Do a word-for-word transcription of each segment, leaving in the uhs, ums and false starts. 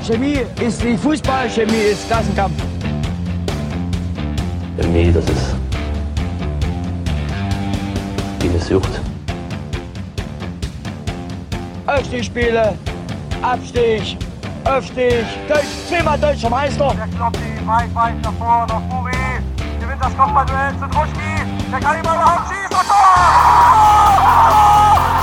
Chemie ist wie Fußball, Chemie ist Klassenkampf. Chemie, das ist wie eine Sucht. Aufstiegsspiele, Abstieg, Aufstieg, Deutsch, zehnmal deutscher Meister. Der Kloppi, weit, weit nach vorne, nach Furi, gewinnt das Kopfballduell zu Druschki, der kann immer überhaupt schießen und Tor!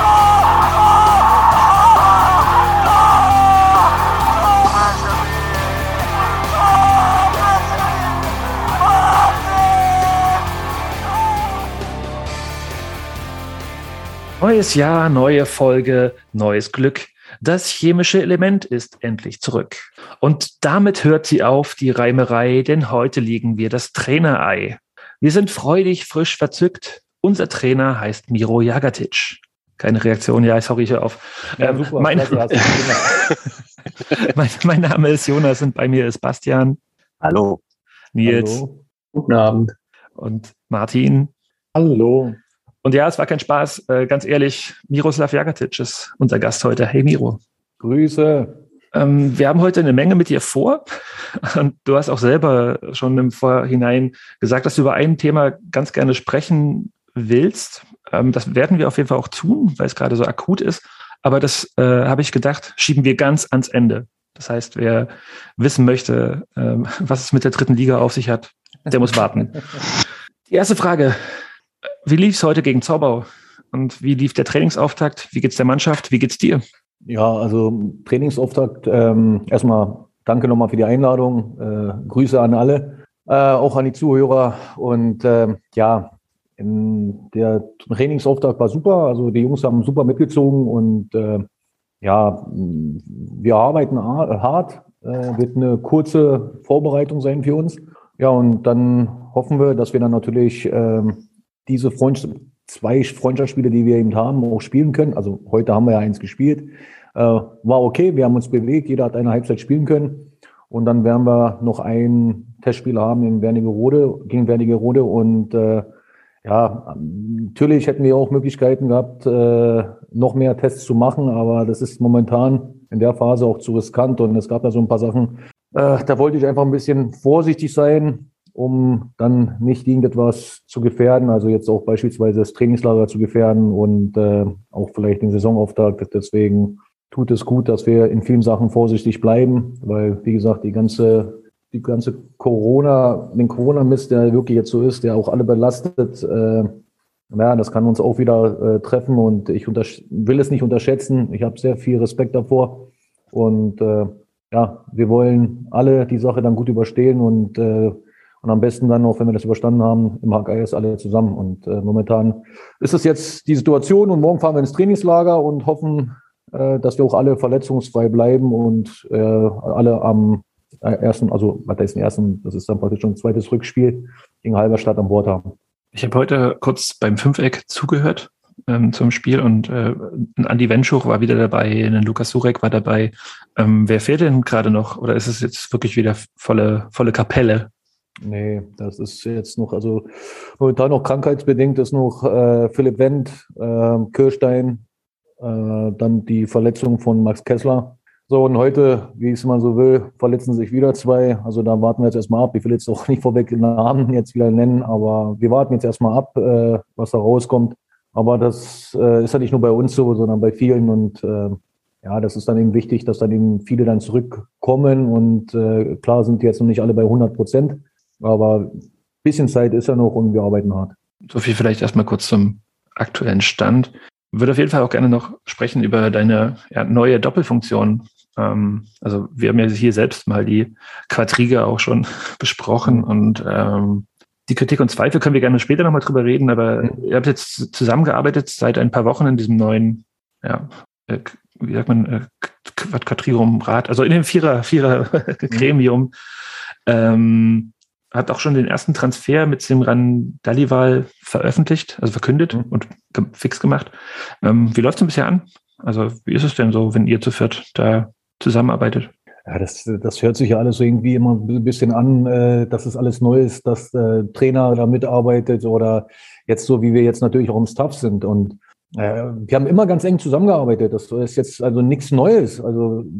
Neues Jahr, neue Folge, neues Glück. Das chemische Element ist endlich zurück. Und damit hört sie auf, die Reimerei, denn heute legen wir das Trainerei. Wir sind freudig, frisch, verzückt. Unser Trainer heißt Miro Jagatic. Keine Reaktion, ja, sorry, ich höre auf. Ja, ähm, super, mein, mein, mein Name ist Jonas und bei mir ist Bastian. Hallo. Nils. Hallo. Guten Abend. Und Martin. Hallo. Und ja, es war kein Spaß. Äh, ganz ehrlich, Miroslav Jagatic ist unser Gast heute. Hey Miro. Grüße. Ähm, wir haben heute eine Menge mit dir vor. Und du hast auch selber schon im Vorhinein gesagt, dass du über ein Thema ganz gerne sprechen willst. Ähm, das werden wir auf jeden Fall auch tun, weil es gerade so akut ist. Aber das, äh, habe ich gedacht, schieben wir ganz ans Ende. Das heißt, wer wissen möchte, ähm, was es mit der dritten Liga auf sich hat, der muss warten. Die erste Frage. Wie lief es heute gegen Zorbau? Und wie lief der Trainingsauftakt? Wie geht's der Mannschaft? Wie geht's dir? Ja, also Trainingsauftakt. Ähm, erstmal danke nochmal für die Einladung. Äh, Grüße an alle, äh, auch an die Zuhörer. Und äh, ja, in der Trainingsauftakt war super. Also die Jungs haben super mitgezogen und äh, ja, wir arbeiten hart. Äh, wird eine kurze Vorbereitung sein für uns. Ja, und dann hoffen wir, dass wir dann natürlich äh, diese Freund- zwei Freundschaftsspiele, die wir eben haben, auch spielen können. Also heute haben wir ja eins gespielt. Äh, war okay, wir haben uns bewegt, jeder hat eine Halbzeit spielen können. Und dann werden wir noch ein Testspiel haben in Wernigerode, gegen Wernigerode. Und äh, ja, natürlich hätten wir auch Möglichkeiten gehabt, äh, noch mehr Tests zu machen, aber das ist momentan in der Phase auch zu riskant. Und es gab da so ein paar Sachen, äh, da wollte ich einfach ein bisschen vorsichtig sein, um dann nicht irgendetwas zu gefährden, also jetzt auch beispielsweise das Trainingslager zu gefährden und äh, auch vielleicht den Saisonauftakt. Deswegen tut es gut, dass wir in vielen Sachen vorsichtig bleiben, weil, wie gesagt, die ganze, die ganze Corona, den Corona-Mist, der wirklich jetzt so ist, der auch alle belastet, äh, ja, das kann uns auch wieder äh, treffen und ich untersch- will es nicht unterschätzen. Ich habe sehr viel Respekt davor und äh, ja, wir wollen alle die Sache dann gut überstehen und äh, Und am besten dann auch, wenn wir das überstanden haben, im H K S alle zusammen. Und äh, momentan ist es jetzt die Situation und morgen fahren wir ins Trainingslager und hoffen, äh, dass wir auch alle verletzungsfrei bleiben und äh, alle am ersten, also was heißt den ersten, das ist dann praktisch schon ein zweites Rückspiel gegen Halberstadt an Bord haben. Ich habe heute kurz beim Fünfeck zugehört ähm, zum Spiel und äh, ein Andi Wenschuch war wieder dabei, ein Lukas Surek war dabei. Ähm, wer fehlt denn gerade noch? Oder ist es jetzt wirklich wieder volle, volle Kapelle? Nee, das ist jetzt noch, also momentan noch krankheitsbedingt ist noch äh, Philipp Wendt, äh, Kirstein, äh, dann die Verletzung von Max Kessler. So, und heute, wie es man so will, verletzen sich wieder zwei. Also da warten wir jetzt erstmal ab. Ich will jetzt auch nicht vorweg den Namen jetzt wieder nennen, aber wir warten jetzt erstmal ab, äh, was da rauskommt. Aber das äh, ist ja nicht nur bei uns so, sondern bei vielen und äh, ja, das ist dann eben wichtig, dass dann eben viele dann zurückkommen und äh, klar sind jetzt noch nicht alle bei hundert Prozent. Aber ein bisschen Zeit ist ja noch und wir arbeiten hart. So viel vielleicht erstmal kurz zum aktuellen Stand. Ich würde auf jeden Fall auch gerne noch sprechen über deine ja, neue Doppelfunktion. Ähm, also wir haben ja hier selbst mal die Quadriga auch schon besprochen und ähm, die Kritik und Zweifel können wir gerne später nochmal drüber reden, aber mhm. ihr habt jetzt zusammengearbeitet seit ein paar Wochen in diesem neuen, ja, äh, wie sagt man, äh, Quadrium-Rat, also in dem Vierer, Vierer-Gremium. Mhm. Ähm, hat auch schon den ersten Transfer mit Simran Dhaliwal veröffentlicht, also verkündet mhm. und ge- fix gemacht. Ähm, wie läuft es denn bisher an? Also wie ist es denn so, wenn ihr zu viert da zusammenarbeitet? Ja, das, das hört sich ja alles so irgendwie immer ein bisschen an, äh, dass es alles neu ist, dass äh, Trainer da mitarbeitet oder jetzt so, wie wir jetzt natürlich auch im Staff sind. Und äh, wir haben immer ganz eng zusammengearbeitet. Das ist jetzt also nichts Neues. Also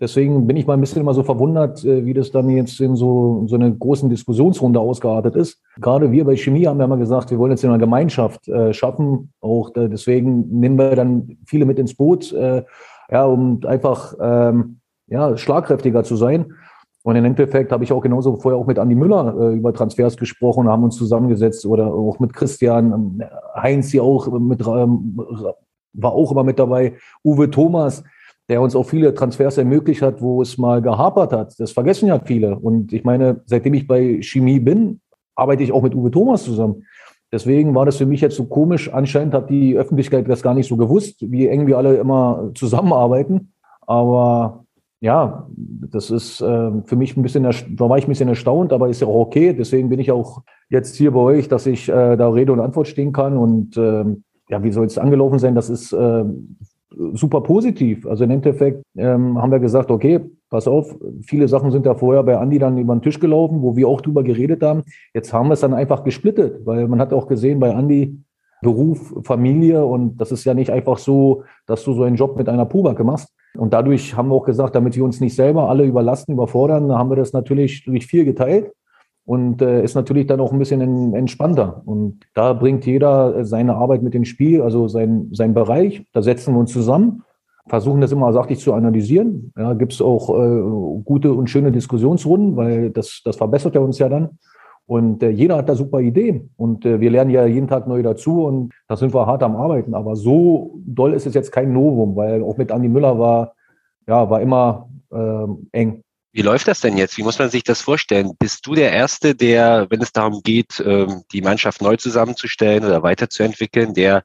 Deswegen bin ich mal ein bisschen immer so verwundert, wie das dann jetzt in so, so eine großen Diskussionsrunde ausgeartet ist. Gerade wir bei Chemie haben ja immer gesagt, wir wollen jetzt in einer Gemeinschaft äh, schaffen. Auch äh, deswegen nehmen wir dann viele mit ins Boot, äh, ja, um einfach ähm, ja, schlagkräftiger zu sein. Und im Endeffekt habe ich auch genauso vorher auch mit Andi Müller äh, über Transfers gesprochen, haben uns zusammengesetzt oder auch mit Christian, Heinz hier auch mit, ähm, war auch immer mit dabei, Uwe Thomas, der uns auch viele Transfers ermöglicht hat, wo es mal gehapert hat. Das vergessen ja viele. Und ich meine, seitdem ich bei Chemie bin, arbeite ich auch mit Uwe Thomas zusammen. Deswegen war das für mich jetzt so komisch. Anscheinend hat die Öffentlichkeit das gar nicht so gewusst, wie eng wir alle immer zusammenarbeiten. Aber ja, das ist äh, für mich ein bisschen, da war ich ein bisschen erstaunt, aber ist ja auch okay. Deswegen bin ich auch jetzt hier bei euch, dass ich äh, da Rede und Antwort stehen kann. Und äh, ja, wie soll es angelaufen sein? Das ist äh, super positiv. Also im Endeffekt ähm, haben wir gesagt, okay, pass auf, viele Sachen sind da vorher bei Andi dann über den Tisch gelaufen, wo wir auch drüber geredet haben. Jetzt haben wir es dann einfach gesplittet, weil man hat auch gesehen bei Andi Beruf, Familie und das ist ja nicht einfach so, dass du so einen Job mit einer Puhbacke machst. Und dadurch haben wir auch gesagt, damit wir uns nicht selber alle überlasten, überfordern, haben wir das natürlich durch vier geteilt. Und äh, ist natürlich dann auch ein bisschen en- entspannter. Und da bringt jeder seine Arbeit mit ins Spiel, also sein, sein Bereich. Da setzen wir uns zusammen, versuchen das immer sachlich zu analysieren. Ja, gibt es auch äh, gute und schöne Diskussionsrunden, weil das, das verbessert ja uns ja dann. Und äh, jeder hat da super Ideen. Und äh, wir lernen ja jeden Tag neu dazu und da sind wir hart am Arbeiten. Aber so doll ist es jetzt kein Novum, weil auch mit Andi Müller war, ja, war immer äh, eng. Wie läuft das denn jetzt? Wie muss man sich das vorstellen? Bist du der Erste, der, wenn es darum geht, die Mannschaft neu zusammenzustellen oder weiterzuentwickeln, der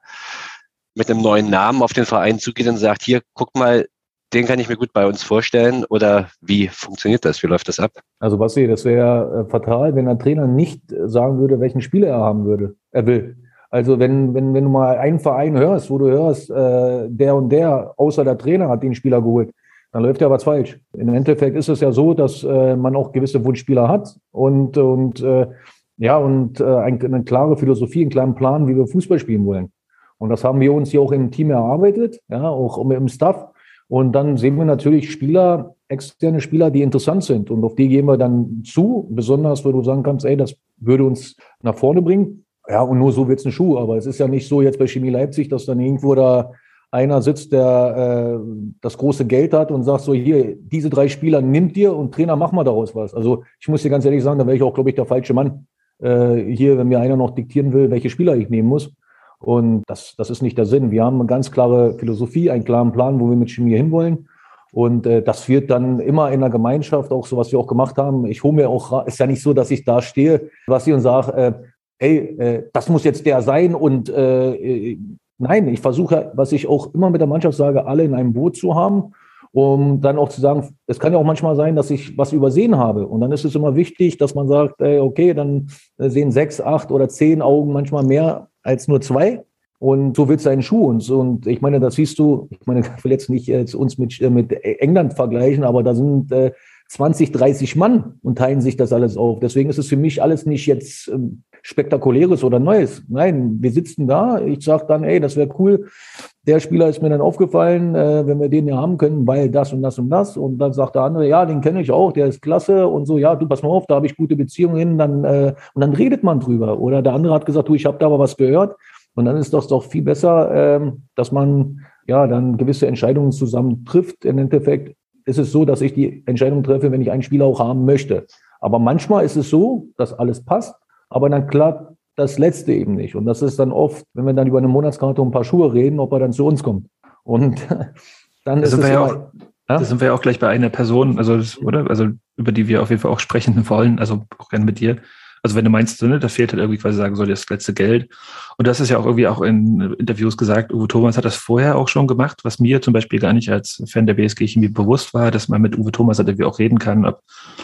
mit einem neuen Namen auf den Verein zugeht und sagt, hier, guck mal, den kann ich mir gut bei uns vorstellen? Oder wie funktioniert das? Wie läuft das ab? Also Basti, das wäre äh, fatal, wenn der Trainer nicht sagen würde, welchen Spieler er haben würde, er will. Also wenn, wenn, wenn du mal einen Verein hörst, wo du hörst, äh, der und der, außer der Trainer hat den Spieler geholt, dann läuft ja was falsch. Im Endeffekt ist es ja so, dass äh, man auch gewisse Wunschspieler hat und, und äh, ja und äh, eine, eine klare Philosophie, einen klaren Plan, wie wir Fußball spielen wollen. Und das haben wir uns hier auch im Team erarbeitet, ja, auch im Staff. Und dann sehen wir natürlich Spieler, externe Spieler, die interessant sind. Und auf die gehen wir dann zu, besonders, wo du sagen kannst, ey, das würde uns nach vorne bringen. Ja, und nur so wird's ein Schuh. Aber es ist ja nicht so jetzt bei Chemie Leipzig, dass dann irgendwo da einer sitzt, der äh, das große Geld hat und sagt so, hier, diese drei Spieler nimmt dir und Trainer, mach mal daraus was. Also ich muss dir ganz ehrlich sagen, da wäre ich auch, glaube ich, der falsche Mann äh, hier, wenn mir einer noch diktieren will, welche Spieler ich nehmen muss. Und das, das ist nicht der Sinn. Wir haben eine ganz klare Philosophie, einen klaren Plan, wo wir mit Chemie hinwollen. Und äh, das wird dann immer in der Gemeinschaft, auch so, was wir auch gemacht haben. Ich hole mir auch, ist ja nicht so, dass ich da stehe, was ich und sage, äh, ey, äh, das muss jetzt der sein und äh, nein, ich versuche, was ich auch immer mit der Mannschaft sage, alle in einem Boot zu haben, um dann auch zu sagen, es kann ja auch manchmal sein, dass ich was übersehen habe. Und dann ist es immer wichtig, dass man sagt, ey, okay, dann sehen sechs, acht oder zehn Augen manchmal mehr als nur zwei. Und so wird es ein Schuh. Und, so, und ich meine, das siehst du, ich meine, ich will jetzt nicht jetzt uns mit, mit England vergleichen, aber da sind äh, zwanzig, dreißig Mann und teilen sich das alles auf. Deswegen ist es für mich alles nicht jetzt ähm, Spektakuläres oder Neues. Nein, wir sitzen da, ich sage dann, ey, das wäre cool, der Spieler ist mir dann aufgefallen, äh, wenn wir den ja haben können, weil das und das und das. Und dann sagt der andere, ja, den kenne ich auch, der ist klasse und so, ja, du pass mal auf, da habe ich gute Beziehungen hin. Dann, äh, und dann redet man drüber. Oder der andere hat gesagt, du, ich habe da aber was gehört. Und dann ist das doch viel besser, ähm, dass man ja dann gewisse Entscheidungen zusammen trifft. Im Endeffekt ist es so, dass ich die Entscheidung treffe, wenn ich einen Spieler auch haben möchte. Aber manchmal ist es so, dass alles passt, aber dann klappt das Letzte eben nicht. Und das ist dann oft, wenn wir dann über eine Monatskarte und ein paar Schuhe reden, ob er dann zu uns kommt. Und dann das ist sind es wir ja immer, auch, ja? Da sind wir ja auch gleich bei einer Person, also das, oder? Also über die wir auf jeden Fall auch sprechen wollen, also auch gerne mit dir. Also wenn du meinst, ne, da fehlt halt irgendwie quasi sagen soll, das letzte Geld. Und das ist ja auch irgendwie auch in Interviews gesagt, Uwe Thomas hat das vorher auch schon gemacht, was mir zum Beispiel gar nicht als Fan der B S G Chemie bewusst war, dass man mit Uwe Thomas halt irgendwie auch reden kann, ob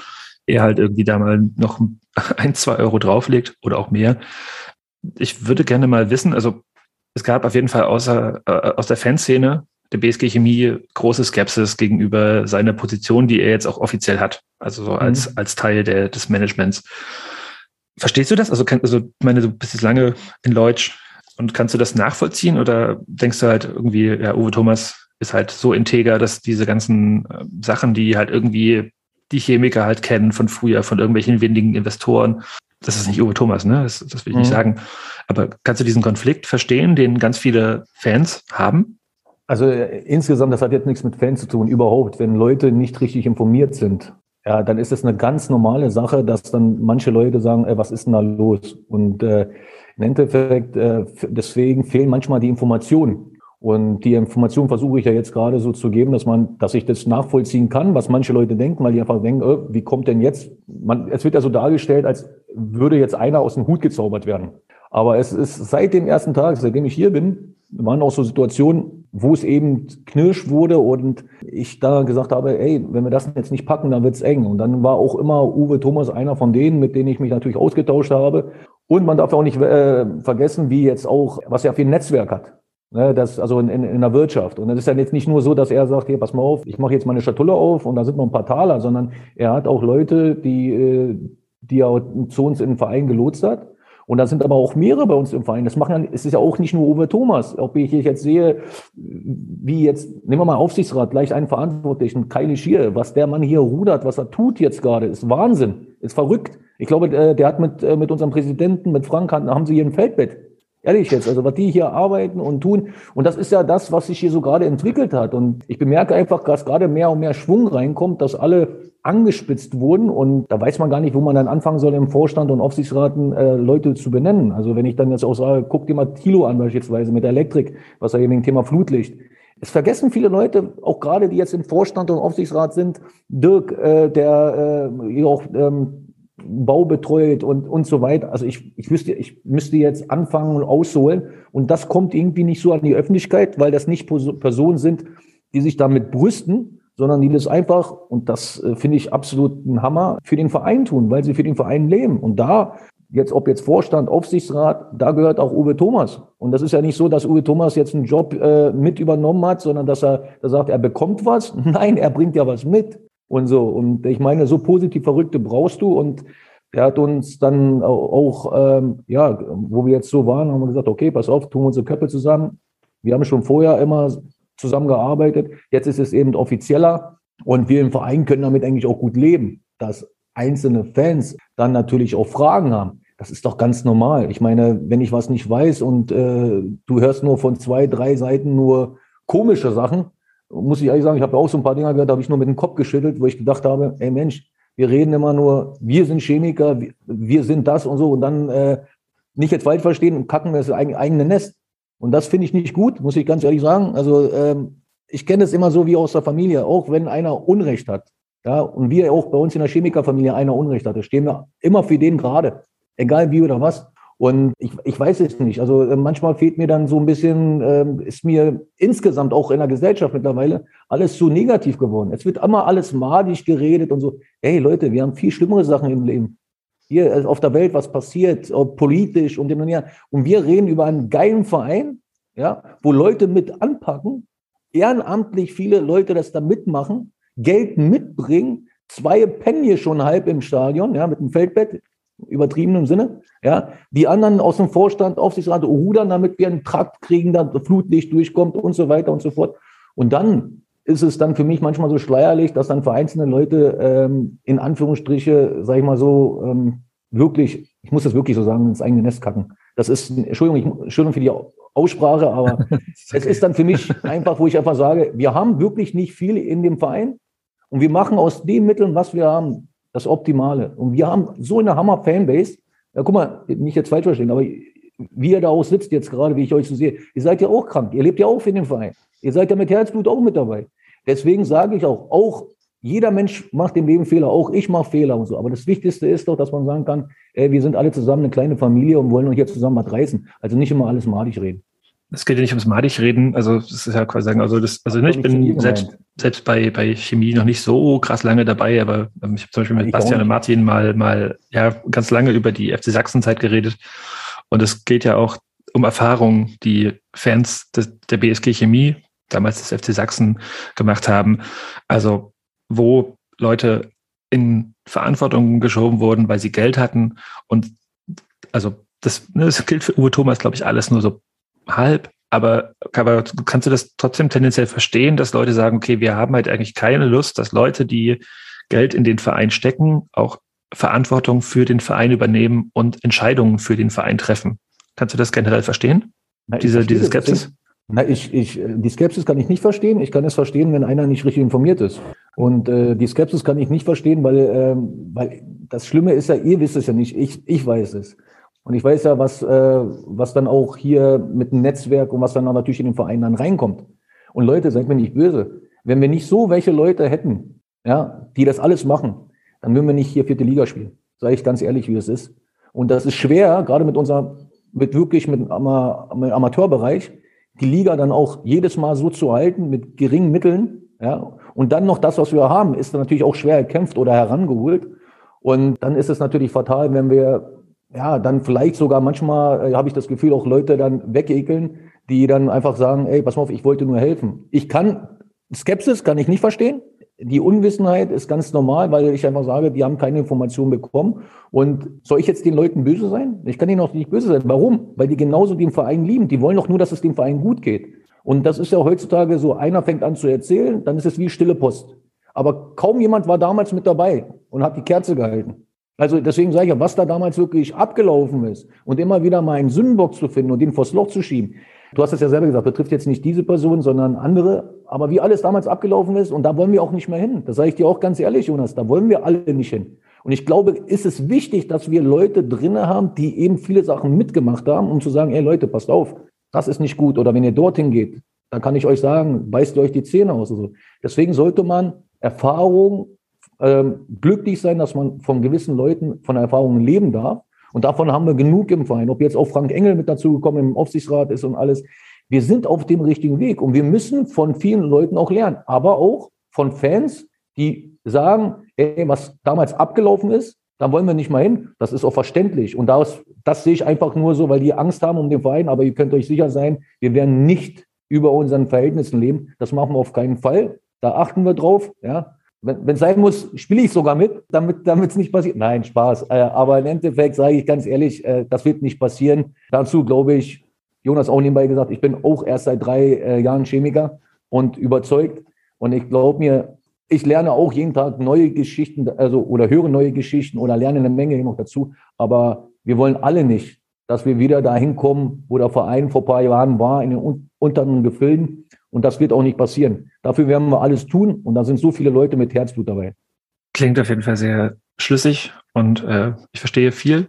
er halt irgendwie da mal noch ein, zwei Euro drauflegt oder auch mehr. Ich würde gerne mal wissen, also es gab auf jeden Fall außer, äh, aus der Fanszene der B S G Chemie große Skepsis gegenüber seiner Position, die er jetzt auch offiziell hat, also so als, mhm. als Teil der, des Managements. Verstehst du das? Also, kann, also, ich meine, du bist jetzt lange in Leutsch und kannst du das nachvollziehen oder denkst du halt irgendwie, ja, Uwe Thomas ist halt so integer, dass diese ganzen äh, Sachen, die halt irgendwie die Chemiker halt kennen von früher, von irgendwelchen windigen Investoren, das ist nicht Uwe Thomas, ne? Das, das will ich mhm. nicht sagen. Aber kannst du diesen Konflikt verstehen, den ganz viele Fans haben? Also äh, insgesamt, das hat jetzt nichts mit Fans zu tun, überhaupt. Wenn Leute nicht richtig informiert sind, ja, dann ist es eine ganz normale Sache, dass dann manche Leute sagen, ey, was ist denn da los? Und äh, im Endeffekt, äh, deswegen fehlen manchmal die Informationen. Und die Information versuche ich ja jetzt gerade so zu geben, dass man, dass ich das nachvollziehen kann, was manche Leute denken, weil die einfach denken, oh, wie kommt denn jetzt? Man, es wird ja so dargestellt, als würde jetzt einer aus dem Hut gezaubert werden. Aber es ist seit dem ersten Tag, seitdem ich hier bin, waren auch so Situationen, wo es eben knirsch wurde und ich da gesagt habe, ey, wenn wir das jetzt nicht packen, dann wird's eng. Und dann war auch immer Uwe Thomas einer von denen, mit denen ich mich natürlich ausgetauscht habe. Und man darf auch nicht äh, vergessen, wie jetzt auch, was er für ein Netzwerk hat. Ne, das, also in, in, in der Wirtschaft. Und das ist ja jetzt nicht nur so, dass er sagt, hier, pass mal auf, ich mache jetzt meine Schatulle auf und da sind noch ein paar Taler, sondern er hat auch Leute, die, die er zu uns in den Verein gelotst hat. Und da sind aber auch mehrere bei uns im Verein. Das machen ja, es ist ja auch nicht nur Uwe Thomas. Ob ich jetzt sehe, wie jetzt, nehmen wir mal Aufsichtsrat, gleich einen Verantwortlichen, Kylie Schier, was der Mann hier rudert, was er tut jetzt gerade, ist Wahnsinn, ist verrückt. Ich glaube, der hat mit, mit unserem Präsidenten, mit Frank, haben sie hier ein Feldbett. Ehrlich jetzt, also was die hier arbeiten und tun. Und das ist ja das, was sich hier so gerade entwickelt hat. Und ich bemerke einfach, dass gerade mehr und mehr Schwung reinkommt, dass alle angespitzt wurden. Und da weiß man gar nicht, wo man dann anfangen soll, im Vorstand und Aufsichtsraten äh, Leute zu benennen. Also wenn ich dann jetzt auch sage, guck dir mal Thilo an beispielsweise mit der Elektrik, was er hier wegen Thema Flutlicht. Es vergessen viele Leute, auch gerade die jetzt im Vorstand und Aufsichtsrat sind, Dirk, äh, der äh, auch ähm, Bau betreut und, und so weiter. Also ich, ich wüsste, ich müsste jetzt anfangen und ausholen. Und das kommt irgendwie nicht so an die Öffentlichkeit, weil das nicht Personen sind, die sich damit brüsten, sondern die das einfach, und das äh, finde ich absolut ein Hammer, für den Verein tun, weil sie für den Verein leben. Und da, jetzt, ob jetzt Vorstand, Aufsichtsrat, da gehört auch Uwe Thomas. Und das ist ja nicht so, dass Uwe Thomas jetzt einen Job äh, mit übernommen hat, sondern dass er, er sagt, er bekommt was. Nein, er bringt ja was mit. Und so. Und ich meine, so positiv Verrückte brauchst du. Und er hat uns dann auch, ähm, ja, wo wir jetzt so waren, haben wir gesagt, okay, pass auf, tun wir unsere Köpfe zusammen. Wir haben schon vorher immer zusammengearbeitet. Jetzt ist es eben offizieller. Und wir im Verein können damit eigentlich auch gut leben, dass einzelne Fans dann natürlich auch Fragen haben. Das ist doch ganz normal. Ich meine, wenn ich was nicht weiß und äh, du hörst nur von zwei, drei Seiten nur komische Sachen, muss ich ehrlich sagen, ich habe auch so ein paar Dinger gehört, da habe ich nur mit dem Kopf geschüttelt, wo ich gedacht habe, ey Mensch, wir reden immer nur, wir sind Chemiker, wir, wir sind das und so und dann äh, nicht jetzt falsch verstehen und kacken wir das eigene Nest. Und das finde ich nicht gut, muss ich ganz ehrlich sagen. Also ähm, ich kenne es immer so wie aus der Familie, auch wenn einer Unrecht hat. Ja, und wir auch bei uns in der Chemikerfamilie einer Unrecht hatte, stehen wir immer für den gerade, egal wie oder was. Und ich, ich weiß es nicht. Also äh, manchmal fehlt mir dann so ein bisschen, äh, ist mir insgesamt auch in der Gesellschaft mittlerweile alles zu negativ geworden. Es wird immer alles madig geredet und so. Hey Leute, wir haben viel schlimmere Sachen im Leben. Hier also auf der Welt, was passiert, ob politisch und dem und her. Und wir reden über einen geilen Verein, ja, wo Leute mit anpacken, ehrenamtlich viele Leute das da mitmachen, Geld mitbringen, zwei pennen hier schon halb im Stadion, ja, mit dem Feldbett. Übertriebenem Sinne, ja. Die anderen aus dem Vorstand, Aufsichtsrat rudern, damit wir einen Trakt kriegen, da Flutlicht durchkommt und so weiter und so fort. Und dann ist es dann für mich manchmal so schleierlich, dass dann für einzelne Leute ähm, in Anführungsstriche, sag ich mal so, ähm, wirklich, ich muss das wirklich so sagen, ins eigene Nest kacken. Das ist, Entschuldigung, ich, Entschuldigung für die Aussprache, aber okay. Es ist dann für mich einfach, wo ich einfach sage, wir haben wirklich nicht viel in dem Verein und wir machen aus den Mitteln, was wir haben, das Optimale. Und wir haben so eine Hammer-Fanbase. Ja, guck mal, nicht jetzt falsch verstehen, aber wie ihr da auch sitzt jetzt gerade, wie ich euch so sehe, ihr seid ja auch krank. Ihr lebt ja auch für den Verein. Ihr seid ja mit Herzblut auch mit dabei. Deswegen sage ich auch, auch jeder Mensch macht im Leben Fehler, auch ich mache Fehler und so. Aber das Wichtigste ist doch, dass man sagen kann, ey, wir sind alle zusammen eine kleine Familie und wollen uns hier zusammen was reißen. Also nicht immer alles madig reden. Es geht ja nicht ums madig reden, also das ist ja quasi sagen, also das, also ich bin selbst, selbst bei, bei Chemie noch nicht so krass lange dabei, aber ähm, ich habe zum Beispiel mit Bastian und Martin mal, mal ja ganz lange über die F C Sachsen-Zeit geredet und es geht ja auch um Erfahrungen, die Fans des, der B S G Chemie, damals des F C Sachsen, gemacht haben, also wo Leute in Verantwortung geschoben wurden, weil sie Geld hatten und also das, das gilt für Uwe Thomas, glaube ich, alles nur so halb, Aber, aber kannst du das trotzdem tendenziell verstehen, dass Leute sagen, okay, wir haben halt eigentlich keine Lust, dass Leute, die Geld in den Verein stecken, auch Verantwortung für den Verein übernehmen und Entscheidungen für den Verein treffen. Kannst du das generell verstehen? Na, diese, diese Skepsis? Na, ich, ich, die Skepsis kann ich nicht verstehen. Ich kann es verstehen, wenn einer nicht richtig informiert ist. Und äh, die Skepsis kann ich nicht verstehen, weil, äh, weil das Schlimme ist ja, ihr wisst es ja nicht, ich, ich weiß es. Und ich weiß ja, was, äh, was dann auch hier mit dem Netzwerk und was dann auch natürlich in den Verein dann reinkommt. Und Leute, seid mir nicht böse. Wenn wir nicht so welche Leute hätten, ja, die das alles machen, dann würden wir nicht hier vierte Liga spielen. Sage ich ganz ehrlich, wie es ist. Und das ist schwer, gerade mit unserer, mit wirklich mit dem Ama- mit Amateurbereich, die Liga dann auch jedes Mal so zu halten, mit geringen Mitteln, ja. Und dann noch das, was wir haben, ist dann natürlich auch schwer erkämpft oder herangeholt. Und dann ist es natürlich fatal, wenn wir, ja, dann vielleicht sogar manchmal, äh, habe ich das Gefühl, auch Leute dann wegekeln, die dann einfach sagen, ey, pass mal auf, ich wollte nur helfen. Ich kann, Skepsis kann ich nicht verstehen. Die Unwissenheit ist ganz normal, weil ich einfach sage, die haben keine Informationen bekommen. Und soll ich jetzt den Leuten böse sein? Ich kann ihnen auch nicht böse sein. Warum? Weil die genauso den Verein lieben. Die wollen doch nur, dass es dem Verein gut geht. Und das ist ja heutzutage so, einer fängt an zu erzählen, dann ist es wie stille Post. Aber kaum jemand war damals mit dabei und hat die Kerze gehalten. Also deswegen sage ich ja, was da damals wirklich abgelaufen ist und immer wieder mal einen Sündenbock zu finden und den vors Loch zu schieben. Du hast es ja selber gesagt, betrifft jetzt nicht diese Person, sondern andere. Aber wie alles damals abgelaufen ist, und da wollen wir auch nicht mehr hin. Das sage ich dir auch ganz ehrlich, Jonas, da wollen wir alle nicht hin. Und ich glaube, ist es wichtig, dass wir Leute drinne haben, die eben viele Sachen mitgemacht haben, um zu sagen, ey Leute, passt auf, das ist nicht gut. Oder wenn ihr dorthin geht, dann kann ich euch sagen, beißt ihr euch die Zähne aus. Also deswegen sollte man Erfahrung, ähm, glücklich sein, dass man von gewissen Leuten von Erfahrungen leben darf. Und davon haben wir genug im Verein. Ob jetzt auch Frank Engel mit dazu gekommen im Aufsichtsrat ist und alles. Wir sind auf dem richtigen Weg. Und wir müssen von vielen Leuten auch lernen. Aber auch von Fans, die sagen, ey, was damals abgelaufen ist, da wollen wir nicht mal hin. Das ist auch verständlich. Und das, das sehe ich einfach nur so, weil die Angst haben um den Verein. Aber ihr könnt euch sicher sein, wir werden nicht über unseren Verhältnissen leben. Das machen wir auf keinen Fall. Da achten wir drauf, ja. Wenn es sein muss, spiele ich sogar mit, damit es nicht passiert. Nein, Spaß. Äh, aber im Endeffekt sage ich ganz ehrlich, äh, das wird nicht passieren. Dazu glaube ich, Jonas auch nebenbei gesagt, ich bin auch erst seit drei äh, Jahren Chemiker und überzeugt. Und ich glaube mir, ich lerne auch jeden Tag neue Geschichten, also oder höre neue Geschichten oder lerne eine Menge noch dazu. Aber wir wollen alle nicht, dass wir wieder dahin kommen, wo der Verein vor ein paar Jahren war, in den un- unteren Gefilden. Und das wird auch nicht passieren. Dafür werden wir alles tun. Und da sind so viele Leute mit Herzblut dabei. Klingt auf jeden Fall sehr schlüssig und äh, ich verstehe viel.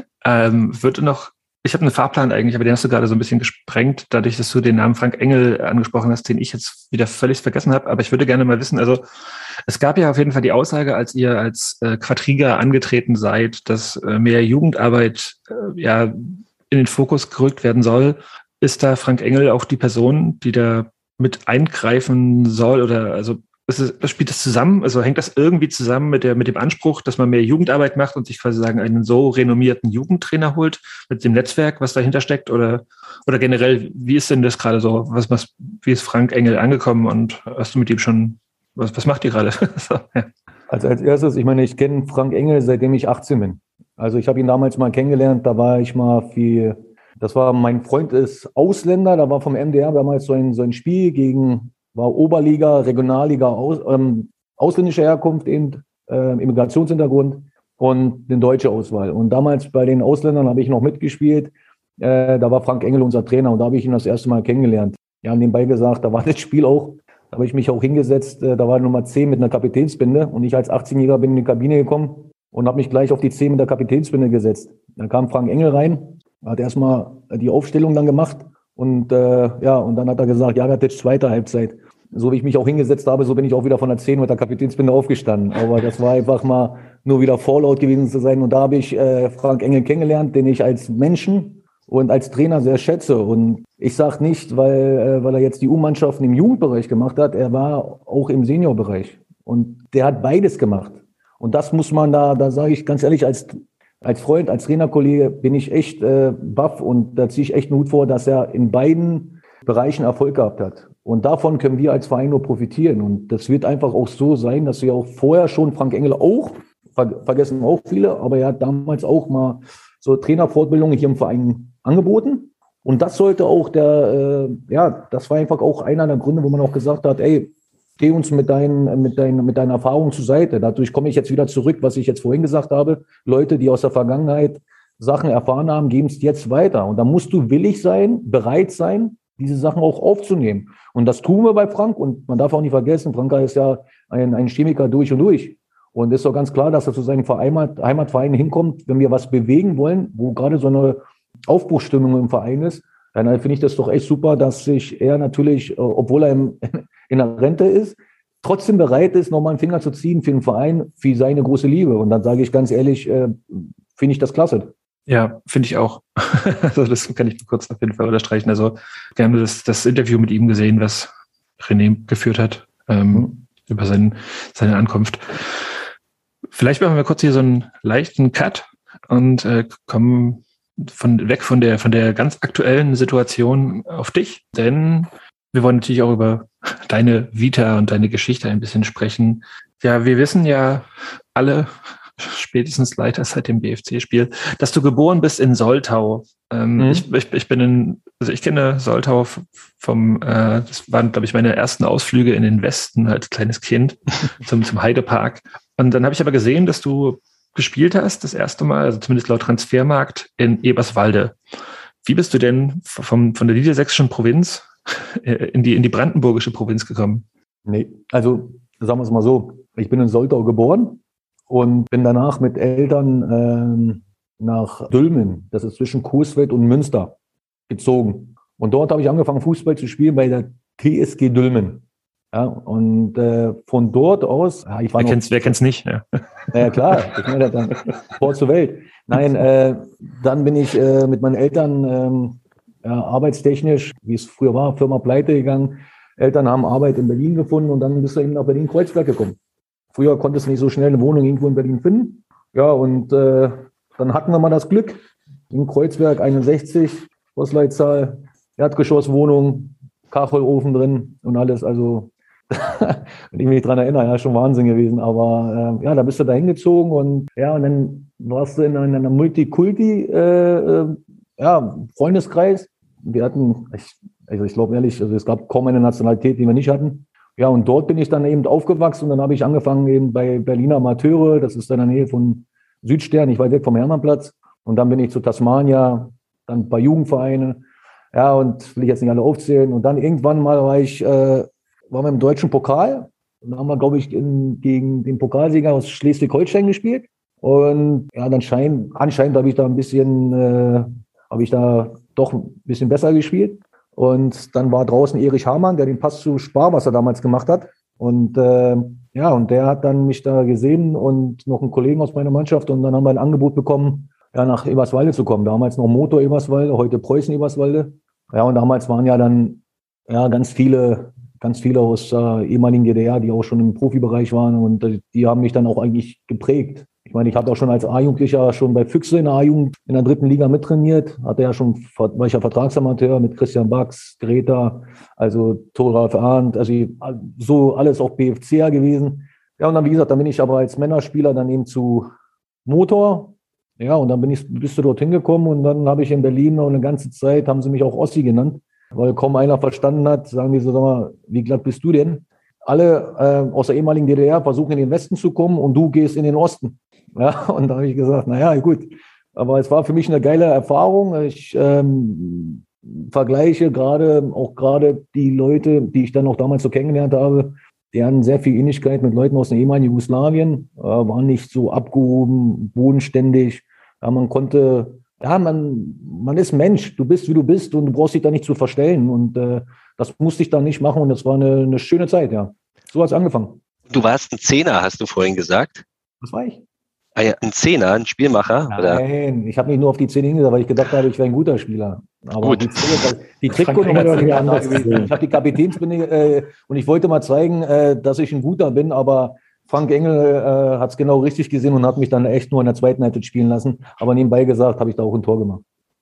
ähm, würde noch, ich habe einen Fahrplan eigentlich, aber den hast du gerade so ein bisschen gesprengt, dadurch, dass du den Namen Frank Engel angesprochen hast, den ich jetzt wieder völlig vergessen habe. Aber ich würde gerne mal wissen, also es gab ja auf jeden Fall die Aussage, als ihr als äh, Quadriga angetreten seid, dass äh, mehr Jugendarbeit äh, ja in den Fokus gerückt werden soll. Ist da Frank Engel auch die Person, die da mit eingreifen soll oder also ist es, spielt das zusammen? Also hängt das irgendwie zusammen mit der mit dem Anspruch, dass man mehr Jugendarbeit macht und sich quasi sagen einen so renommierten Jugendtrainer holt mit dem Netzwerk, was dahinter steckt oder oder generell wie ist denn das gerade so? Was was wie ist Frank Engel angekommen und hast du mit ihm schon was was macht ihr gerade? so, ja. Also als erstes, ich meine, ich kenne Frank Engel, seitdem ich achtzehn bin. Also ich habe ihn damals mal kennengelernt, da war ich mal viel. Das war, mein Freund ist Ausländer, da war vom M D R damals so ein, so ein Spiel gegen, war Oberliga, Regionalliga, aus, ähm, ausländischer Herkunft, eben, äh, Immigrationshintergrund und eine deutsche Auswahl. Und damals bei den Ausländern habe ich noch mitgespielt, äh, da war Frank Engel unser Trainer und da habe ich ihn das erste Mal kennengelernt. Ja, nebenbei gesagt, da war das Spiel auch, da habe ich mich auch hingesetzt, äh, da war Nummer zehn mit einer Kapitänsbinde und ich als achtzehnjähriger bin in die Kabine gekommen und habe mich gleich auf die zehn mit der Kapitänsbinde gesetzt. Dann kam Frank Engel rein. Er hat erstmal die Aufstellung dann gemacht und äh, ja, und dann hat er gesagt, Jagatic, zweite Halbzeit. So wie ich mich auch hingesetzt habe, so bin ich auch wieder von der zehn mit der Kapitänsbinde aufgestanden. Aber das war einfach mal nur wieder Vorlaut gewesen zu sein. Und da habe ich äh, Frank Engel kennengelernt, den ich als Menschen und als Trainer sehr schätze. Und ich sage nicht, weil, äh, weil er jetzt die U-Mannschaften im Jugendbereich gemacht hat, er war auch im Seniorbereich. Und der hat beides gemacht. Und das muss man da, da sage ich ganz ehrlich, als Als Freund, als Trainerkollege bin ich echt äh, baff und da ziehe ich echt einen Hut vor, dass er in beiden Bereichen Erfolg gehabt hat. Und davon können wir als Verein nur profitieren. Und das wird einfach auch so sein, dass wir auch vorher schon, Frank Engel auch, ver- vergessen auch viele, aber er hat damals auch mal so Trainerfortbildungen hier im Verein angeboten. Und das sollte auch der, äh, ja, das war einfach auch einer der Gründe, wo man auch gesagt hat, ey, geh uns mit deinen, mit deinen, mit deiner Erfahrung zur Seite. Dadurch komme ich jetzt wieder zurück, was ich jetzt vorhin gesagt habe. Leute, die aus der Vergangenheit Sachen erfahren haben, geben es jetzt weiter. Und da musst du willig sein, bereit sein, diese Sachen auch aufzunehmen. Und das tun wir bei Frank. Und man darf auch nicht vergessen, Frank ist ja ein, ein Chemiker durch und durch. Und es ist doch ganz klar, dass er zu seinem Heimat, Heimatverein hinkommt, wenn wir was bewegen wollen, wo gerade so eine Aufbruchsstimmung im Verein ist, dann finde ich das doch echt super, dass sich er natürlich, obwohl er in, in der Rente ist, trotzdem bereit ist, nochmal einen Finger zu ziehen für den Verein, für seine große Liebe. Und dann sage ich ganz ehrlich, äh, finde ich das klasse. Ja, finde ich auch. Also das kann ich kurz auf jeden Fall unterstreichen. Also wir haben das, das Interview mit ihm gesehen, was René geführt hat, ähm, mhm. über sein, seine Ankunft. Vielleicht machen wir kurz hier so einen leichten Cut und äh, kommen von, weg von der, von der ganz aktuellen Situation auf dich, denn wir wollen natürlich auch über deine Vita und deine Geschichte ein bisschen sprechen. Ja, wir wissen ja alle, spätestens leider seit dem B F C-Spiel, dass du geboren bist in Soltau. Ähm, mhm. ich, ich, ich bin in, also ich kenne Soltau vom, äh, das waren, glaube ich, meine ersten Ausflüge in den Westen als kleines Kind zum, zum Heidepark. Und dann habe ich aber gesehen, dass du gespielt hast, das erste Mal, also zumindest laut Transfermarkt, in Eberswalde. Wie bist du denn vom, von der niedersächsischen Provinz in die, in die brandenburgische Provinz gekommen? Nee, also sagen wir es mal so, ich bin in Soltau geboren und bin danach mit Eltern ähm, nach Dülmen, das ist zwischen Coesfeld und Münster, gezogen. Und dort habe ich angefangen, Fußball zu spielen bei der T S G Dülmen. Ja, und äh, von dort aus, ja, ich war wer noch, kennt's, wer kennt's nicht? Ja, ja klar, ich meine, dann Sport zur Welt. Nein, äh, dann bin ich äh, mit meinen Eltern ähm, ja, arbeitstechnisch, wie es früher war, Firma pleite gegangen. Eltern haben Arbeit in Berlin gefunden und dann bist du eben nach Berlin-Kreuzberg gekommen. Früher konntest du nicht so schnell eine Wohnung irgendwo in Berlin finden. Ja, und äh, dann hatten wir mal das Glück, in Kreuzberg einundsechzig, Postleitzahl, Erdgeschosswohnung, Kachelofen drin und alles, also wenn ich mich dran erinnere, ja, schon Wahnsinn gewesen. Aber äh, ja, da bist du da hingezogen und ja, und dann warst du in einer, einer Multikulti, äh, äh, ja, Freundeskreis. Wir hatten, ich, also ich glaube ehrlich, also es gab kaum eine Nationalität, die wir nicht hatten. Ja, und dort bin ich dann eben aufgewachsen und dann habe ich angefangen eben bei Berliner Amateure, das ist in der Nähe von Südstern, ich war weg vom Hermannplatz. Und dann bin ich zu Tasmania, dann ein paar Jugendvereine. Ja, und will ich jetzt nicht alle aufzählen. Und dann irgendwann mal war ich, äh, waren wir im deutschen Pokal. Und da haben wir, glaube ich, in, gegen den Pokalsieger aus Schleswig-Holstein gespielt. Und ja, dann schein, anscheinend habe ich da ein bisschen, äh, habe ich da doch ein bisschen besser gespielt. Und dann war draußen Erich Hamann, der den Pass zu Sparwasser damals gemacht hat. Und äh, ja, und der hat dann mich da gesehen und noch einen Kollegen aus meiner Mannschaft. Und dann haben wir ein Angebot bekommen, ja, nach Eberswalde zu kommen. Damals noch Motor Eberswalde, heute Preußen Eberswalde. Ja, und damals waren ja dann ja ganz viele, ganz viele aus äh, ehemaligen D D R, die auch schon im Profibereich waren. Und äh, die haben mich dann auch eigentlich geprägt. Ich meine, ich habe auch schon als A-Jugendlicher schon bei Füchse in der A-Jugend in der dritten Liga mittrainiert. Hatte ja schon, war ich ja Vertragsamateur mit Christian Bax, Greta, also Thoralf Arndt, also so alles auch B F C er gewesen. Ja, und dann, wie gesagt, dann bin ich aber als Männerspieler dann eben zu Motor. Ja, und dann bin ich, bist du dorthin gekommen und dann habe ich in Berlin noch eine ganze Zeit, haben sie mich auch Ossi genannt, weil kaum einer verstanden hat, sagen die so, sag mal, wie glatt bist du denn? Alle äh, aus der ehemaligen D D R versuchen in den Westen zu kommen und du gehst in den Osten. Ja, und da habe ich gesagt, naja, gut. Aber es war für mich eine geile Erfahrung. Ich ähm, vergleiche gerade, auch gerade die Leute, die ich dann auch damals so kennengelernt habe, die hatten sehr viel Ähnlichkeit mit Leuten aus dem ehemaligen Jugoslawien, äh, waren nicht so abgehoben, bodenständig. Ja, man konnte, ja, man, man ist Mensch, du bist, wie du bist und du brauchst dich da nicht zu verstellen. Und äh, das musste ich dann nicht machen und das war eine, eine schöne Zeit, ja. So hat es angefangen. Du warst ein Zehner, hast du vorhin gesagt. Was war ich? Ah ja, ein Zehner, ein Spielmacher? Nein, oder? Ich habe mich nur auf die Zehn hingesetzt, weil ich gedacht habe, ich wäre ein guter Spieler. Aber Gut. die, die Trikotnummer war wieder anders gewesen. Ich habe die Kapitänsbinde äh, und ich wollte mal zeigen, äh, dass ich ein guter bin, aber Frank Engel äh, hat es genau richtig gesehen und hat mich dann echt nur in der zweiten Halbzeit spielen lassen. Aber nebenbei gesagt, habe ich da auch ein Tor gemacht.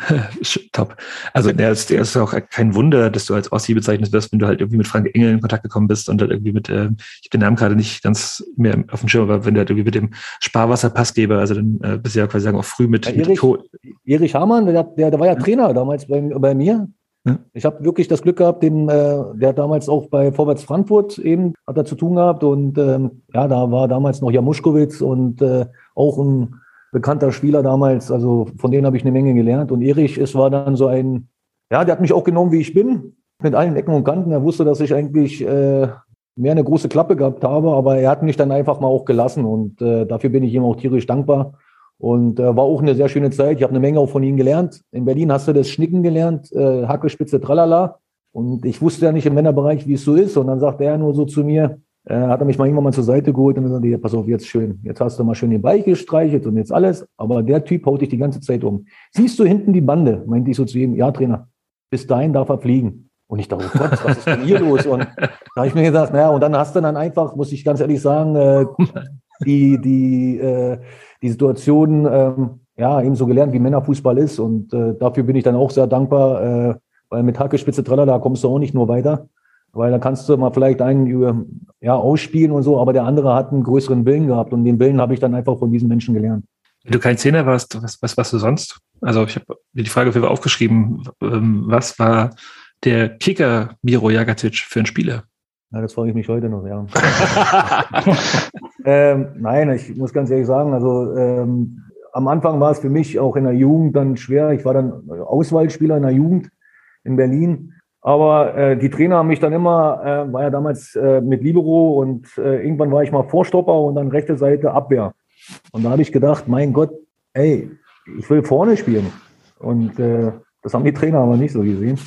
Top. Also der ist, der ist auch kein Wunder, dass du als Ossi bezeichnet wirst, wenn du halt irgendwie mit Frank Engel in Kontakt gekommen bist und halt irgendwie mit, äh, ich habe den Namen gerade nicht ganz mehr auf dem Schirm, aber wenn du halt irgendwie mit dem Sparwasser-Passgeber, also dann äh, bist du ja quasi sagen auch früh mit, ja, mit Erich, Co- Erich Hamann, der, der, der war ja Trainer damals bei, bei mir. Ja. Ich habe wirklich das Glück gehabt, den, äh, der hat damals auch bei Vorwärts Frankfurt eben hat er zu tun gehabt und ähm, ja, da war damals noch Jamuschkowitz und äh, auch ein bekannter Spieler damals, also von denen habe ich eine Menge gelernt und Erich, es war dann so ein, ja, der hat mich auch genommen, wie ich bin, mit allen Ecken und Kanten, er wusste, dass ich eigentlich äh, mehr eine große Klappe gehabt habe, aber er hat mich dann einfach mal auch gelassen und äh, dafür bin ich ihm auch tierisch dankbar. Und äh, war auch eine sehr schöne Zeit. Ich habe eine Menge auch von ihm gelernt. In Berlin hast du das Schnicken gelernt, äh, Hacke, Spitze, Tralala. Und ich wusste ja nicht im Männerbereich, wie es so ist. Und dann sagte er nur so zu mir, äh, hat er mich mal irgendwann mal zur Seite geholt und dann sagte, pass auf, jetzt schön. Jetzt hast du mal schön den Ball gestreichelt und jetzt alles. Aber der Typ haut dich die ganze Zeit um. Siehst du hinten die Bande? Meinte ich so zu ihm, ja, Trainer, bis dahin darf er fliegen. Und ich dachte, oh Gott, was ist denn hier los? Und da habe ich mir gedacht, naja, und dann hast du dann einfach, muss ich ganz ehrlich sagen, äh, die, die, äh, die Situation, ähm, ja, eben so gelernt, wie Männerfußball ist. Und äh, dafür bin ich dann auch sehr dankbar, äh, weil mit Hacke, Spitze, Tralala kommst du auch nicht nur weiter. Weil da kannst du mal vielleicht einen ja, ausspielen und so, aber der andere hat einen größeren Willen gehabt. Und den Willen habe ich dann einfach von diesen Menschen gelernt. Wenn du kein Zehner warst, was, was warst du sonst? Also ich habe mir die Frage für aufgeschrieben, ähm, was war der Kicker Miro Jagacic für ein Spieler? Ja, das frage ich mich heute noch, ja. ähm, nein, ich muss ganz ehrlich sagen, also ähm, am Anfang war es für mich auch in der Jugend dann schwer. Ich war dann Auswahlspieler in der Jugend in Berlin. Aber äh, die Trainer haben mich dann immer, äh, war ja damals äh, mit Libero und äh, irgendwann war ich mal Vorstopper und dann rechte Seite Abwehr. Und da habe ich gedacht, mein Gott, ey, ich will vorne spielen. Und äh, das haben die Trainer aber nicht so gesehen.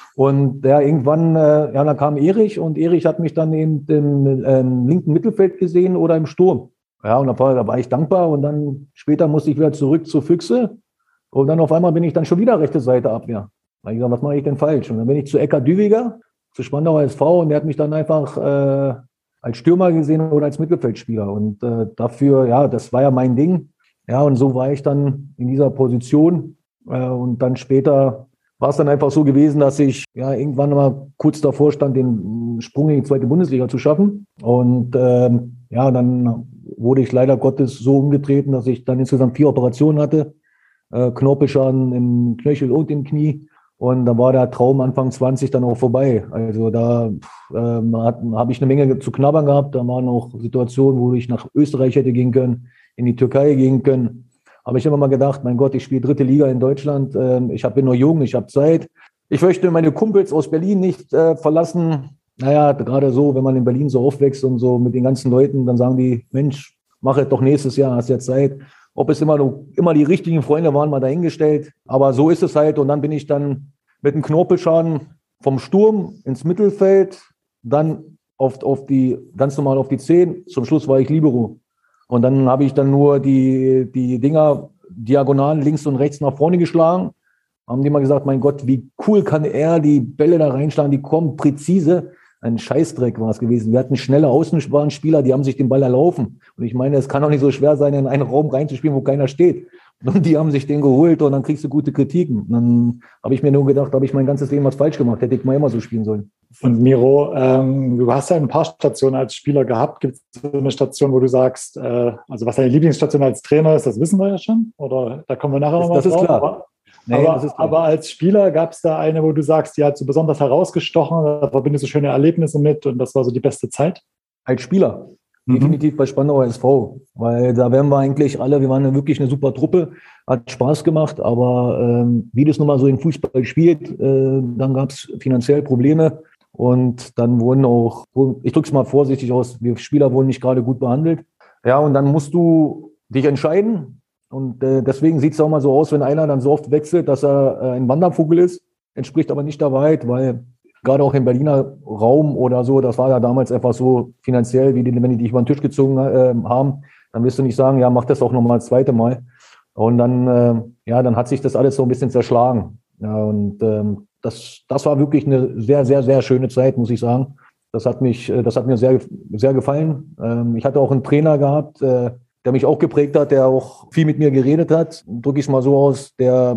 Und ja, irgendwann, äh, ja, dann kam Erich und Erich hat mich dann eben im ähm, linken Mittelfeld gesehen oder im Sturm. Ja, und da war, da war ich dankbar und dann später musste ich wieder zurück zu Füchse und dann auf einmal bin ich dann schon wieder rechte Seite Abwehr. Da habe ich gesagt, was mache ich denn falsch? Und dann bin ich zu Eckhard Düwiger, zu Spandauer S V und der hat mich dann einfach äh, als Stürmer gesehen oder als Mittelfeldspieler. Und äh, dafür, ja, das war ja mein Ding. Ja, und so war ich dann in dieser Position äh, und dann später war es dann einfach so gewesen, dass ich ja irgendwann mal kurz davor stand, den Sprung in die zweite Bundesliga zu schaffen. Und ähm, ja, dann wurde ich leider Gottes so umgetreten, dass ich dann insgesamt vier Operationen hatte. Äh, Knorpelschaden im Knöchel und im Knie. Und da war der Traum Anfang zwanzig dann auch vorbei. Also da ähm, habe ich eine Menge zu knabbern gehabt. Da waren auch Situationen, wo ich nach Österreich hätte gehen können, in die Türkei gehen können. Aber ich habe immer mal gedacht, mein Gott, ich spiele dritte Liga in Deutschland. Ähm, ich bin noch jung, ich habe Zeit. Ich möchte meine Kumpels aus Berlin nicht äh, verlassen. Naja, gerade so, wenn man in Berlin so aufwächst und so mit den ganzen Leuten, dann sagen die, Mensch, mach es doch nächstes Jahr, hast ja Zeit. Ob es immer, nur, immer die richtigen Freunde waren, mal dahingestellt. Aber so ist es halt. Und dann bin ich dann mit einem Knorpelschaden vom Sturm ins Mittelfeld, dann auf, auf die, ganz normal auf die zehn. Zum Schluss war ich Libero. Und dann habe ich dann nur die, die Dinger diagonal links und rechts nach vorne geschlagen. Haben die mal gesagt, mein Gott, wie cool kann er die Bälle da reinschlagen, die kommen präzise. Ein Scheißdreck war es gewesen. Wir hatten schnelle Außenbahnspieler, die haben sich den Ball erlaufen. Und ich meine, es kann doch nicht so schwer sein, in einen Raum reinzuspielen, wo keiner steht. Und die haben sich den geholt und dann kriegst du gute Kritiken. Und dann habe ich mir nur gedacht, habe ich mein ganzes Leben was falsch gemacht. Hätte ich mal immer so spielen sollen. Und Miro, ähm, du hast ja ein paar Stationen als Spieler gehabt. Gibt es so eine Station, wo du sagst, äh, also was deine Lieblingsstation als Trainer ist, das wissen wir ja schon? Oder da kommen wir nachher nochmal drauf. Das ist klar. Aber, nee, aber, das ist klar. aber als Spieler gab es da eine, wo du sagst, die hat so besonders herausgestochen, da verbindest du schöne Erlebnisse mit und das war so die beste Zeit? Als Spieler? Definitiv bei Spandauer S V, weil da wären wir eigentlich alle, wir waren wirklich eine super Truppe, hat Spaß gemacht, aber ähm, wie das nun mal so im Fußball spielt, äh, dann gab es finanziell Probleme und dann wurden auch, ich drücke es mal vorsichtig aus, wir Spieler wurden nicht gerade gut behandelt. Ja, und dann musst du dich entscheiden und äh, deswegen sieht es auch mal so aus, wenn einer dann so oft wechselt, dass er äh, ein Wandervogel ist, entspricht aber nicht der Wahrheit, weil gerade auch im Berliner Raum oder so, das war ja damals einfach so finanziell, wie die, wenn die dich über den Tisch gezogen äh, haben, dann wirst du nicht sagen, ja, mach das auch nochmal das zweite Mal. Und dann, äh, ja, dann hat sich das alles so ein bisschen zerschlagen. Ja, und ähm, das, das war wirklich eine sehr, sehr, sehr schöne Zeit, muss ich sagen. Das hat mich, das hat mir sehr, sehr gefallen. Ähm, ich hatte auch einen Trainer gehabt, äh, der mich auch geprägt hat, der auch viel mit mir geredet hat. Drücke ich es mal so aus, der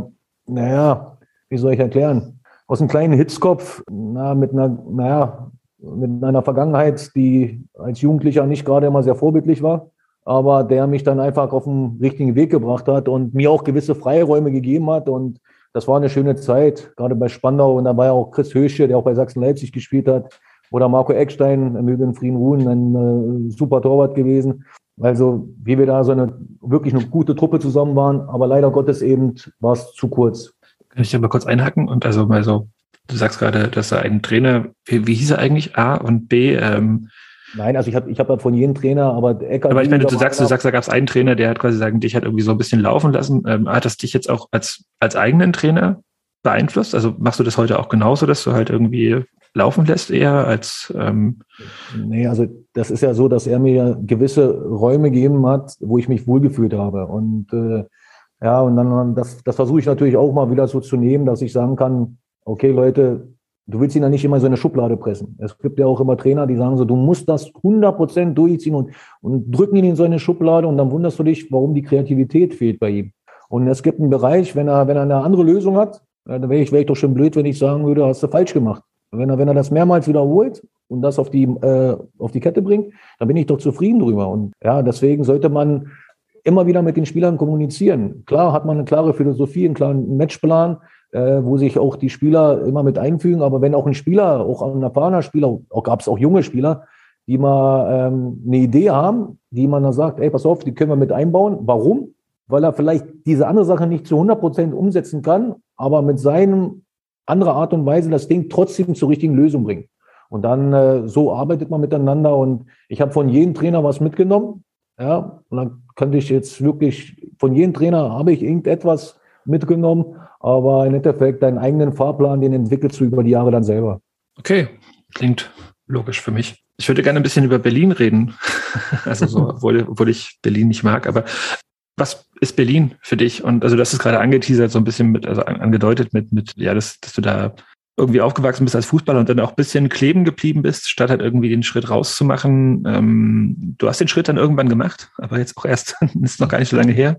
naja, wie soll ich erklären? Aus einem kleinen Hitzkopf, na, mit einer, naja, mit einer Vergangenheit, die als Jugendlicher nicht gerade immer sehr vorbildlich war, aber der mich dann einfach auf den richtigen Weg gebracht hat und mir auch gewisse Freiräume gegeben hat. Und das war eine schöne Zeit, gerade bei Spandau. Und da war ja auch Chris Hösche, der auch bei Sachsen-Leipzig gespielt hat, oder Marco Eckstein, im Übrigen Frieden Ruhen, ein äh, super Torwart gewesen. Also wie wir da so eine wirklich eine gute Truppe zusammen waren, aber leider Gottes eben war es zu kurz. Kann ich da mal kurz einhaken? Und also mal so, du sagst gerade, dass er einen Trainer, wie, wie hieß er eigentlich? A und B? Ähm, Nein, also ich habe ich hab halt von jedem Trainer, aber Eckert. Aber ich meine, du sagst, du sagst, da gab es einen Trainer, der hat quasi sagen, dich hat irgendwie so ein bisschen laufen lassen. Ähm, hat das dich jetzt auch als, als eigenen Trainer beeinflusst? Also machst du das heute auch genauso, dass du halt irgendwie laufen lässt eher als... Ähm nee, also das ist ja so, dass er mir gewisse Räume gegeben hat, wo ich mich wohlgefühlt habe. Und äh, ja, und dann das, das versuche ich natürlich auch mal wieder so zu nehmen, dass ich sagen kann, okay Leute, du willst ihn ja nicht immer in so eine Schublade pressen. Es gibt ja auch immer Trainer, die sagen so, du musst das hundert Prozent durchziehen und, und drücken ihn in so eine Schublade und dann wunderst du dich, warum die Kreativität fehlt bei ihm. Und es gibt einen Bereich, wenn er, wenn er eine andere Lösung hat, dann wäre ich, wär ich doch schon blöd, wenn ich sagen würde, hast du falsch gemacht. Wenn er, wenn er das mehrmals wiederholt und das auf die, äh, auf die Kette bringt, dann bin ich doch zufrieden drüber. Und ja, deswegen sollte man immer wieder mit den Spielern kommunizieren. Klar hat man eine klare Philosophie, einen klaren Matchplan, äh, wo sich auch die Spieler immer mit einfügen. Aber wenn auch ein Spieler, auch ein erfahrener Spieler, auch gab es auch junge Spieler, die mal ähm, eine Idee haben, die man dann sagt, ey, pass auf, die können wir mit einbauen. Warum? Weil er vielleicht diese andere Sache nicht zu hundert Prozent umsetzen kann, aber mit seinem andere Art und Weise das Ding trotzdem zur richtigen Lösung bringen. Und dann äh, so arbeitet man miteinander. Und ich habe von jedem Trainer was mitgenommen. Ja, und dann könnte ich jetzt wirklich, von jedem Trainer habe ich irgendetwas mitgenommen. Aber im Endeffekt, deinen eigenen Fahrplan, den entwickelst du über die Jahre dann selber. Okay, klingt logisch für mich. Ich würde gerne ein bisschen über Berlin reden. Also so, obwohl, obwohl ich Berlin nicht mag, aber was ist Berlin für dich? Und also du hast es gerade angeteasert, so ein bisschen mit, also angedeutet mit, mit, ja, dass, dass du da irgendwie aufgewachsen bist als Fußballer und dann auch ein bisschen kleben geblieben bist, statt halt irgendwie den Schritt rauszumachen. Ähm, du hast den Schritt dann irgendwann gemacht, aber jetzt auch erst, ist noch gar nicht so lange her.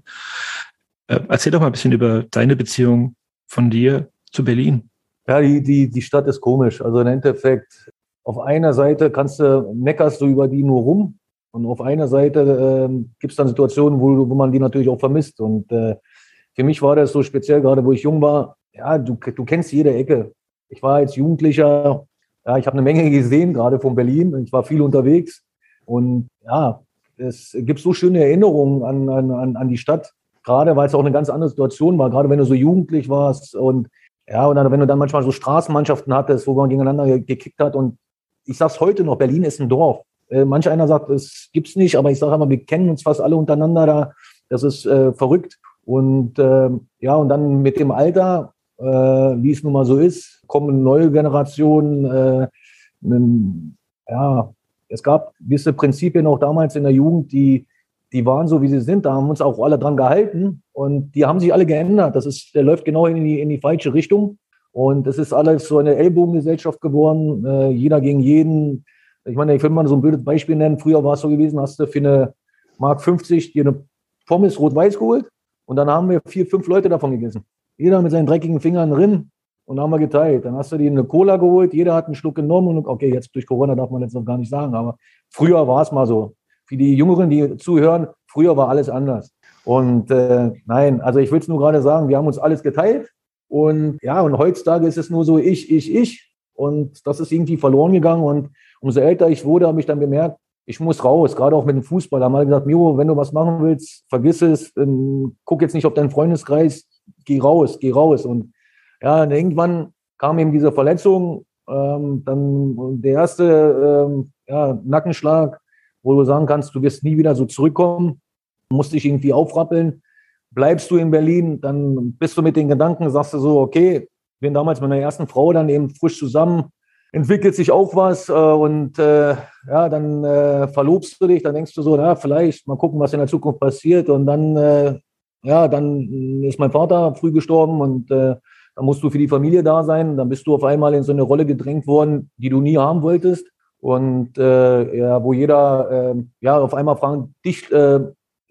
Äh, erzähl doch mal ein bisschen über deine Beziehung von dir zu Berlin. Ja, die, die, die Stadt ist komisch. Also im Endeffekt, auf einer Seite kannst du, meckerst du über die nur rum. Und auf einer Seite äh, gibt es dann Situationen, wo, wo man die natürlich auch vermisst. Und äh, für mich war das so speziell, gerade wo ich jung war, ja, du, du kennst jede Ecke. Ich war als Jugendlicher, ja, ich habe eine Menge gesehen, gerade von Berlin. Ich war viel unterwegs. Und ja, es gibt so schöne Erinnerungen an, an, an die Stadt, gerade weil es auch eine ganz andere Situation war, gerade wenn du so jugendlich warst. Und ja, und dann, wenn du dann manchmal so Straßenmannschaften hattest, wo man gegeneinander gekickt hat. Und ich sag's heute noch, Berlin ist ein Dorf. Manch einer sagt, es gibt's nicht, aber ich sage immer, wir kennen uns fast alle untereinander da. Das ist äh, verrückt. Und äh, ja, und dann mit dem Alter, äh, wie es nun mal so ist, kommen neue Generationen. Äh, ne, ja, es gab gewisse Prinzipien auch damals in der Jugend, die, die waren so, wie sie sind. Da haben uns auch alle dran gehalten. Und die haben sich alle geändert. Das ist, der läuft genau in die, in die falsche Richtung. Und es ist alles so eine Ellbogengesellschaft geworden. Äh, jeder gegen jeden. Ich meine, ich will mal so ein blödes Beispiel nennen. Früher war es so gewesen, hast du für eine Mark fünfzig dir eine Pommes rot-weiß geholt und dann haben wir vier, fünf Leute davon gegessen. Jeder mit seinen dreckigen Fingern drin und haben wir geteilt. Dann hast du dir eine Cola geholt, jeder hat einen Schluck genommen und okay, jetzt durch Corona darf man jetzt noch gar nicht sagen, aber früher war es mal so. Für die Jüngeren, die zuhören, früher war alles anders. Und äh, nein, also ich will es nur gerade sagen, wir haben uns alles geteilt und ja, und heutzutage ist es nur so ich, ich, ich und das ist irgendwie verloren gegangen und umso älter ich wurde, habe ich dann bemerkt, ich muss raus, gerade auch mit dem Fußball. Da haben wir gesagt, Miro, wenn du was machen willst, vergiss es, guck jetzt nicht auf deinen Freundeskreis, geh raus, geh raus. Und ja, irgendwann kam eben diese Verletzung, ähm, dann der erste ähm, ja, Nackenschlag, wo du sagen kannst, du wirst nie wieder so zurückkommen, musst dich irgendwie aufrappeln. Bleibst du in Berlin, dann bist du mit den Gedanken, sagst du so, okay, bin damals mit meiner ersten Frau dann eben frisch zusammen, entwickelt sich auch was äh, und äh, ja, dann äh, verlobst du dich, dann denkst du so, na, vielleicht mal gucken, was in der Zukunft passiert und dann, äh, ja, dann ist mein Vater früh gestorben und äh, dann musst du für die Familie da sein, dann bist du auf einmal in so eine Rolle gedrängt worden, die du nie haben wolltest und äh, ja, wo jeder, äh, ja, auf einmal fragt, dich, äh,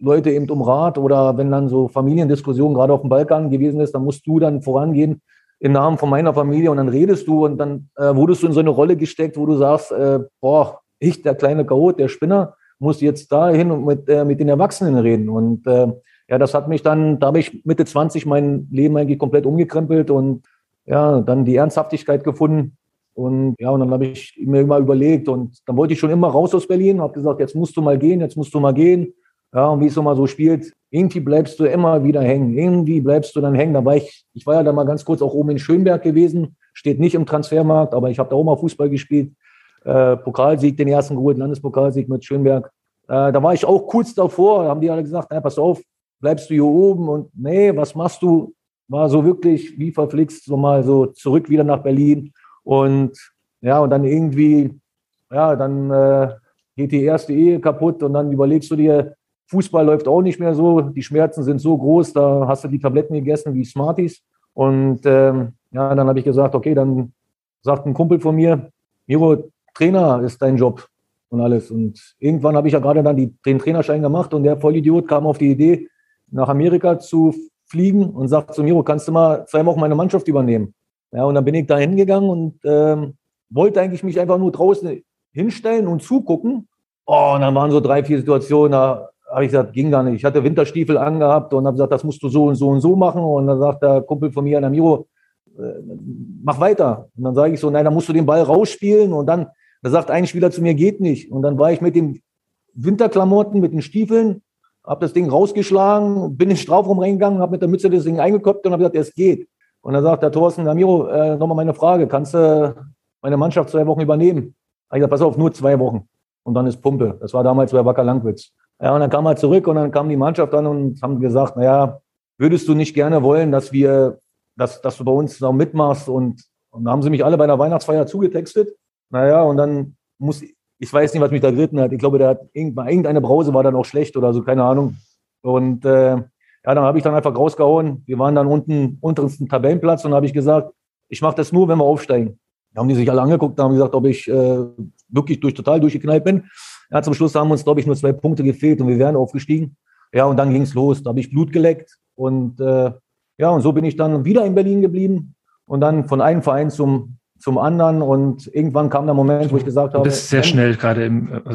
Leute eben um Rat oder wenn dann so Familiendiskussionen gerade auf dem Balkan gewesen ist, dann musst du dann vorangehen im Namen von meiner Familie und dann redest du und dann äh, wurdest du in so eine Rolle gesteckt, wo du sagst, äh, boah, ich, der kleine Chaot, der Spinner, muss jetzt da hin und mit, äh, mit den Erwachsenen reden. Und äh, ja, das hat mich dann, da habe ich Mitte zwanzig mein Leben eigentlich komplett umgekrempelt und ja, dann die Ernsthaftigkeit gefunden. Und ja, und dann habe ich mir immer überlegt und dann wollte ich schon immer raus aus Berlin, habe gesagt, jetzt musst du mal gehen, jetzt musst du mal gehen. Ja, und wie es so mal so spielt, irgendwie bleibst du immer wieder hängen, irgendwie bleibst du dann hängen. Da war ich, ich war ja da mal ganz kurz auch oben in Schönberg gewesen, steht nicht im Transfermarkt, aber ich habe da auch mal Fußball gespielt, äh, Pokalsieg, den ersten geholt, Landespokalsieg mit Schönberg. Äh, da war ich auch kurz davor, da haben die alle gesagt, na, pass auf, bleibst du hier oben und nee, was machst du? War so wirklich wie verflixt, so mal so zurück wieder nach Berlin. Und ja, und dann irgendwie, ja, dann äh, geht die erste Ehe kaputt und dann überlegst du dir, Fußball läuft auch nicht mehr so, die Schmerzen sind so groß, da hast du die Tabletten gegessen wie Smarties. Und ähm, ja, dann habe ich gesagt, okay, dann sagt ein Kumpel von mir, Miro, Trainer ist dein Job und alles. Und irgendwann habe ich ja gerade dann die, den Trainerschein gemacht und der Vollidiot kam auf die Idee, nach Amerika zu fliegen und sagt zu Miro, kannst du mal zwei Wochen meine Mannschaft übernehmen? Ja, und dann bin ich da hingegangen und ähm, wollte eigentlich mich einfach nur draußen hinstellen und zugucken. Oh, und dann waren so drei, vier Situationen, da habe ich gesagt, ging gar nicht. Ich hatte Winterstiefel angehabt und habe gesagt, das musst du so und so und so machen. Und dann sagt der Kumpel von mir, na Miro, äh, mach weiter. Und dann sage ich so, nein, dann musst du den Ball rausspielen. Und dann, da sagt ein Spieler zu mir, geht nicht. Und dann war ich mit den Winterklamotten, mit den Stiefeln, habe das Ding rausgeschlagen, bin in den Strafraum reingegangen, habe mit der Mütze das Ding eingekoppt und habe gesagt, es geht. Und dann sagt der Thorsten, na Miro, äh, nochmal meine Frage, kannst du meine Mannschaft zwei Wochen übernehmen? Da habe ich gesagt, pass auf, nur zwei Wochen. Und dann ist Pumpe. Das war damals bei Wacker Langwitz. Ja, und dann kam er zurück und dann kam die Mannschaft an und haben gesagt, naja, würdest du nicht gerne wollen, dass wir, dass, dass du bei uns noch mitmachst? Und, und da haben sie mich alle bei der Weihnachtsfeier zugetextet. Naja, und dann muss, ich weiß nicht, was mich da geritten hat. Ich glaube, der hat irgendeine Brause war dann auch schlecht oder so, keine Ahnung. Und äh, ja, dann habe ich dann einfach rausgehauen. Wir waren dann unten, untersten Tabellenplatz und habe ich gesagt, ich mache das nur, wenn wir aufsteigen. Da haben die sich alle angeguckt, da haben gesagt, ob ich äh, wirklich durch, total durchgeknallt bin. Ja, zum Schluss haben uns, glaube ich, nur zwei Punkte gefehlt und wir wären aufgestiegen. Ja, und dann ging es los. Da habe ich Blut geleckt. Und äh, ja, und so bin ich dann wieder in Berlin geblieben und dann von einem Verein zum, zum anderen. Und irgendwann kam der Moment, wo ich gesagt habe... Du bist sehr schnell gerade im... Also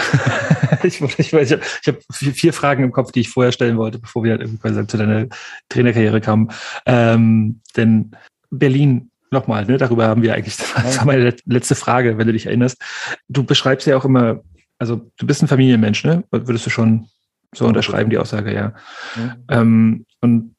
ich ich, ich, ich habe vier Fragen im Kopf, die ich vorher stellen wollte, bevor wir halt zu deiner Trainerkarriere kamen. Ähm, denn Berlin... Nochmal, ne, darüber haben wir eigentlich, das war meine letzte Frage, wenn du dich erinnerst. Du beschreibst ja auch immer, also du bist ein Familienmensch, ne? Würdest du schon so unterschreiben, die Aussage, ja. Mhm. Ähm, und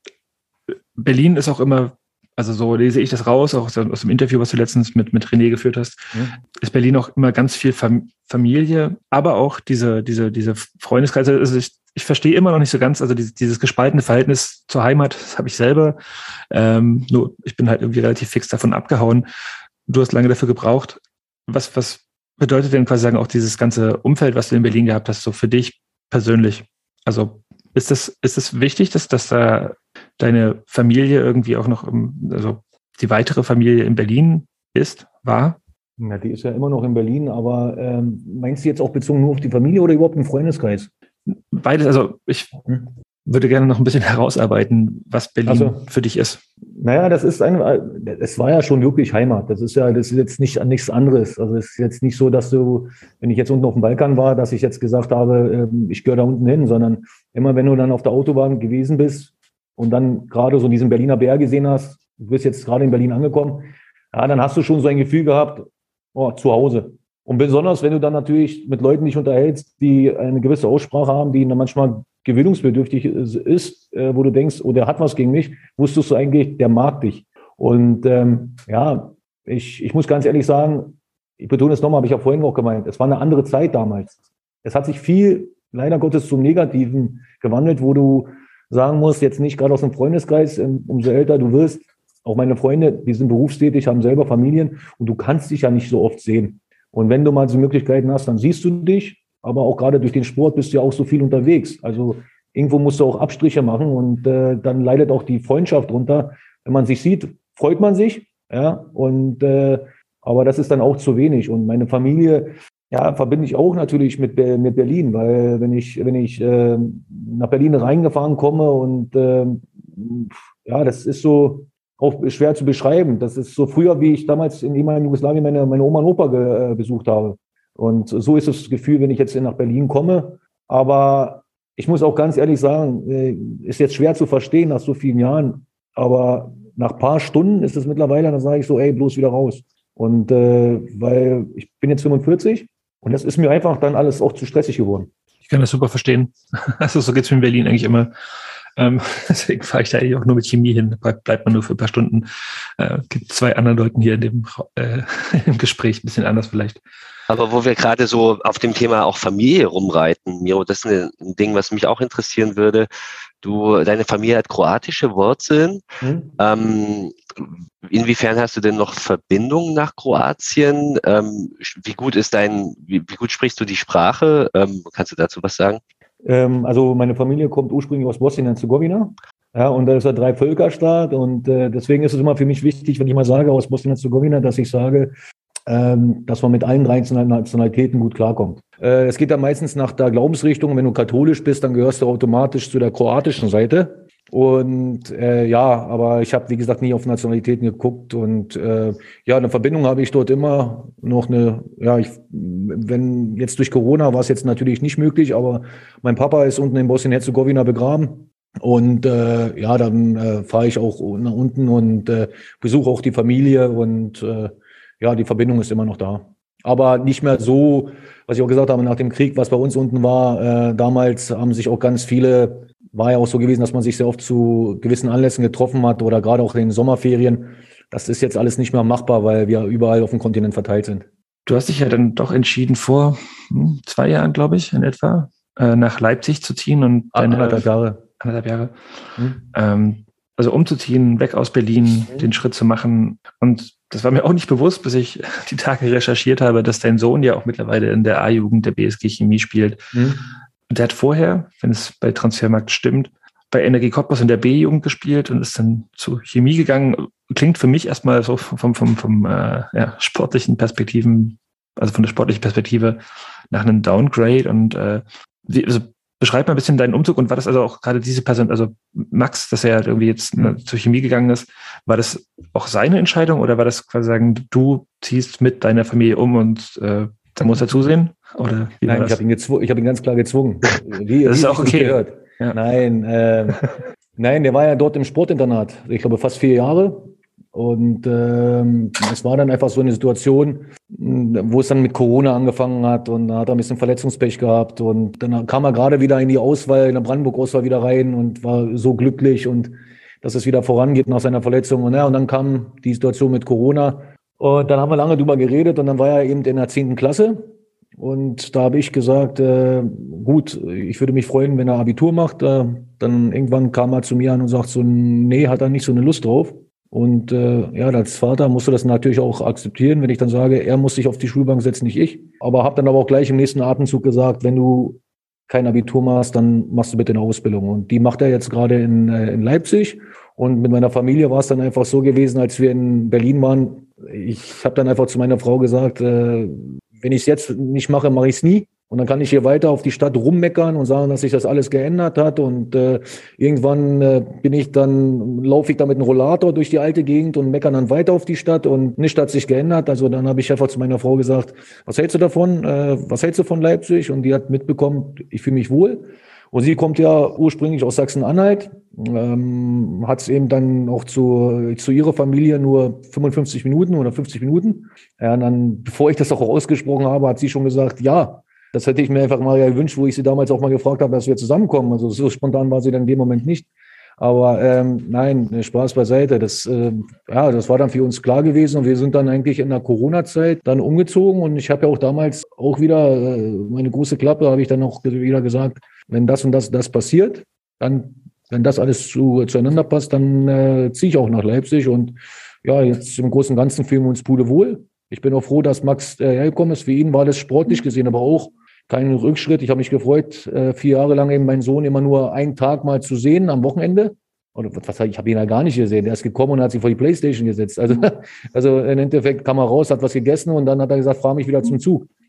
Berlin ist auch immer, also so lese ich das raus, auch aus dem Interview, was du letztens mit, mit René geführt hast, mhm. ist Berlin auch immer ganz viel Fam- Familie, aber auch diese, diese, diese Freundeskreise. Also ich, ich verstehe immer noch nicht so ganz, also dieses, dieses gespaltene Verhältnis zur Heimat, das habe ich selber. Ähm, nur ich bin halt irgendwie relativ fix davon abgehauen. Du hast lange dafür gebraucht. Was, was bedeutet denn quasi sagen auch dieses ganze Umfeld, was du in Berlin gehabt hast, so für dich persönlich? Also ist das, ist das wichtig, dass, dass da deine Familie irgendwie auch noch, also die weitere Familie in Berlin ist, war? Ja, die ist ja immer noch in Berlin, aber ähm, meinst du jetzt auch bezogen nur auf die Familie oder überhaupt einen Freundeskreis? Beides, also ich hm. würde gerne noch ein bisschen herausarbeiten, was Berlin also, für dich ist. Naja, das ist ein, es war ja schon wirklich Heimat. Das ist ja, das ist jetzt nicht nichts anderes. Also es ist jetzt nicht so, dass du, wenn ich jetzt unten auf dem Balkan war, dass ich jetzt gesagt habe, ich gehöre da unten hin, sondern immer wenn du dann auf der Autobahn gewesen bist und dann gerade so diesen Berliner Bär gesehen hast, du bist jetzt gerade in Berlin angekommen, ja, dann hast du schon so ein Gefühl gehabt, oh, zu Hause. Und besonders, wenn du dann natürlich mit Leuten dich unterhältst, die eine gewisse Aussprache haben, die dann manchmal gewöhnungsbedürftig ist, äh, wo du denkst, oh, der hat was gegen mich, wusstest du eigentlich, der mag dich. Und ähm, ja, ich, ich muss ganz ehrlich sagen, ich betone es nochmal, habe ich ja vorhin auch gemeint, es war eine andere Zeit damals. Es hat sich viel, leider Gottes, zum Negativen gewandelt, wo du sagen musst, jetzt nicht gerade aus dem Freundeskreis, umso älter du wirst, auch meine Freunde, die sind berufstätig, haben selber Familien und du kannst dich ja nicht so oft sehen. Und wenn du mal so Möglichkeiten hast, dann siehst du dich, aber auch gerade durch den Sport bist du ja auch so viel unterwegs. Also irgendwo musst du auch Abstriche machen und äh, dann leidet auch die Freundschaft drunter. Wenn man sich sieht, freut man sich, ja, und äh, aber das ist dann auch zu wenig. Und meine Familie, Ja, verbinde ich auch natürlich mit, mit Berlin, weil wenn ich, wenn ich äh, nach Berlin reingefahren komme und äh, ja, das ist so auch schwer zu beschreiben. Das ist so früher, wie ich damals in ehemaligen Jugoslawien meine, meine Oma und Opa ge, äh, besucht habe. Und so ist das Gefühl, wenn ich jetzt nach Berlin komme. Aber ich muss auch ganz ehrlich sagen, äh, ist jetzt schwer zu verstehen nach so vielen Jahren. Aber nach ein paar Stunden ist es mittlerweile, dann sage ich so, ey, bloß wieder raus. Und äh, weil ich bin jetzt fünfundvierzig. Und das ist mir einfach dann alles auch zu stressig geworden. Ich kann das super verstehen. Also so geht es mir in Berlin eigentlich immer. Ähm, deswegen fahre ich da eigentlich auch nur mit Chemie hin. Bleibt, bleibt man nur für ein paar Stunden. Äh, gibt zwei anderen Leuten hier in dem äh, im Gespräch, ein bisschen anders vielleicht. Aber wo wir gerade so auf dem Thema auch Familie rumreiten, Miro, das ist ein Ding, was mich auch interessieren würde. Du, deine Familie hat kroatische Wurzeln. Hm. Ähm, inwiefern hast du denn noch Verbindungen nach Kroatien? Ähm, wie gut ist dein, wie, wie gut sprichst du die Sprache? Ähm, kannst du dazu was sagen? Ähm, also meine Familie kommt ursprünglich aus Bosnien-Herzegowina. Ja, und da ist ein Drei-Völker-Staat. Und äh, deswegen ist es immer für mich wichtig, wenn ich mal sage aus Bosnien-Herzegowina, dass ich sage, ähm, dass man mit allen drei Nationalitäten gut klarkommt. Äh, es geht dann meistens nach der Glaubensrichtung. Wenn du katholisch bist, dann gehörst du automatisch zu der kroatischen Seite. Und äh, ja, aber ich habe, wie gesagt, nie auf Nationalitäten geguckt. Und äh, ja, eine Verbindung habe ich dort immer noch eine, ja, ich, wenn jetzt durch Corona war es jetzt natürlich nicht möglich, aber mein Papa ist unten in Bosnien-Herzegowina begraben. Und äh, ja, dann äh, fahre ich auch nach unten und äh, besuche auch die Familie und äh, ja, die Verbindung ist immer noch da. Aber nicht mehr so, was ich auch gesagt habe, nach dem Krieg, was bei uns unten war, äh, damals haben sich auch ganz viele, war ja auch so gewesen, dass man sich sehr oft zu gewissen Anlässen getroffen hat oder gerade auch in den Sommerferien. Das ist jetzt alles nicht mehr machbar, weil wir überall auf dem Kontinent verteilt sind. Du hast dich ja dann doch entschieden, vor hm, zwei Jahren, glaube ich, in etwa, äh, nach Leipzig zu ziehen und deine, anderthalb Jahre. Anderthalb Jahre. Hm. Ähm, also umzuziehen, weg aus Berlin, hm. den Schritt zu machen. Und das war mir auch nicht bewusst, bis ich die Tage recherchiert habe, dass dein Sohn ja auch mittlerweile in der A-Jugend der B S G Chemie spielt. Hm. Und der hat vorher, wenn es bei Transfermarkt stimmt, bei Energie Cottbus in der B-Jugend gespielt und ist dann zu Chemie gegangen. Klingt für mich erstmal so vom, vom, vom äh, ja, sportlichen Perspektiven, also von der sportlichen Perspektive nach einem Downgrade. Und äh, wie, also beschreib mal ein bisschen deinen Umzug und war das also auch gerade diese Person, also Max, dass er halt irgendwie jetzt ne, zur Chemie gegangen ist, war das auch seine Entscheidung oder war das quasi sagen, du ziehst mit deiner Familie um und äh, da muss er zusehen? Oder wie Nein, ich habe ihn, gezw- ich hab ihn ganz klar gezwungen. Wie, das ist wie auch okay. Gehört. Ja. Nein, äh, nein, der war ja dort im Sportinternat, ich glaube fast vier Jahre. Und ähm, es war dann einfach so eine Situation, wo es dann mit Corona angefangen hat und da hat er ein bisschen Verletzungspech gehabt und dann kam er gerade wieder in die Auswahl, in der Brandenburg-Auswahl wieder rein und war so glücklich und dass es wieder vorangeht nach seiner Verletzung. Und ja, und dann kam die Situation mit Corona und dann haben wir lange drüber geredet und dann war er eben in der zehnten Klasse. Und da habe ich gesagt, äh, gut, ich würde mich freuen, wenn er Abitur macht. Äh, dann irgendwann kam er zu mir an und sagt so, nee, hat er nicht so eine Lust drauf. Und äh, ja, als Vater musst du das natürlich auch akzeptieren, wenn ich dann sage, er muss sich auf die Schulbank setzen, nicht ich. Aber habe dann aber auch gleich im nächsten Atemzug gesagt, wenn du kein Abitur machst, dann machst du bitte eine Ausbildung. Und die macht er jetzt gerade in, äh, in Leipzig. Und mit meiner Familie war es dann einfach so gewesen, als wir in Berlin waren. Ich habe dann einfach zu meiner Frau gesagt, äh, wenn ich es jetzt nicht mache, mache ich es nie. Und dann kann ich hier weiter auf die Stadt rummeckern und sagen, dass sich das alles geändert hat. Und äh, irgendwann äh, bin ich dann, laufe ich da mit einem Rollator durch die alte Gegend und meckern dann weiter auf die Stadt und nichts hat sich geändert. Also dann habe ich einfach zu meiner Frau gesagt, was hältst du davon? Äh, was hältst du von Leipzig? Und die hat mitbekommen, ich fühle mich wohl. Und sie kommt ja ursprünglich aus Sachsen-Anhalt, ähm, hat es eben dann auch zu, zu ihrer Familie nur fünfundfünfzig Minuten oder fünfzig Minuten. Ja, und dann, bevor ich das auch ausgesprochen habe, hat sie schon gesagt, ja, das hätte ich mir einfach mal gewünscht, wo ich sie damals auch mal gefragt habe, dass wir zusammenkommen. Also so spontan war sie dann in dem Moment nicht. Aber ähm, nein, Spaß beiseite. Das, äh, ja, das war dann für uns klar gewesen und wir sind dann eigentlich in der Corona-Zeit dann umgezogen und ich habe ja auch damals auch wieder äh, meine große Klappe, habe ich dann auch wieder gesagt, wenn das und das das passiert, dann, wenn das alles zu, zueinander passt, dann äh, ziehe ich auch nach Leipzig und ja, jetzt im Großen und Ganzen fühlen wir uns pudelwohl. Ich bin auch froh, dass Max äh, hergekommen ist. Für ihn war das sportlich gesehen, aber auch kein Rückschritt. Ich habe mich gefreut, äh, vier Jahre lang eben meinen Sohn immer nur einen Tag mal zu sehen am Wochenende. Oder was, ich habe ihn ja gar nicht gesehen. Der ist gekommen und hat sich vor die Playstation gesetzt. Also, also im Endeffekt kam er raus, hat was gegessen und dann hat er gesagt, fahr mich wieder zum Zug.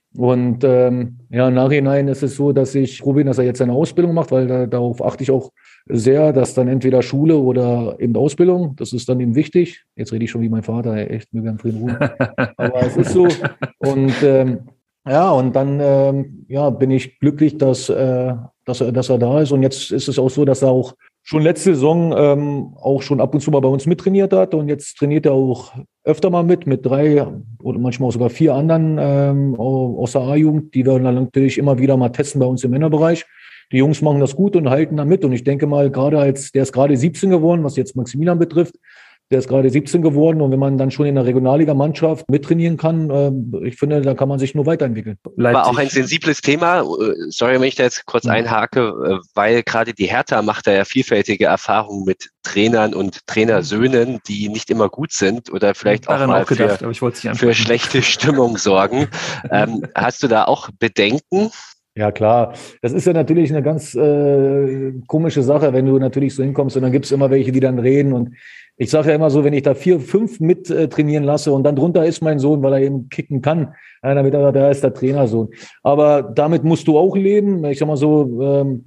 Und ähm, ja, im Nachhinein ist es so, dass ich froh bin, dass er jetzt seine Ausbildung macht, weil da, darauf achte ich auch sehr, dass dann entweder Schule oder eben Ausbildung, das ist dann eben wichtig. Jetzt rede ich schon wie mein Vater, ey, echt, mir ganz Frieden Ruhe. Aber es ist so. Und ähm, ja, und dann ähm, ja, bin ich glücklich, dass, äh, dass, er, dass er da ist. Und jetzt ist es auch so, dass er auch schon letzte Saison ähm, auch schon ab und zu mal bei uns mittrainiert hat. Und jetzt trainiert er auch öfter mal mit, mit drei oder manchmal auch sogar vier anderen ähm, aus der A-Jugend, die wir dann natürlich immer wieder mal testen bei uns im Männerbereich. Die Jungs machen das gut und halten da mit. Und ich denke mal, gerade als, der ist gerade siebzehn geworden, was jetzt Maximilian betrifft, der ist gerade siebzehn geworden. Und wenn man dann schon in der Regionalliga-Mannschaft mittrainieren kann, äh, ich finde, da kann man sich nur weiterentwickeln. Aber auch ein sensibles Thema. Sorry, wenn ich da jetzt kurz einhake, weil gerade die Hertha macht da ja vielfältige Erfahrungen mit Trainern und Trainersöhnen, die nicht immer gut sind oder vielleicht auch mal auch gedacht, für, für schlechte Stimmung sorgen. ähm, hast du da auch Bedenken? Ja, klar. Das ist ja natürlich eine ganz äh, komische Sache, wenn du natürlich so hinkommst und dann gibt es immer welche, die dann reden. Und ich sage ja immer so, wenn ich da vier, fünf mit äh, trainieren lasse und dann drunter ist mein Sohn, weil er eben kicken kann, ja, dann wird er, da ist der Trainersohn. Aber damit musst du auch leben. Ich sag mal so, ähm,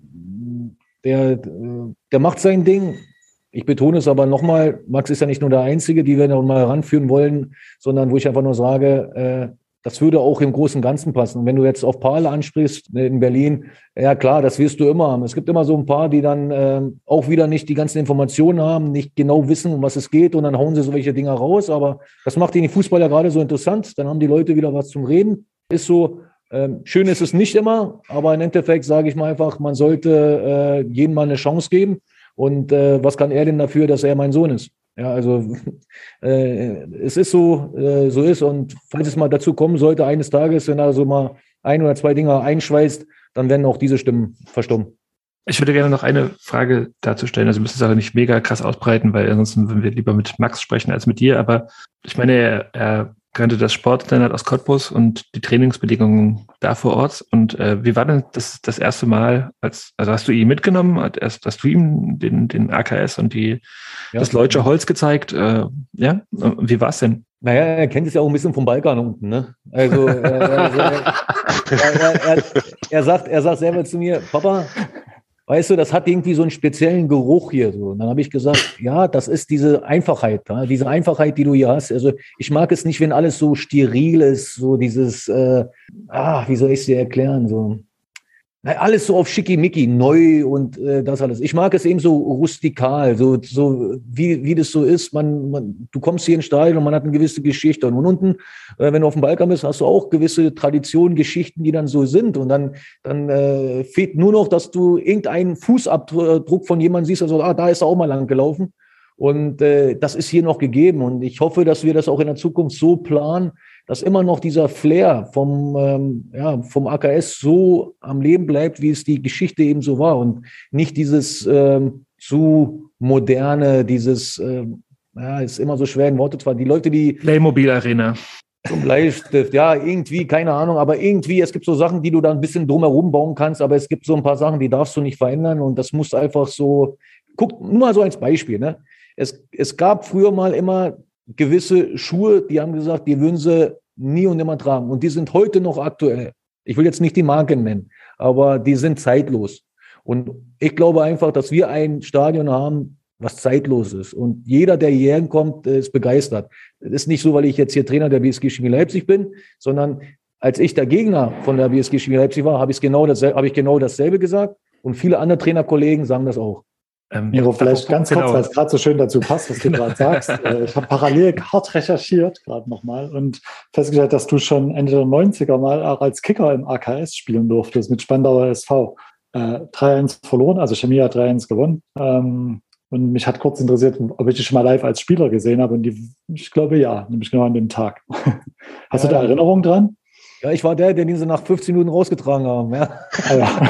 der, der macht sein Ding. Ich betone es aber nochmal, Max ist ja nicht nur der Einzige, die wir noch mal ranführen wollen, sondern wo ich einfach nur sage, äh, das würde auch im Großen und Ganzen passen. Und wenn du jetzt auf Pahle ansprichst in Berlin, ja klar, das wirst du immer haben. Es gibt immer so ein paar, die dann äh, auch wieder nicht die ganzen Informationen haben, nicht genau wissen, um was es geht und dann hauen sie solche Dinger raus. Aber das macht den Fußball ja gerade so interessant. Dann haben die Leute wieder was zum Reden. Ist so, äh, schön ist es nicht immer, aber im Endeffekt sage ich mal einfach, man sollte äh, jedem mal eine Chance geben. Und äh, was kann er denn dafür, dass er mein Sohn ist? Ja, also äh, es ist so, äh, so ist. Und falls es mal dazu kommen sollte, eines Tages, wenn er so mal ein oder zwei Dinger einschweißt, dann werden auch diese Stimmen verstummen. Ich würde gerne noch eine Frage dazu stellen. Also wir müssen es aber nicht mega krass ausbreiten, weil ansonsten würden wir lieber mit Max sprechen als mit dir. Aber ich meine, er, er kannte das Sportinternat aus Cottbus und die Trainingsbedingungen da vor Ort. Und äh, wie war denn das das erste Mal, als also hast du ihn mitgenommen, hast, hast du ihm den, den A K S und die ja. das Leutscher Holz gezeigt? Äh, ja, wie war es denn? Naja, er kennt es ja auch ein bisschen vom Balkan unten, ne? Also, äh, also er, er, er, er, sagt, er sagt selber zu mir, Papa, weißt du, das hat irgendwie so einen speziellen Geruch hier. So. Und dann habe ich gesagt, ja, das ist diese Einfachheit, ja? Diese Einfachheit, die du hier hast. Also ich mag es nicht, wenn alles so steril ist, so dieses, äh, ah, wie soll ich es dir erklären, so alles so auf schickimicki, neu und äh, das alles. Ich mag es eben so rustikal, so, so wie, wie das so ist. Man, man, du kommst hier ins Stadion und man hat eine gewisse Geschichte. Und unten, äh, wenn du auf dem Balkan bist, hast du auch gewisse Traditionen, Geschichten, die dann so sind. Und dann, dann äh, fehlt nur noch, dass du irgendeinen Fußabdruck von jemandem siehst, also ah, da ist er auch mal lang gelaufen. Und äh, das ist hier noch gegeben. Und ich hoffe, dass wir das auch in der Zukunft so planen, dass immer noch dieser Flair vom, ähm, ja, vom A K S so am Leben bleibt, wie es die Geschichte eben so war und nicht dieses ähm, zu moderne, dieses, ähm, ja, ist immer so schwer in Worte zu fassen. Die Leute, die... Playmobil Arena. Zum Bleistift, ja, irgendwie, keine Ahnung, aber irgendwie, es gibt so Sachen, die du da ein bisschen drumherum bauen kannst, aber es gibt so ein paar Sachen, die darfst du nicht verändern und das muss einfach so, guck, nur mal so als Beispiel, ne? Es, es gab früher mal immer gewisse Schuhe, die haben gesagt, die würden sie nie und nimmer tragen. Und die sind heute noch aktuell. Ich will jetzt nicht die Marken nennen, aber die sind zeitlos. Und ich glaube einfach, dass wir ein Stadion haben, was zeitlos ist. Und jeder, der hierher kommt, ist begeistert. Das ist nicht so, weil ich jetzt hier Trainer der B S G Chemie Leipzig bin, sondern als ich der Gegner von der B S G Chemie Leipzig war, habe ich genau dasselbe, habe ich genau dasselbe gesagt. Und viele andere Trainerkollegen sagen das auch. Ähm, Miro, vielleicht ganz genau. kurz, weil es gerade so schön dazu passt, was du gerade sagst. Äh, ich habe parallel hart recherchiert, gerade nochmal, und festgestellt, dass du schon Ende der neunziger mal auch als Kicker im A K S spielen durftest mit Spandauer S V. Äh, drei eins verloren, also Chemie hat drei eins gewonnen. Ähm, und mich hat kurz interessiert, ob ich dich schon mal live als Spieler gesehen habe. Und die, ich glaube, ja, nämlich genau an dem Tag. Hast ja, du da Erinnerung dran? Ja, ich war der, den sie nach fünfzehn Minuten rausgetragen haben. Ja. Ah, ja.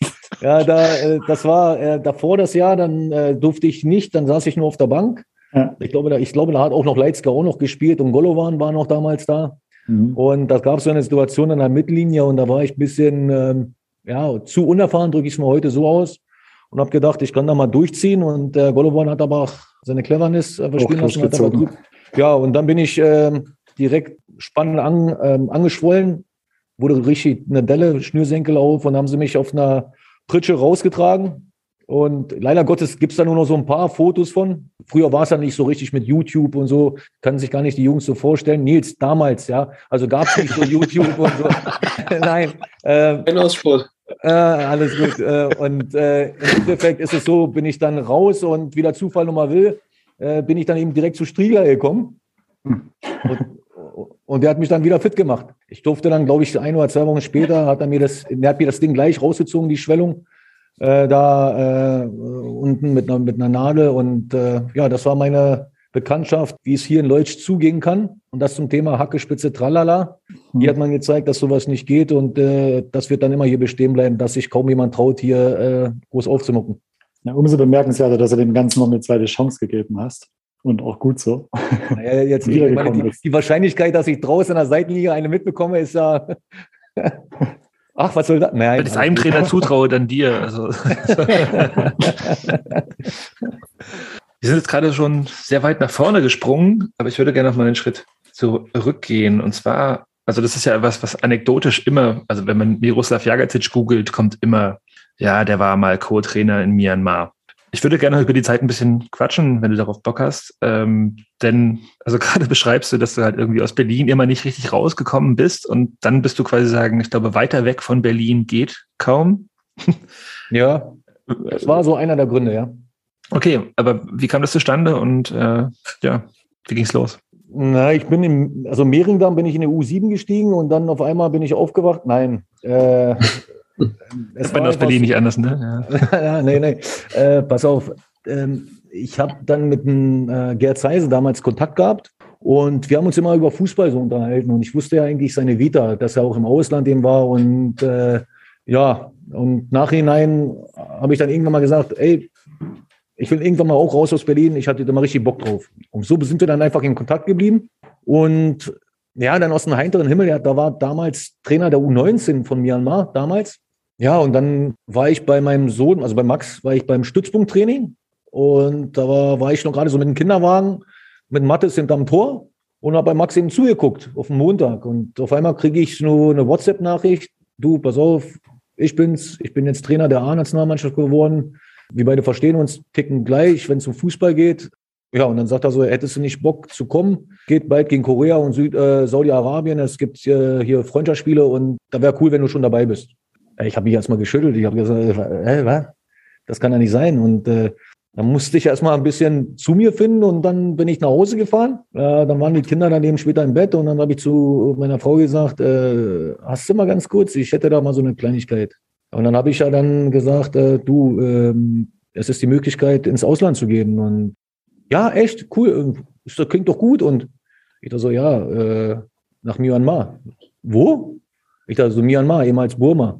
Ja, da, äh, das war äh, davor das Jahr, dann äh, durfte ich nicht, dann saß ich nur auf der Bank. Ja. Ich glaube, da, ich glaube, da hat auch noch Leitzka auch noch gespielt und Golovan war noch damals da. Mhm. Und da gab es so eine Situation an der Mittellinie und da war ich ein bisschen ähm, ja, zu unerfahren, drücke ich es mal heute so aus. Und habe gedacht, ich kann da mal durchziehen. Und der äh, Golovan hat aber auch seine Cleverness äh, verspielen lassen. Hat aber, ja, und dann bin ich äh, direkt spannend an, äh, angeschwollen. wurde richtig eine Delle, Schnürsenkel auf und haben sie mich auf einer Pritsche rausgetragen. Und leider Gottes gibt es da nur noch so ein paar Fotos von. Früher war es ja nicht so richtig mit YouTube und so, kann sich gar nicht die Jungs so vorstellen. Nils, damals, ja, also gab es nicht so YouTube und so. Nein. Äh, Aussport. Äh, alles gut. Äh, und äh, im Endeffekt ist es so, bin ich dann raus und wie der Zufall nochmal will, äh, bin ich dann eben direkt zu Strieger gekommen. Und, und der hat mich dann wieder fit gemacht. Ich durfte dann, glaube ich, ein oder zwei Wochen später, hat er mir das, der hat mir das Ding gleich rausgezogen, die Schwellung, äh, da äh, unten mit einer, mit einer Nadel. Und äh, ja, das war meine Bekanntschaft, wie es hier in Leutsch zugehen kann. Und das zum Thema Hacke, Spitze, Tralala. Hier hat man gezeigt, dass sowas nicht geht. Und äh, das wird dann immer hier bestehen bleiben, dass sich kaum jemand traut, hier äh, groß aufzumucken. Ja, umso bemerkenswerter, dass du dem Ganzen noch eine zweite Chance gegeben hast. Und auch gut so. Naja, jetzt ich meine, die, die Wahrscheinlichkeit, dass ich draußen in der Seitenlinie eine mitbekomme, ist ja... Ach, was soll das? Nein, wenn ich einem Trainer zutraue, dann dir. Also. Wir sind jetzt gerade schon sehr weit nach vorne gesprungen, aber ich würde gerne noch mal einen Schritt zurückgehen. Und zwar, also das ist ja etwas, was anekdotisch immer, also wenn man Miroslav Jagacic googelt, kommt immer, ja, der war mal Co-Trainer in Myanmar. Ich würde gerne über die Zeit ein bisschen quatschen, wenn du darauf Bock hast. Ähm, denn, also gerade beschreibst du, dass du halt irgendwie aus Berlin immer nicht richtig rausgekommen bist und dann bist du quasi sagen, ich glaube, weiter weg von Berlin geht kaum. Ja, das war so einer der Gründe, ja. Okay, aber wie kam das zustande und äh, ja, wie ging's los? Na, ich bin im, also Mehringdamm bin ich in die U sieben gestiegen und dann auf einmal bin ich aufgewacht. Nein, äh, es war aus Berlin nicht anders, ne? Ja, ja nee, nee. Äh, pass auf, ähm, ich habe dann mit dem äh, Gerd Zeise damals Kontakt gehabt und wir haben uns immer über Fußball so unterhalten und ich wusste ja eigentlich seine Vita, dass er auch im Ausland eben war und äh, ja, und nachhinein habe ich dann irgendwann mal gesagt, ey, ich will irgendwann mal auch raus aus Berlin, ich hatte da mal richtig Bock drauf. Und so sind wir dann einfach in Kontakt geblieben und ja, dann aus dem heiteren Himmel, ja, da war damals Trainer der U neunzehn von Myanmar, damals. Ja, und dann war ich bei meinem Sohn, also bei Max, war ich beim Stützpunkttraining und da war, war ich noch gerade so mit dem Kinderwagen, mit Mattes hinterm Tor und habe bei Max eben zugeguckt auf dem Montag und auf einmal kriege ich nur eine WhatsApp-Nachricht, du, pass auf, ich bin's, ich bin jetzt Trainer der A-Nationalmannschaft geworden, wir beide verstehen uns, ticken gleich, wenn es um Fußball geht. Ja, und dann sagt er so, hättest du nicht Bock zu kommen? Geht bald gegen Korea und Süd, äh, Saudi-Arabien, es gibt äh, hier Freundschaftsspiele und da wäre cool, wenn du schon dabei bist. Ich habe mich erstmal geschüttelt, ich habe gesagt, äh, was? Das kann ja nicht sein. Und äh, dann musste ich erstmal ein bisschen zu mir finden und dann bin ich nach Hause gefahren. Äh, dann waren die Kinder dann eben später im Bett und dann habe ich zu meiner Frau gesagt, äh, hast du mal ganz kurz, ich hätte da mal so eine Kleinigkeit. Und dann habe ich ja dann gesagt, äh, du, äh, es ist die Möglichkeit, ins Ausland zu gehen. Und ja, echt, cool, das klingt doch gut. Und ich dachte so, ja, äh, nach Myanmar. Wo? Ich dachte so, Myanmar, ehemals Burma.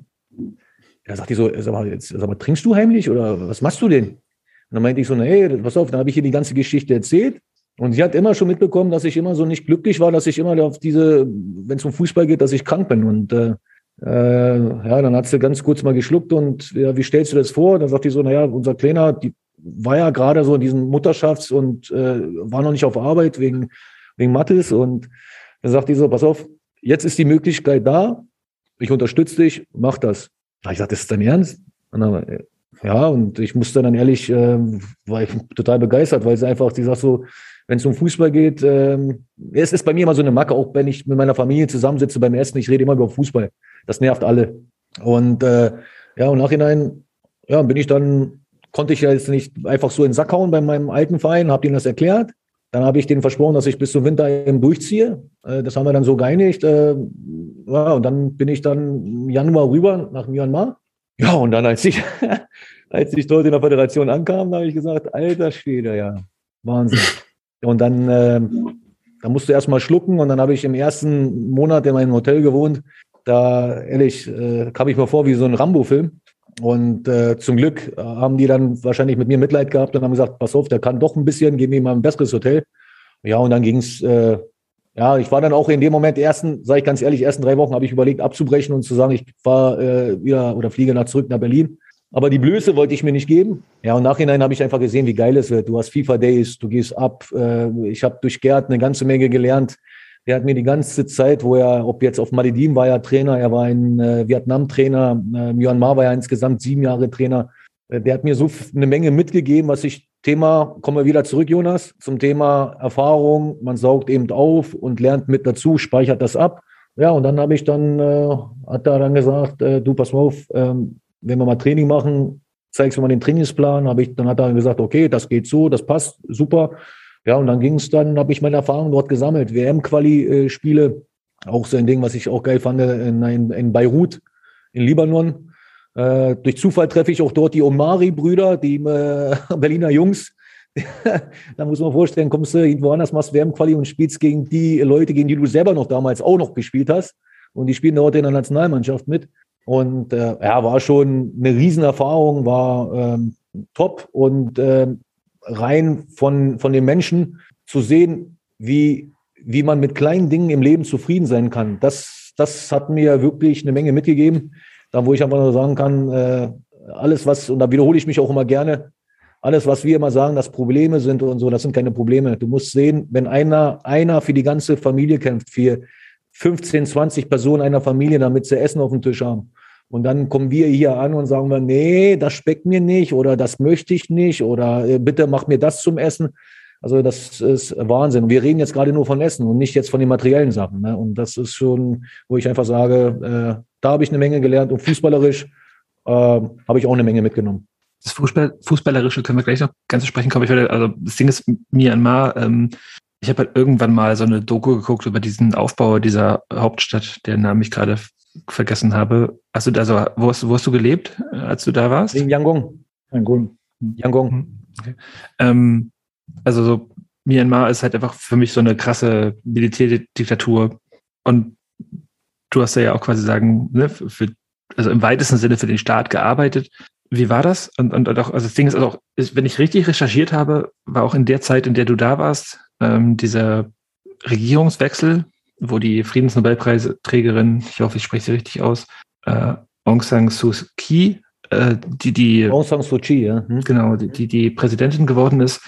Da sagte ich so, sag mal, jetzt, sag mal, trinkst du heimlich oder was machst du denn? Und dann meinte ich so, hey, pass auf, dann habe ich ihr die ganze Geschichte erzählt. Und sie hat immer schon mitbekommen, dass ich immer so nicht glücklich war, dass ich immer auf diese, wenn es um Fußball geht, dass ich krank bin. Und äh, äh, ja, dann hat sie ganz kurz mal geschluckt und ja, wie stellst du das vor? Dann sagt die so, naja, unser Kleiner, die war ja gerade so in diesem Mutterschafts- und äh, war noch nicht auf Arbeit wegen, wegen Mathis. Und dann sagt die so, pass auf, jetzt ist die Möglichkeit da, ich unterstütze dich, mach das. Ich sagte, das ist dein Ernst? Und dann, ja, und ich musste dann ehrlich, äh, war ich total begeistert, weil sie einfach, sie sagt so, wenn es um Fußball geht, äh, es ist bei mir immer so eine Macke, auch wenn ich mit meiner Familie zusammensitze beim Essen, ich rede immer über Fußball. Das nervt alle. Und äh, ja, im Nachhinein, ja, bin ich dann, konnte ich ja jetzt nicht einfach so in den Sack hauen bei meinem alten Verein, habe denen das erklärt. Dann habe ich denen versprochen, dass ich bis zum Winter eben durchziehe. Äh, das haben wir dann so geeinigt. Äh, ja, und dann bin ich dann im Januar rüber nach Myanmar. Ja, und dann, als ich, als ich dort in der Föderation ankam, habe ich gesagt, alter Schwede, ja, Wahnsinn. Und dann, äh, dann musst du erst mal schlucken. Und dann habe ich im ersten Monat in meinem Hotel gewohnt. Da, ehrlich, äh, kam ich mir vor wie so ein Rambo-Film. Und äh, zum Glück haben die dann wahrscheinlich mit mir Mitleid gehabt und haben gesagt, pass auf, der kann doch ein bisschen, gehen wir mal ein besseres Hotel. Ja, und dann ging's, äh, ja, ich war dann auch in dem Moment, ersten, sage ich ganz ehrlich, ersten drei Wochen habe ich überlegt abzubrechen und zu sagen, ich fahre äh, wieder oder fliege nach zurück nach Berlin. Aber die Blöße wollte ich mir nicht geben. Ja, und im Nachhinein habe ich einfach gesehen, wie geil es wird. Du hast FIFA Days, du gehst ab. Äh, ich habe durch Gerd eine ganze Menge gelernt, Der hat mir die ganze Zeit, wo er, ob jetzt auf Malediven war er Trainer, er war ein äh, Vietnam-Trainer, äh, Myanmar war ja insgesamt sieben Jahre Trainer. Äh, der hat mir so eine Menge mitgegeben, was ich Thema, kommen wir wieder zurück, Jonas, zum Thema Erfahrung. Man saugt eben auf und lernt mit dazu, speichert das ab. Ja, und dann habe ich dann, äh, hat er dann gesagt, äh, du pass mal auf, ähm, wenn wir mal Training machen, zeigst du mal den Trainingsplan. Hab ich, dann hat er gesagt, okay, das geht so, das passt, super. Ja, und dann ging es dann, habe ich meine Erfahrungen dort gesammelt. W M-Quali-Spiele, auch so ein Ding, was ich auch geil fand, in, in, in Beirut, in Libanon. Äh, durch Zufall treffe ich auch dort die Omari-Brüder, die äh, Berliner Jungs. Da muss man vorstellen, kommst du irgendwo anders, machst W M-Quali und spielst gegen die Leute, gegen die du selber noch damals auch noch gespielt hast. Und die spielen dort in der Nationalmannschaft mit. Und äh, ja, war schon eine Riesenerfahrung, war ähm, top. Und äh, rein von, von den Menschen zu sehen, wie, wie man mit kleinen Dingen im Leben zufrieden sein kann. Das, das hat mir wirklich eine Menge mitgegeben. Da, wo ich einfach nur sagen kann, äh, alles was, und da wiederhole ich mich auch immer gerne, alles, was wir immer sagen, dass Probleme sind und so, das sind keine Probleme. Du musst sehen, wenn einer, einer für die ganze Familie kämpft, für fünfzehn, zwanzig Personen einer Familie, damit sie Essen auf dem Tisch haben. Und dann kommen wir hier an und sagen wir, nee, das schmeckt mir nicht oder das möchte ich nicht oder äh, bitte mach mir das zum Essen. Also das ist Wahnsinn. Und wir reden jetzt gerade nur von Essen und nicht jetzt von den materiellen Sachen. Ne? Und das ist schon, wo ich einfach sage, äh, da habe ich eine Menge gelernt und fußballerisch äh, habe ich auch eine Menge mitgenommen. Das Fußball, Fußballerische können wir gleich noch ganz zu sprechen kommen. Ich würde, also das Ding ist, Myanmar, ähm, ich habe halt irgendwann mal so eine Doku geguckt über diesen Aufbau dieser Hauptstadt, deren Namen ich gerade vergessen habe. Hast du, also, wo hast, wo hast du gelebt, als du da warst? In Yangon. Yangon. Yangon. Okay. Ähm, also so, Myanmar ist halt einfach für mich so eine krasse Militärdiktatur. Und du hast ja auch quasi sagen, ne, für, also im weitesten Sinne für den Staat gearbeitet. Wie war das? Und, und, und auch, also das Ding ist also auch, ist, wenn ich richtig recherchiert habe, war auch in der Zeit, in der du da warst, ähm, dieser Regierungswechsel, wo die Friedensnobelpreisträgerin, ich hoffe, ich spreche sie richtig aus, äh, Aung San Suu Kyi, äh, die die Aung San Suu Kyi, ja. Hm. Genau, die, die die Präsidentin geworden ist.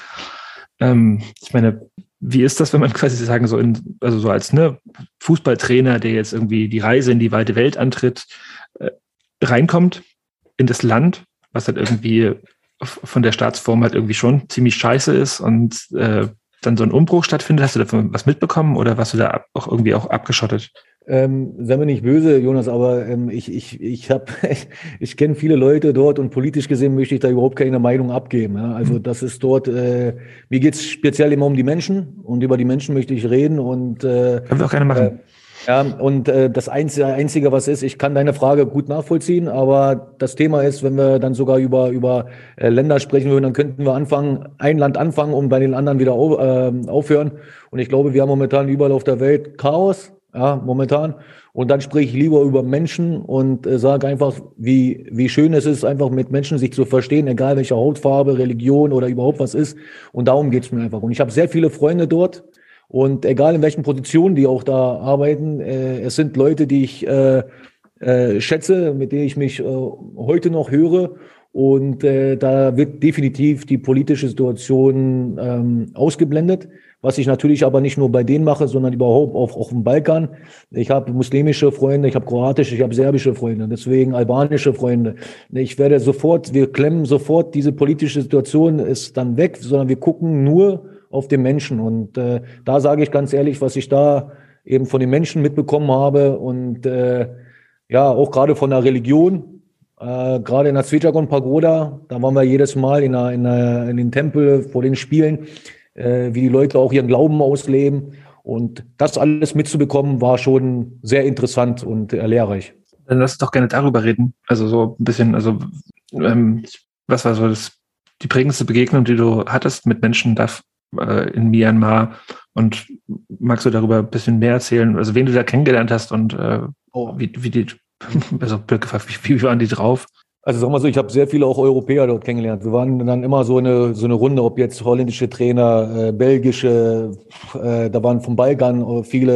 Ähm, ich meine, wie ist das, wenn man quasi sagen, so in, also so als ne, Fußballtrainer, der jetzt irgendwie die Reise in die weite Welt antritt, äh, reinkommt in das Land, was halt irgendwie von der Staatsform halt irgendwie schon ziemlich scheiße ist und äh, dann so ein Umbruch stattfindet? Hast du davon was mitbekommen oder warst du da ab, auch irgendwie auch abgeschottet? Ähm, sei mir nicht böse, Jonas, aber ähm, ich, ich, ich, hab, ich, ich kenne viele Leute dort und politisch gesehen möchte ich da überhaupt keine Meinung abgeben. Ja? Also das ist dort, äh, mir geht es speziell immer um die Menschen und über die Menschen möchte ich reden. Und äh, können wir auch gerne machen. Äh, ja, und äh, das Einzige, Einzige, was ist, ich kann deine Frage gut nachvollziehen, aber das Thema ist, wenn wir dann sogar über, über äh, Länder sprechen würden, dann könnten wir anfangen, ein Land anfangen und bei den anderen wieder auf, äh, aufhören. Und ich glaube, wir haben momentan überall auf der Welt Chaos, ja, momentan. Und dann spreche ich lieber über Menschen und äh, sage einfach, wie, wie schön es ist, einfach mit Menschen sich zu verstehen, egal welche Hautfarbe, Religion oder überhaupt was ist. Und darum geht's mir einfach. Und ich habe sehr viele Freunde dort. Und egal in welchen Positionen die auch da arbeiten, äh, es sind Leute, die ich äh, äh, schätze, mit denen ich mich äh, heute noch höre. Und äh, da wird definitiv die politische Situation ähm, ausgeblendet, was ich natürlich aber nicht nur bei denen mache, sondern überhaupt auch auf dem Balkan. Ich habe muslimische Freunde, ich habe kroatische, ich habe serbische Freunde, deswegen albanische Freunde. Ich werde sofort, wir klemmen sofort, diese politische Situation ist dann weg, sondern wir gucken nur auf den Menschen. Und äh, da sage ich ganz ehrlich, was ich da eben von den Menschen mitbekommen habe und äh, ja, auch gerade von der Religion, äh, gerade in der Zvejagon Pagoda, da waren wir jedes Mal in, der, in, der, in den Tempel vor den Spielen, äh, wie die Leute auch ihren Glauben ausleben. Und das alles mitzubekommen, war schon sehr interessant und äh, lehrreich. Dann lass uns doch gerne darüber reden. Also so ein bisschen, also ähm, was war so das, die prägendste Begegnung, die du hattest mit Menschen da in Myanmar, und magst du darüber ein bisschen mehr erzählen, also wen du da kennengelernt hast und äh, oh. wie, wie die, also wie, wie waren die drauf? Also sag mal so, ich habe sehr viele auch Europäer dort kennengelernt. Wir waren dann immer so eine so eine Runde, ob jetzt holländische Trainer, äh, belgische, äh, da waren vom Balkan viele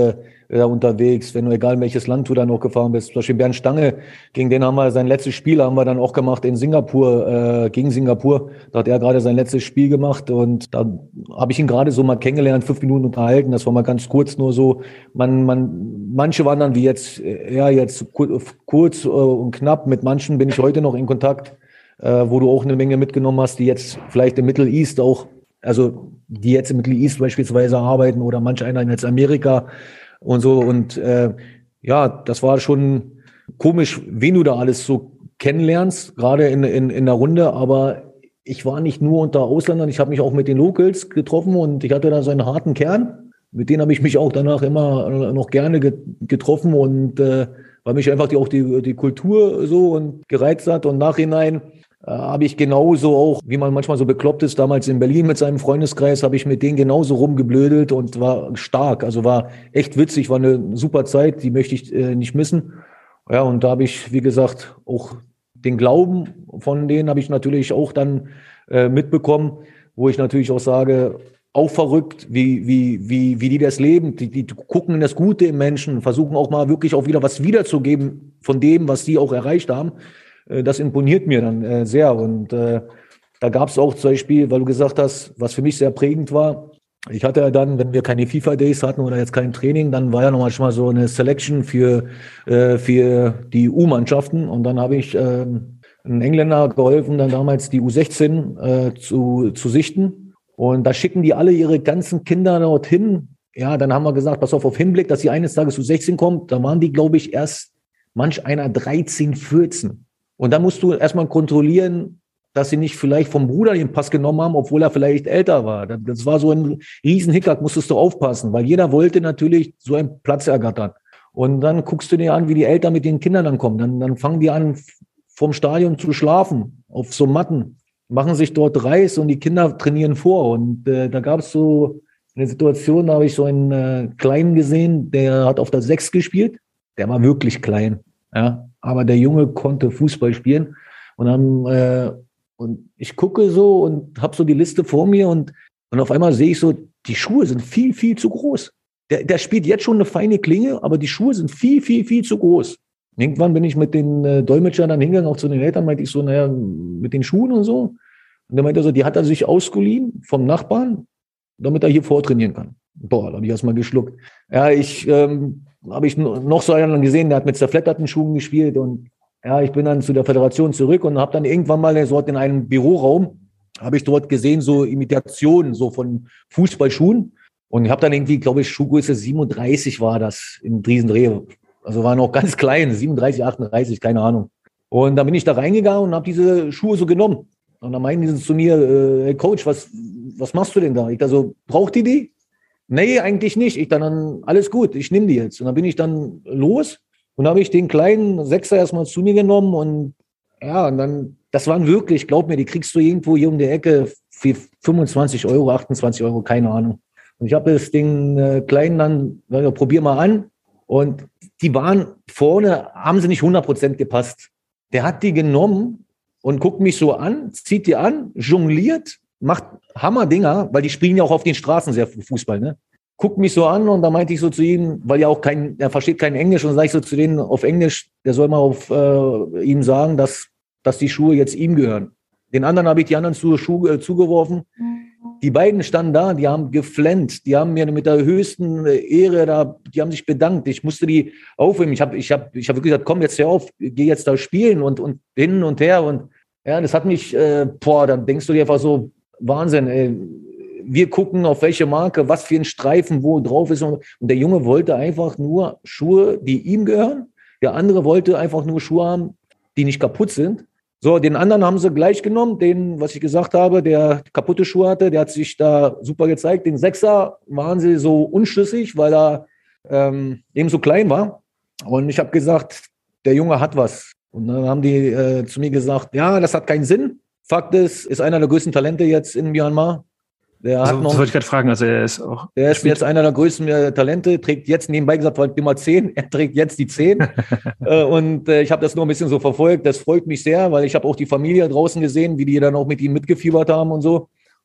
äh, unterwegs, wenn du, egal welches Land du dann noch gefahren bist. Zum Beispiel Bernd Stange, gegen den haben wir sein letztes Spiel haben wir dann auch gemacht in Singapur, äh, gegen Singapur. Da hat er gerade sein letztes Spiel gemacht und da habe ich ihn gerade so mal kennengelernt, fünf Minuten unterhalten. Das war mal ganz kurz nur so. Man, man, manche waren dann wie jetzt, ja, jetzt kurz äh, und knapp. Mit manchen bin ich heute noch in Kontakt, äh, wo du auch eine Menge mitgenommen hast, die jetzt vielleicht im Middle East auch, also die jetzt im Middle East beispielsweise arbeiten oder manch einer in jetzt Amerika und so. Und äh, ja, das war schon komisch, wen du da alles so kennenlernst, gerade in, in, in der Runde. Aber ich war nicht nur unter Ausländern, ich habe mich auch mit den Locals getroffen und ich hatte da so einen harten Kern. Mit denen habe ich mich auch danach immer noch gerne getroffen und äh, weil mich einfach die, auch die, die Kultur so und gereizt hat. Und nachhinein äh, habe ich genauso auch, wie man manchmal so bekloppt ist, damals in Berlin mit seinem Freundeskreis, habe ich mit denen genauso rumgeblödelt und war stark. Also war echt witzig, war eine super Zeit, die möchte ich äh, nicht missen. Ja, und da habe ich, wie gesagt, auch den Glauben von denen habe ich natürlich auch dann äh, mitbekommen, wo ich natürlich auch sage, auch verrückt, wie, wie, wie, wie die das leben. Die, die gucken in das Gute im Menschen, versuchen auch mal wirklich auch wieder was wiederzugeben von dem, was sie auch erreicht haben. Äh, das imponiert mir dann äh, sehr. Und äh, da gab es auch zum Beispiel, weil du gesagt hast, was für mich sehr prägend war, ich hatte ja dann, wenn wir keine FIFA-Days hatten oder jetzt kein Training, dann war ja noch manchmal so eine Selection für, äh, für die U-Mannschaften. Und dann habe ich äh, einem Engländer geholfen, dann damals die U sechzehn äh, zu, zu sichten. Und da schicken die alle ihre ganzen Kinder dorthin. Ja, dann haben wir gesagt, pass auf, auf Hinblick, dass sie eines Tages U sechzehn kommt. Da waren die, glaube ich, erst manch einer dreizehn, vierzehn. Und da musst du erstmal kontrollieren, dass sie nicht vielleicht vom Bruder den Pass genommen haben, obwohl er vielleicht älter war. Das war so ein riesen Hickhack, musstest du aufpassen, weil jeder wollte natürlich so einen Platz ergattern. Und dann guckst du dir an, wie die Eltern mit den Kindern dann kommen. Dann, dann fangen die an, vom Stadion zu schlafen, auf so Matten, machen sich dort Reis und die Kinder trainieren vor. Und äh, da gab es so eine Situation, da habe ich so einen äh, Kleinen gesehen, der hat auf der Sechs gespielt. Der war wirklich klein, ja, aber der Junge konnte Fußball spielen. Und dann äh, Und ich gucke so und habe so die Liste vor mir und, und auf einmal sehe ich so, die Schuhe sind viel, viel zu groß. Der, der spielt jetzt schon eine feine Klinge, aber die Schuhe sind viel, viel, viel zu groß. Irgendwann bin ich mit den äh, Dolmetschern dann hingegangen, auch zu den Eltern, meinte ich so, naja, mit den Schuhen und so. Und der meinte so, die hat er sich ausgeliehen vom Nachbarn, damit er hier vortrainieren kann. Boah, da habe ich erstmal geschluckt. Ja, ich ähm, habe ich noch so einen gesehen, der hat mit zerfledderten Schuhen gespielt und ja, ich bin dann zu der Föderation zurück und habe dann irgendwann mal so in einem Büroraum, habe ich dort gesehen, so Imitationen so von Fußballschuhen. Und ich habe dann irgendwie, glaube ich, Schuhgröße siebenunddreißig war das in Driesendrehe. Also war noch ganz klein, siebenunddreißig, achtunddreißig, keine Ahnung. Und dann bin ich da reingegangen und habe diese Schuhe so genommen. Und dann meinten die zu mir, äh, hey Coach, was, was machst du denn da? Ich da so, braucht die die? Nee, eigentlich nicht. Ich dann, alles gut, ich nehme die jetzt. Und dann bin ich dann los. Und da habe ich den kleinen Sechser erstmal zu mir genommen und ja, und dann, das waren wirklich, glaub mir, die kriegst du irgendwo hier um die Ecke für fünfundzwanzig Euro, achtundzwanzig Euro, keine Ahnung. Und ich habe das Ding äh, kleinen dann, ja, probier mal an und die waren vorne, haben sie nicht hundert Prozent gepasst. Der hat die genommen und guckt mich so an, zieht die an, jongliert, macht Hammerdinger, weil die spielen ja auch auf den Straßen sehr Fußball, ne? Guckt mich so an und da meinte ich so zu ihm, weil ja auch kein, er versteht kein Englisch und sage ich so zu denen auf Englisch, der soll mal auf äh, ihm sagen, dass, dass die Schuhe jetzt ihm gehören. Den anderen habe ich die anderen Schuhe äh, zugeworfen. Die beiden standen da, die haben geflennt, die haben mir mit der höchsten Ehre da, die haben sich bedankt. Ich musste die aufheben. Ich habe ich hab, ich hab wirklich gesagt, komm jetzt hör auf, geh jetzt da spielen und, und hin und her. Und ja, das hat mich, äh, boah, dann denkst du dir einfach so, Wahnsinn, ey. Wir gucken, auf welche Marke, was für ein Streifen wo drauf ist. Und der Junge wollte einfach nur Schuhe, die ihm gehören. Der andere wollte einfach nur Schuhe haben, die nicht kaputt sind. So, den anderen haben sie gleich genommen. Den, was ich gesagt habe, der kaputte Schuhe hatte, der hat sich da super gezeigt. Den Sechser waren sie so unschlüssig, weil er ähm, eben so klein war. Und ich habe gesagt, der Junge hat was. Und dann haben die äh, zu mir gesagt, ja, das hat keinen Sinn. Fakt ist, ist einer der größten Talente jetzt in Myanmar. Der also, hat noch, das wollte ich gerade fragen, also er ist auch... Der ist jetzt einer der größten äh, Talente, trägt jetzt, nebenbei gesagt, war Nummer zehn, er trägt jetzt die zehn. äh, und äh, ich habe das nur ein bisschen so verfolgt, das freut mich sehr, weil ich habe auch die Familie draußen gesehen, wie die dann auch mit ihm mitgefiebert haben und so.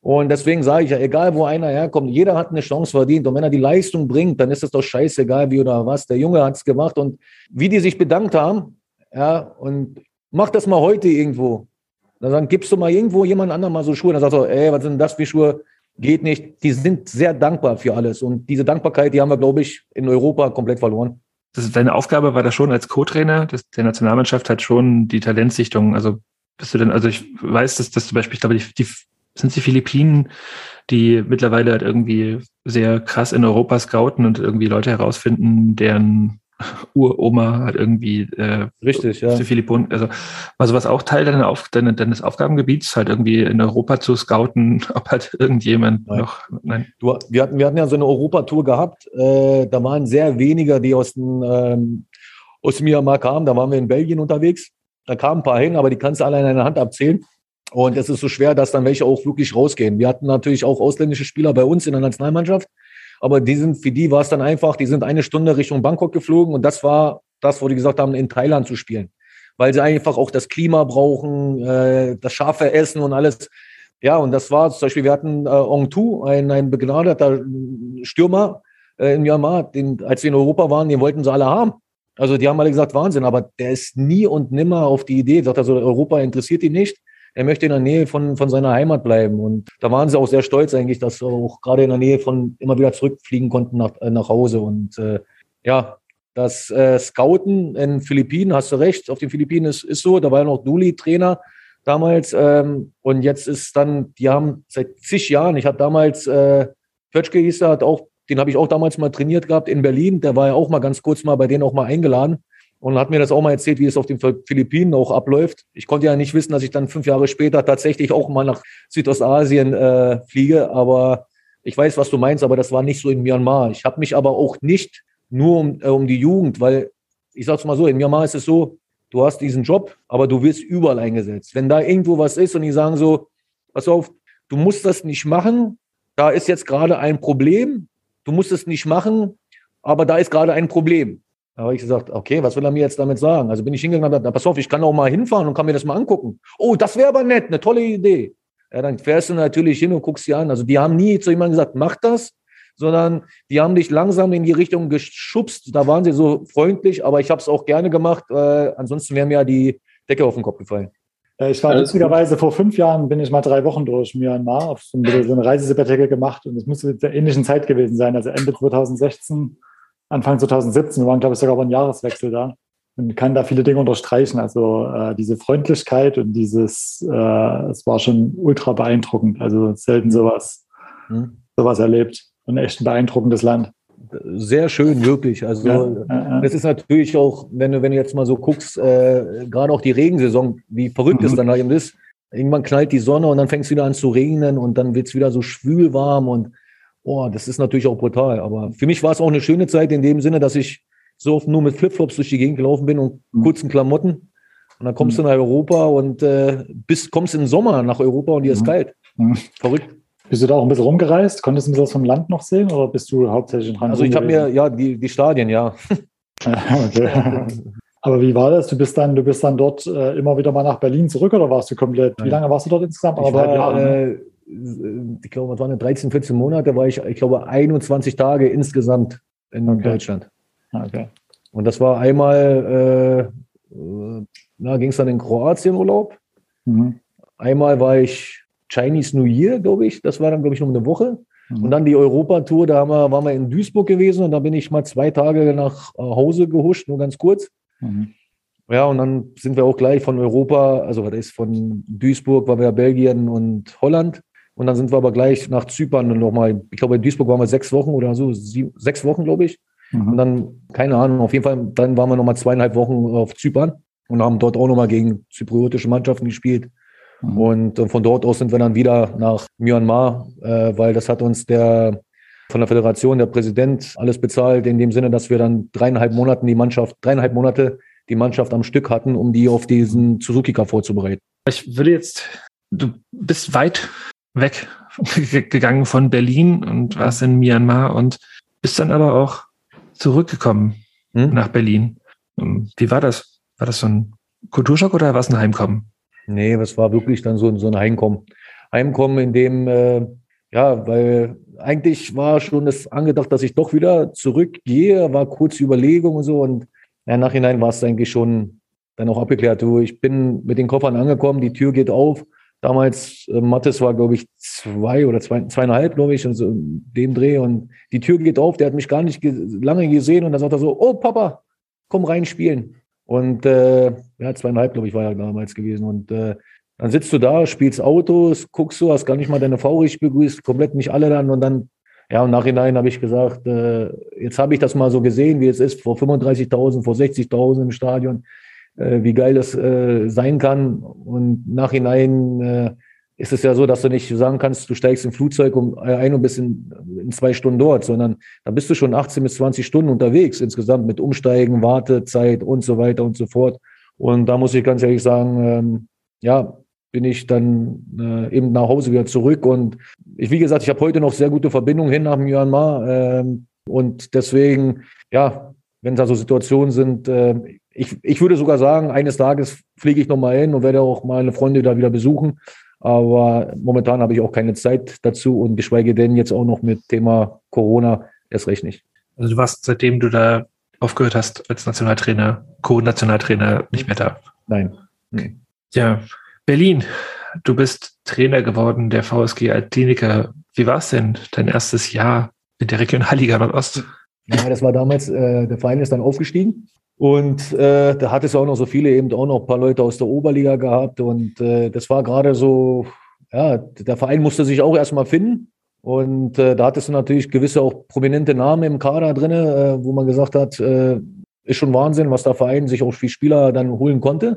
Und deswegen sage ich ja, egal wo einer herkommt, jeder hat eine Chance verdient. Und wenn er die Leistung bringt, dann ist es doch scheißegal, wie oder was. Der Junge hat es gemacht und wie die sich bedankt haben, ja, und mach das mal heute irgendwo. Dann gibst du mal irgendwo jemand anderem mal so Schuhe. Dann sagst du, ey, was sind denn das für Schuhe? Geht nicht. Die sind sehr dankbar für alles. Und diese Dankbarkeit, die haben wir, glaube ich, in Europa komplett verloren. Das ist deine Aufgabe, war das schon als Co-Trainer das, der Nationalmannschaft hat schon die Talentsichtung. Also bist du denn, also ich weiß, dass das zum Beispiel, ich glaube, die, die sind die Philippinen, die mittlerweile halt irgendwie sehr krass in Europa scouten und irgendwie Leute herausfinden, deren Uroma halt irgendwie äh, richtig, ja. Die Philippinen, also war sowas auch Teil deiner Auf, deine, deines Aufgabengebiets, halt irgendwie in Europa zu scouten, ob halt irgendjemand nein. noch. Nein. Du, wir, hatten, wir hatten ja so eine Europatour gehabt, äh, da waren sehr weniger, die aus dem ähm, aus Myanmar kamen, da waren wir in Belgien unterwegs, da kamen ein paar hin, aber die kannst du alle in einer Hand abzählen. Und es ist so schwer, dass dann welche auch wirklich rausgehen. Wir hatten natürlich auch ausländische Spieler bei uns in der Nationalmannschaft, aber die sind, für die war es dann einfach, die sind eine Stunde Richtung Bangkok geflogen und das war das, wo die gesagt haben, in Thailand zu spielen. Weil sie einfach auch das Klima brauchen, äh, das scharfe Essen und alles. Ja, und das war zum Beispiel, wir hatten äh, Ong Tu, ein, ein begnadeter Stürmer äh, in Myanmar, den, als wir in Europa waren, den wollten sie alle haben. Also die haben alle gesagt, Wahnsinn, aber der ist nie und nimmer auf die Idee, sagt also, Europa interessiert ihn nicht. Er möchte in der Nähe von, von seiner Heimat bleiben. Und da waren sie auch sehr stolz eigentlich, dass sie auch gerade in der Nähe von immer wieder zurückfliegen konnten nach, nach Hause. Und äh, ja, das äh, Scouten in Philippinen, hast du recht, auf den Philippinen ist, ist so, da war ja noch Duli Trainer damals. Ähm, und jetzt ist dann, die haben seit zig Jahren, ich habe damals, äh, Pötschke hieß er, hat auch, den habe ich auch damals mal trainiert gehabt in Berlin. Der war ja auch mal ganz kurz mal bei denen auch mal eingeladen. Und hat mir das auch mal erzählt, wie es auf den Philippinen auch abläuft. Ich konnte ja nicht wissen, dass ich dann fünf Jahre später tatsächlich auch mal nach Südostasien äh, fliege. Aber ich weiß, was du meinst, aber das war nicht so in Myanmar. Ich habe mich aber auch nicht nur um, äh, um die Jugend, weil ich sag's mal so, in Myanmar ist es so, du hast diesen Job, aber du wirst überall eingesetzt. Wenn da irgendwo was ist und die sagen so, pass auf, du musst das nicht machen, da ist jetzt gerade ein Problem, du musst es nicht machen, aber da ist gerade ein Problem. Da habe ich gesagt, okay, was will er mir jetzt damit sagen? Also bin ich hingegangen und gesagt, pass auf, ich kann auch mal hinfahren und kann mir das mal angucken. Oh, das wäre aber nett, eine tolle Idee. Ja, dann fährst du natürlich hin und guckst dir an. Also die haben nie zu jemandem gesagt, mach das, sondern die haben dich langsam in die Richtung geschubst. Da waren sie so freundlich, aber ich habe es auch gerne gemacht. Äh, ansonsten wäre mir ja die Decke auf den Kopf gefallen. Ich war witzigerweise vor fünf Jahren, bin ich mal drei Wochen durch Myanmar, auf so eine Reisesabbatical gemacht und es muss in der ähnlichen Zeit gewesen sein, also Ende zwanzig sechzehn. Anfang zwanzig siebzehn, wir waren, glaube ich, sogar beim Jahreswechsel da und kann da viele Dinge unterstreichen. Also äh, diese Freundlichkeit und dieses, äh, es war schon ultra beeindruckend. Also selten sowas, mhm. sowas erlebt und echt ein beeindruckendes Land. Sehr schön, wirklich. Also ja, ja, ja. Das ist natürlich auch, wenn du, wenn du jetzt mal so guckst, äh, gerade auch die Regensaison, wie verrückt mhm. es dann da eben ist. Irgendwann knallt die Sonne und dann fängt es wieder an zu regnen und dann wird es wieder so schwül warm und oh, das ist natürlich auch brutal. Aber für mich war es auch eine schöne Zeit in dem Sinne, dass ich so oft nur mit Flipflops durch die Gegend gelaufen bin und mhm. kurzen Klamotten. Und dann kommst mhm. du nach Europa und äh, bist, kommst im Sommer nach Europa und dir ist mhm. kalt. Mhm. Verrückt. Bist du da auch ein bisschen rumgereist? Konntest du ein bisschen was vom Land noch sehen oder bist du hauptsächlich in Frankfurt? Also ich habe mir, ja, die, die Stadien, ja. Okay. Aber wie war das? Du bist dann, du bist dann dort äh, immer wieder mal nach Berlin zurück oder warst du komplett, wie lange warst du dort insgesamt? Ich war, Jahre, äh, ich glaube, es waren dreizehn, vierzehn Monate, war ich, ich glaube, einundzwanzig Tage insgesamt in okay. Deutschland. Okay. Und das war einmal, äh, na, ging es dann in Kroatien Urlaub. Mhm. Einmal war ich Chinese New Year, glaube ich. Das war dann, glaube ich, noch eine Woche. Mhm. Und dann die Europatour, da haben wir, waren wir in Duisburg gewesen und da bin ich mal zwei Tage nach Hause gehuscht, nur ganz kurz. Mhm. Ja, und dann sind wir auch gleich von Europa, also das ist von Duisburg, waren wir Belgien und Holland. Und dann sind wir aber gleich nach Zypern und nochmal, ich glaube, in Duisburg waren wir sechs Wochen oder so, sieben, sechs Wochen, glaube ich. Mhm. Und dann, keine Ahnung, auf jeden Fall, dann waren wir nochmal zweieinhalb Wochen auf Zypern und haben dort auch nochmal gegen zypriotische Mannschaften gespielt. Mhm. Und äh, von dort aus sind wir dann wieder nach Myanmar, äh, weil das hat uns der von der Föderation, der Präsident, alles bezahlt, in dem Sinne, dass wir dann dreieinhalb Monaten die Mannschaft, dreieinhalb Monate die Mannschaft am Stück hatten, um die auf diesen Suzuki Cup vorzubereiten. Ich würde jetzt, du bist weit weg gegangen von Berlin und warst in Myanmar und bist dann aber auch zurückgekommen hm? nach Berlin. Wie war das? War das so ein Kulturschock oder war es ein Heimkommen? Nee, das war wirklich dann so, so ein Heimkommen. heimkommen, in dem, äh, ja, weil eigentlich war schon das angedacht, dass ich doch wieder zurückgehe, war kurze Überlegung und so und ja, im Nachhinein war es eigentlich schon dann auch abgeklärt. Du, ich bin mit den Koffern angekommen, die Tür geht auf. Damals, äh, Mattes war, glaube ich, zwei oder zwei, zweieinhalb, glaube ich, und so in dem Dreh. Und die Tür geht auf, der hat mich gar nicht ge- lange gesehen. Und dann sagt er so, oh Papa, komm rein spielen. Und äh, ja, zweieinhalb, glaube ich, war er damals gewesen. Und äh, dann sitzt du da, spielst Autos, guckst du, hast gar nicht mal deine Frau richtig begrüßt, komplett nicht alle dann. Und dann, ja, im Nachhinein habe ich gesagt, äh, jetzt habe ich das mal so gesehen, wie es ist, vor fünfunddreißigtausend, vor sechzigtausend im Stadion. Wie geil das äh, sein kann. Und nachhinein äh, ist es ja so, dass du nicht sagen kannst, du steigst im Flugzeug um ein und bist in, in zwei Stunden dort, sondern da bist du schon achtzehn bis zwanzig Stunden unterwegs insgesamt mit Umsteigen, Wartezeit und so weiter und so fort. Und da muss ich ganz ehrlich sagen, ähm, ja, bin ich dann äh, eben nach Hause wieder zurück. Und ich, wie gesagt, ich habe heute noch sehr gute Verbindungen hin nach Myanmar. Ähm, und deswegen, ja, wenn da so Situationen sind, äh, ich, ich würde sogar sagen, eines Tages fliege ich nochmal hin und werde auch meine Freunde da wieder besuchen. Aber momentan habe ich auch keine Zeit dazu und geschweige denn jetzt auch noch mit Thema Corona erst recht nicht. Also du warst, seitdem du da aufgehört hast als Nationaltrainer, Co-Nationaltrainer, nicht mehr da? Nein. Nee. Ja, Berlin, du bist Trainer geworden der V S G Altkliniker. Wie war es denn, dein erstes Jahr in der Regionalliga Nordost? Ja, das war damals, äh, der Verein ist dann aufgestiegen. Und äh, da hat es auch noch so viele, eben auch noch ein paar Leute aus der Oberliga gehabt. Und äh, das war gerade so, ja, der Verein musste sich auch erstmal finden. Und äh, da hattest du natürlich gewisse auch prominente Namen im Kader drin, äh, wo man gesagt hat, äh, ist schon Wahnsinn, was der Verein sich auch für Spieler dann holen konnte.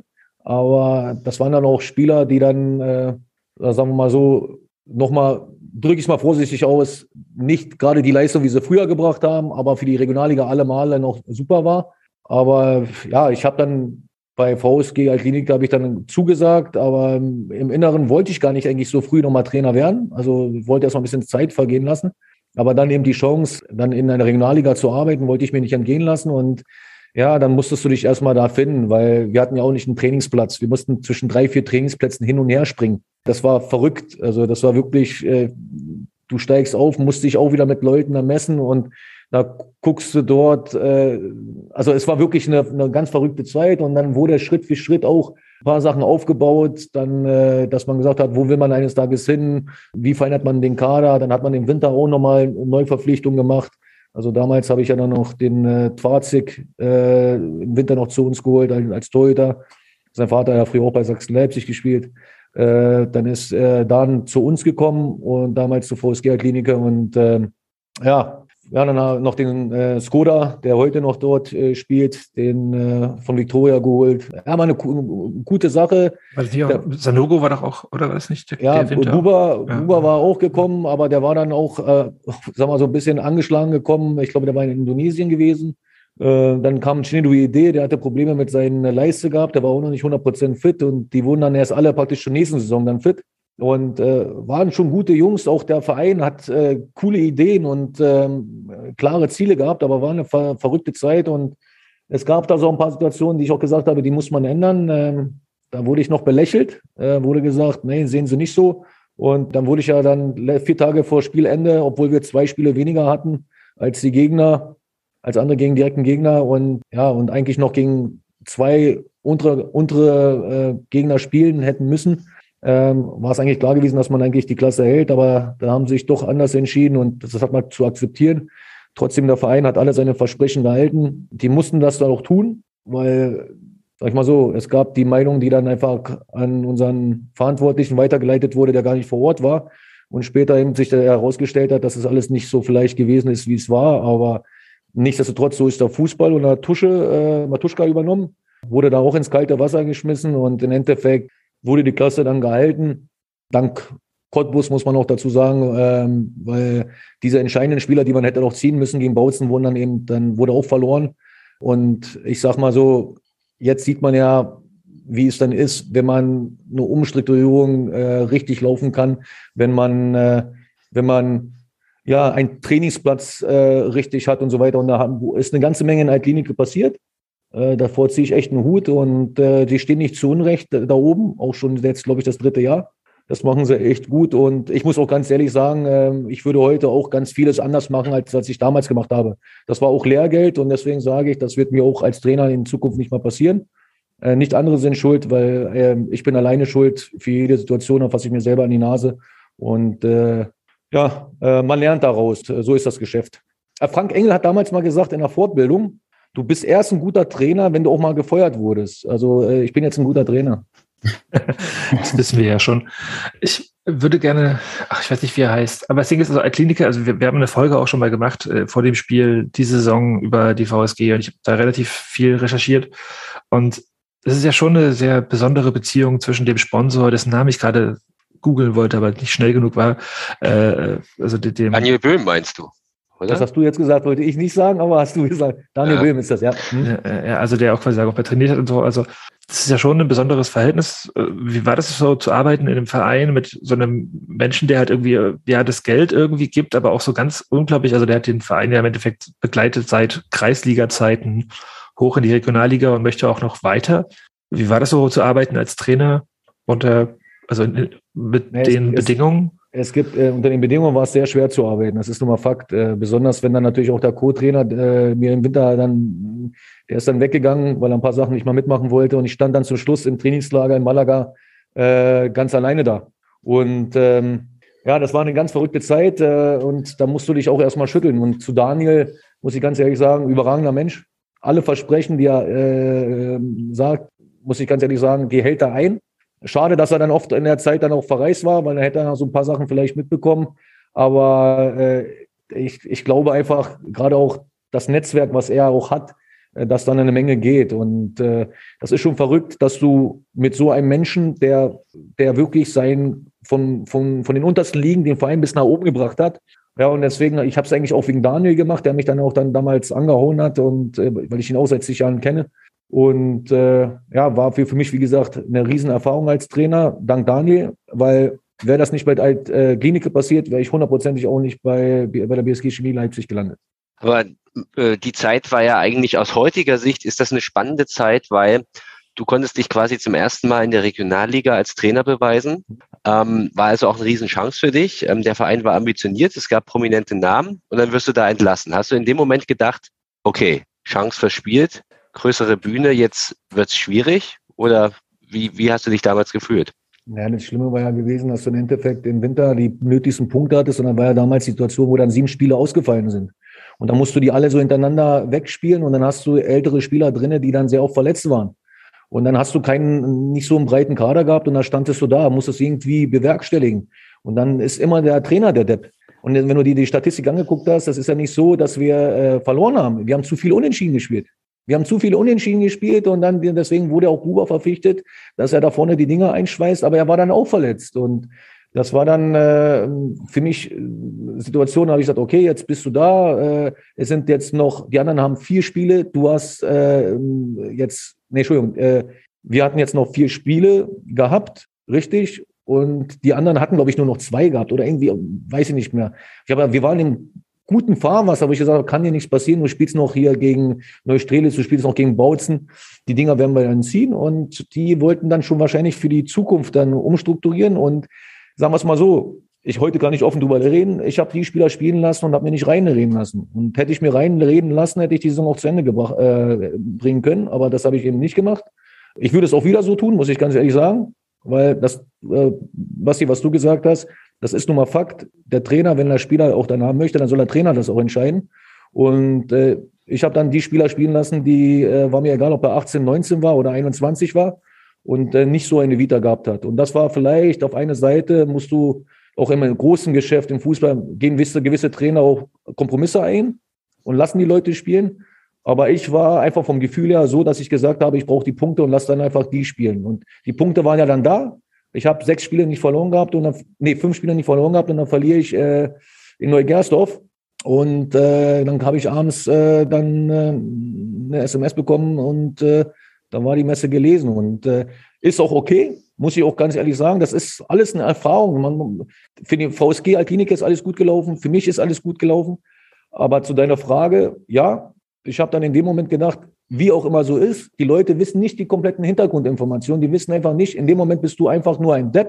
Aber das waren dann auch Spieler, die dann, äh, sagen wir mal so, nochmal, drücke ich es mal vorsichtig aus, nicht gerade die Leistung, wie sie früher gebracht haben, aber für die Regionalliga alle Male noch super war. Aber ja, ich habe dann bei V S G Altkliniker habe ich dann zugesagt, aber im Inneren wollte ich gar nicht eigentlich so früh nochmal Trainer werden. Also ich wollte erst mal ein bisschen Zeit vergehen lassen. Aber dann eben die Chance, dann in einer Regionalliga zu arbeiten, wollte ich mir nicht entgehen lassen. Und ja, dann musstest du dich erstmal da finden, weil wir hatten ja auch nicht einen Trainingsplatz. Wir mussten zwischen drei, vier Trainingsplätzen hin und her springen. Das war verrückt. Also das war wirklich, äh, du steigst auf, musst dich auch wieder mit Leuten ermessen und da guckst du dort, äh, also es war wirklich eine, eine ganz verrückte Zeit und dann wurde Schritt für Schritt auch ein paar Sachen aufgebaut, dann, äh, dass man gesagt hat, wo will man eines Tages hin, wie verändert man den Kader, dann hat man im Winter auch nochmal Neuverpflichtungen gemacht. Also damals habe ich ja dann noch den äh, Twarzik äh, im Winter noch zu uns geholt als, als Torhüter. Sein Vater hat ja früher auch bei Sachsen-Leipzig gespielt. Äh, dann ist er äh, dann zu uns gekommen und damals zu V S G Altkliniker und äh, ja, wir haben dann noch den äh, Skoda, der heute noch dort äh, spielt, den äh, von Viktoria geholt. Ja, war eine ku- gute Sache. Weil die auch, Sanogo war doch auch, oder war das nicht? Der, ja, der Buba, ja. Buba war auch gekommen, aber der war dann auch, äh, sag mal, so ein bisschen angeschlagen gekommen. Ich glaube, der war in Indonesien gewesen. Äh, dann kam Chinedu Idee, der hatte Probleme mit seiner Leiste gehabt, der war auch noch nicht hundert Prozent fit und die wurden dann erst alle praktisch zur nächsten Saison dann fit. Und äh, waren schon gute Jungs, auch der Verein hat äh, coole Ideen und ähm, klare Ziele gehabt, aber war eine ver- verrückte Zeit und es gab da so ein paar Situationen, die ich auch gesagt habe, die muss man ändern. Ähm, da wurde ich noch belächelt, äh, wurde gesagt, nee, sehen Sie nicht so. Und dann wurde ich ja dann vier Tage vor Spielende, obwohl wir zwei Spiele weniger hatten als die Gegner, als andere gegen direkten Gegner und ja, und eigentlich noch gegen zwei untere, untere äh, Gegner spielen hätten müssen. Ähm, war es eigentlich klar gewesen, dass man eigentlich die Klasse hält, aber da haben sie sich doch anders entschieden und das hat man zu akzeptieren. Trotzdem, der Verein hat alle seine Versprechen gehalten. Die mussten das dann auch tun, weil, sag ich mal so, es gab die Meinung, die dann einfach an unseren Verantwortlichen weitergeleitet wurde, der gar nicht vor Ort war und später eben sich herausgestellt hat, dass es alles nicht so vielleicht gewesen ist, wie es war, aber nichtsdestotrotz, so ist der Fußball und der Tusche, äh, Matuschka übernommen, wurde da auch ins kalte Wasser geschmissen und im Endeffekt wurde die Klasse dann gehalten. Dank Cottbus muss man auch dazu sagen, ähm, weil diese entscheidenden Spieler, die man hätte noch ziehen müssen gegen Bautzen, wurden dann eben, dann wurde auch verloren. Und ich sag mal so, jetzt sieht man ja, wie es dann ist, wenn man eine Umstrukturierung äh, richtig laufen kann, wenn man, äh, wenn man ja einen Trainingsplatz äh, richtig hat und so weiter. Und da haben, ist eine ganze Menge in Altkliniker passiert. Äh, davor ziehe ich echt einen Hut und äh, die stehen nicht zu Unrecht da oben, auch schon jetzt, glaube ich, das dritte Jahr. Das machen sie echt gut. Und ich muss auch ganz ehrlich sagen, ich würde heute auch ganz vieles anders machen, als als ich damals gemacht habe. Das war auch Lehrgeld und deswegen sage ich, das wird mir auch als Trainer in Zukunft nicht mal passieren. Nicht andere sind schuld, weil ich bin alleine schuld für jede Situation, da fasse ich mir selber an die Nase. Und äh, ja, man lernt daraus. So ist das Geschäft. Frank Engel hat damals mal gesagt in der Fortbildung, du bist erst ein guter Trainer, wenn du auch mal gefeuert wurdest. Also ich bin jetzt ein guter Trainer. Das wissen wir ja schon. Ich würde gerne, ach, ich weiß nicht, wie er heißt, aber das Ding ist, also Kliniker, also wir, wir haben eine Folge auch schon mal gemacht äh, vor dem Spiel diese Saison über die V S G und ich habe da relativ viel recherchiert und es ist ja schon eine sehr besondere Beziehung zwischen dem Sponsor, dessen Namen ich gerade googeln wollte, aber nicht schnell genug war. Äh, also dem Daniel Böhm meinst du? Oder? Das hast du jetzt gesagt, wollte ich nicht sagen, aber hast du gesagt. Daniel ja. Böhm ist das, ja. Hm? ja. Also der auch quasi auch bei trainiert hat und so. Also das ist ja schon ein besonderes Verhältnis. Wie war das so zu arbeiten in einem Verein mit so einem Menschen, der halt irgendwie ja das Geld irgendwie gibt, aber auch so ganz unglaublich, also der hat den Verein ja im Endeffekt begleitet seit Kreisliga-Zeiten hoch in die Regionalliga und möchte auch noch weiter. Wie war das so zu arbeiten als Trainer unter, also in, mit ja, den es, Bedingungen? Es gibt, äh, unter den Bedingungen war es sehr schwer zu arbeiten. Das ist nun mal Fakt. Äh, besonders wenn dann natürlich auch der Co-Trainer äh, mir im Winter dann, der ist dann weggegangen, weil er ein paar Sachen nicht mal mitmachen wollte. Und ich stand dann zum Schluss im Trainingslager in Malaga äh, ganz alleine da. Und ähm, ja, das war eine ganz verrückte Zeit. Äh, und da musst du dich auch erstmal schütteln. Und zu Daniel muss ich ganz ehrlich sagen, überragender Mensch. Alle Versprechen, die er äh, sagt, muss ich ganz ehrlich sagen, die hält er ein. Schade, dass er dann oft in der Zeit dann auch verreist war, weil er hätte dann so ein paar Sachen vielleicht mitbekommen. Aber äh, ich, ich glaube einfach, gerade auch das Netzwerk, was er auch hat, äh, dass dann eine Menge geht. Und äh, das ist schon verrückt, dass du mit so einem Menschen, der, der wirklich sein, von, von, von den untersten Ligen den Verein bis nach oben gebracht hat. Ja, und deswegen, ich habe es eigentlich auch wegen Daniel gemacht, der mich dann auch dann damals angehauen hat und äh, weil ich ihn auch seit zig Jahren kenne. Und äh, ja, war für, für mich, wie gesagt, eine Riesenerfahrung als Trainer, dank Daniel, weil wäre das nicht bei äh, Klinike passiert, wäre ich hundertprozentig auch nicht bei, bei der B S G Chemie Leipzig gelandet. Aber äh, die Zeit war ja eigentlich aus heutiger Sicht, ist das eine spannende Zeit, weil du konntest dich quasi zum ersten Mal in der Regionalliga als Trainer beweisen. Ähm, war also auch eine Riesenchance für dich. Ähm, der Verein war ambitioniert, es gab prominente Namen und dann wirst du da entlassen. Hast du in dem Moment gedacht, okay, Chance verspielt, größere Bühne, jetzt wird es schwierig? Oder wie, wie hast du dich damals gefühlt? Ja, das Schlimme war ja gewesen, dass du im Endeffekt im Winter die nötigsten Punkte hattest und dann war ja damals die Situation, wo dann sieben Spiele ausgefallen sind. Und dann musst du die alle so hintereinander wegspielen und dann hast du ältere Spieler drin, die dann sehr oft verletzt waren. Und dann hast du keinen, nicht so einen breiten Kader gehabt und dann standest du da, musst es irgendwie bewerkstelligen. Und dann ist immer der Trainer der Depp. Und wenn du dir die Statistik angeguckt hast, das ist ja nicht so, dass wir äh, verloren haben. Wir haben zu viel Unentschieden gespielt. Wir haben zu viele Unentschieden gespielt und dann deswegen wurde auch Gruber verpflichtet, dass er da vorne die Dinger einschweißt, aber er war dann auch verletzt und das war dann äh, für mich Situation, da habe ich gesagt, okay, jetzt bist du da, äh, es sind jetzt noch, die anderen haben vier Spiele, du hast äh, jetzt, nee, Entschuldigung, äh, wir hatten jetzt noch vier Spiele gehabt, richtig, und die anderen hatten, glaube ich, nur noch zwei gehabt oder irgendwie, weiß ich nicht mehr. Ich habe, wir waren im guten Fahrwasser, aber ich gesagt habe, kann dir nichts passieren, du spielst noch hier gegen Neustrelitz, du spielst noch gegen Bautzen, die Dinger werden wir dann ziehen und die wollten dann schon wahrscheinlich für die Zukunft dann umstrukturieren und sagen wir es mal so, ich heute gar nicht offen drüber reden, ich habe die Spieler spielen lassen und habe mir nicht reinreden lassen und hätte ich mir reinreden lassen, hätte ich die Saison auch zu Ende gebracht, äh, bringen können, aber das habe ich eben nicht gemacht. Ich würde es auch wieder so tun, muss ich ganz ehrlich sagen, weil das, äh, Basti, was du gesagt hast, das ist nun mal Fakt. Der Trainer, wenn der Spieler auch dann haben möchte, dann soll der Trainer das auch entscheiden. Und äh, ich habe dann die Spieler spielen lassen, die, äh, war mir egal, ob er achtzehn, neunzehn war oder einundzwanzig war und äh, nicht so eine Vita gehabt hat. Und das war vielleicht auf eine Seite, musst du auch immer im großen Geschäft, im Fußball, gehen gewisse, gewisse Trainer auch Kompromisse ein und lassen die Leute spielen. Aber ich war einfach vom Gefühl her so, dass ich gesagt habe, ich brauche die Punkte und lass dann einfach die spielen. Und die Punkte waren ja dann da. Ich habe sechs Spiele nicht verloren gehabt und dann, nee, fünf Spiele nicht verloren gehabt und dann verliere ich äh, in Neugersdorf. Und äh, dann habe ich abends äh, dann äh, eine S M S bekommen und äh, dann war die Messe gelesen. Und äh, ist auch okay, muss ich auch ganz ehrlich sagen. Das ist alles eine Erfahrung. Man, für die V S G Altklinike ist alles gut gelaufen, für mich ist alles gut gelaufen. Aber zu deiner Frage, ja, ich habe dann in dem Moment gedacht, wie auch immer so ist, die Leute wissen nicht die kompletten Hintergrundinformationen, die wissen einfach nicht, in dem Moment bist du einfach nur ein Depp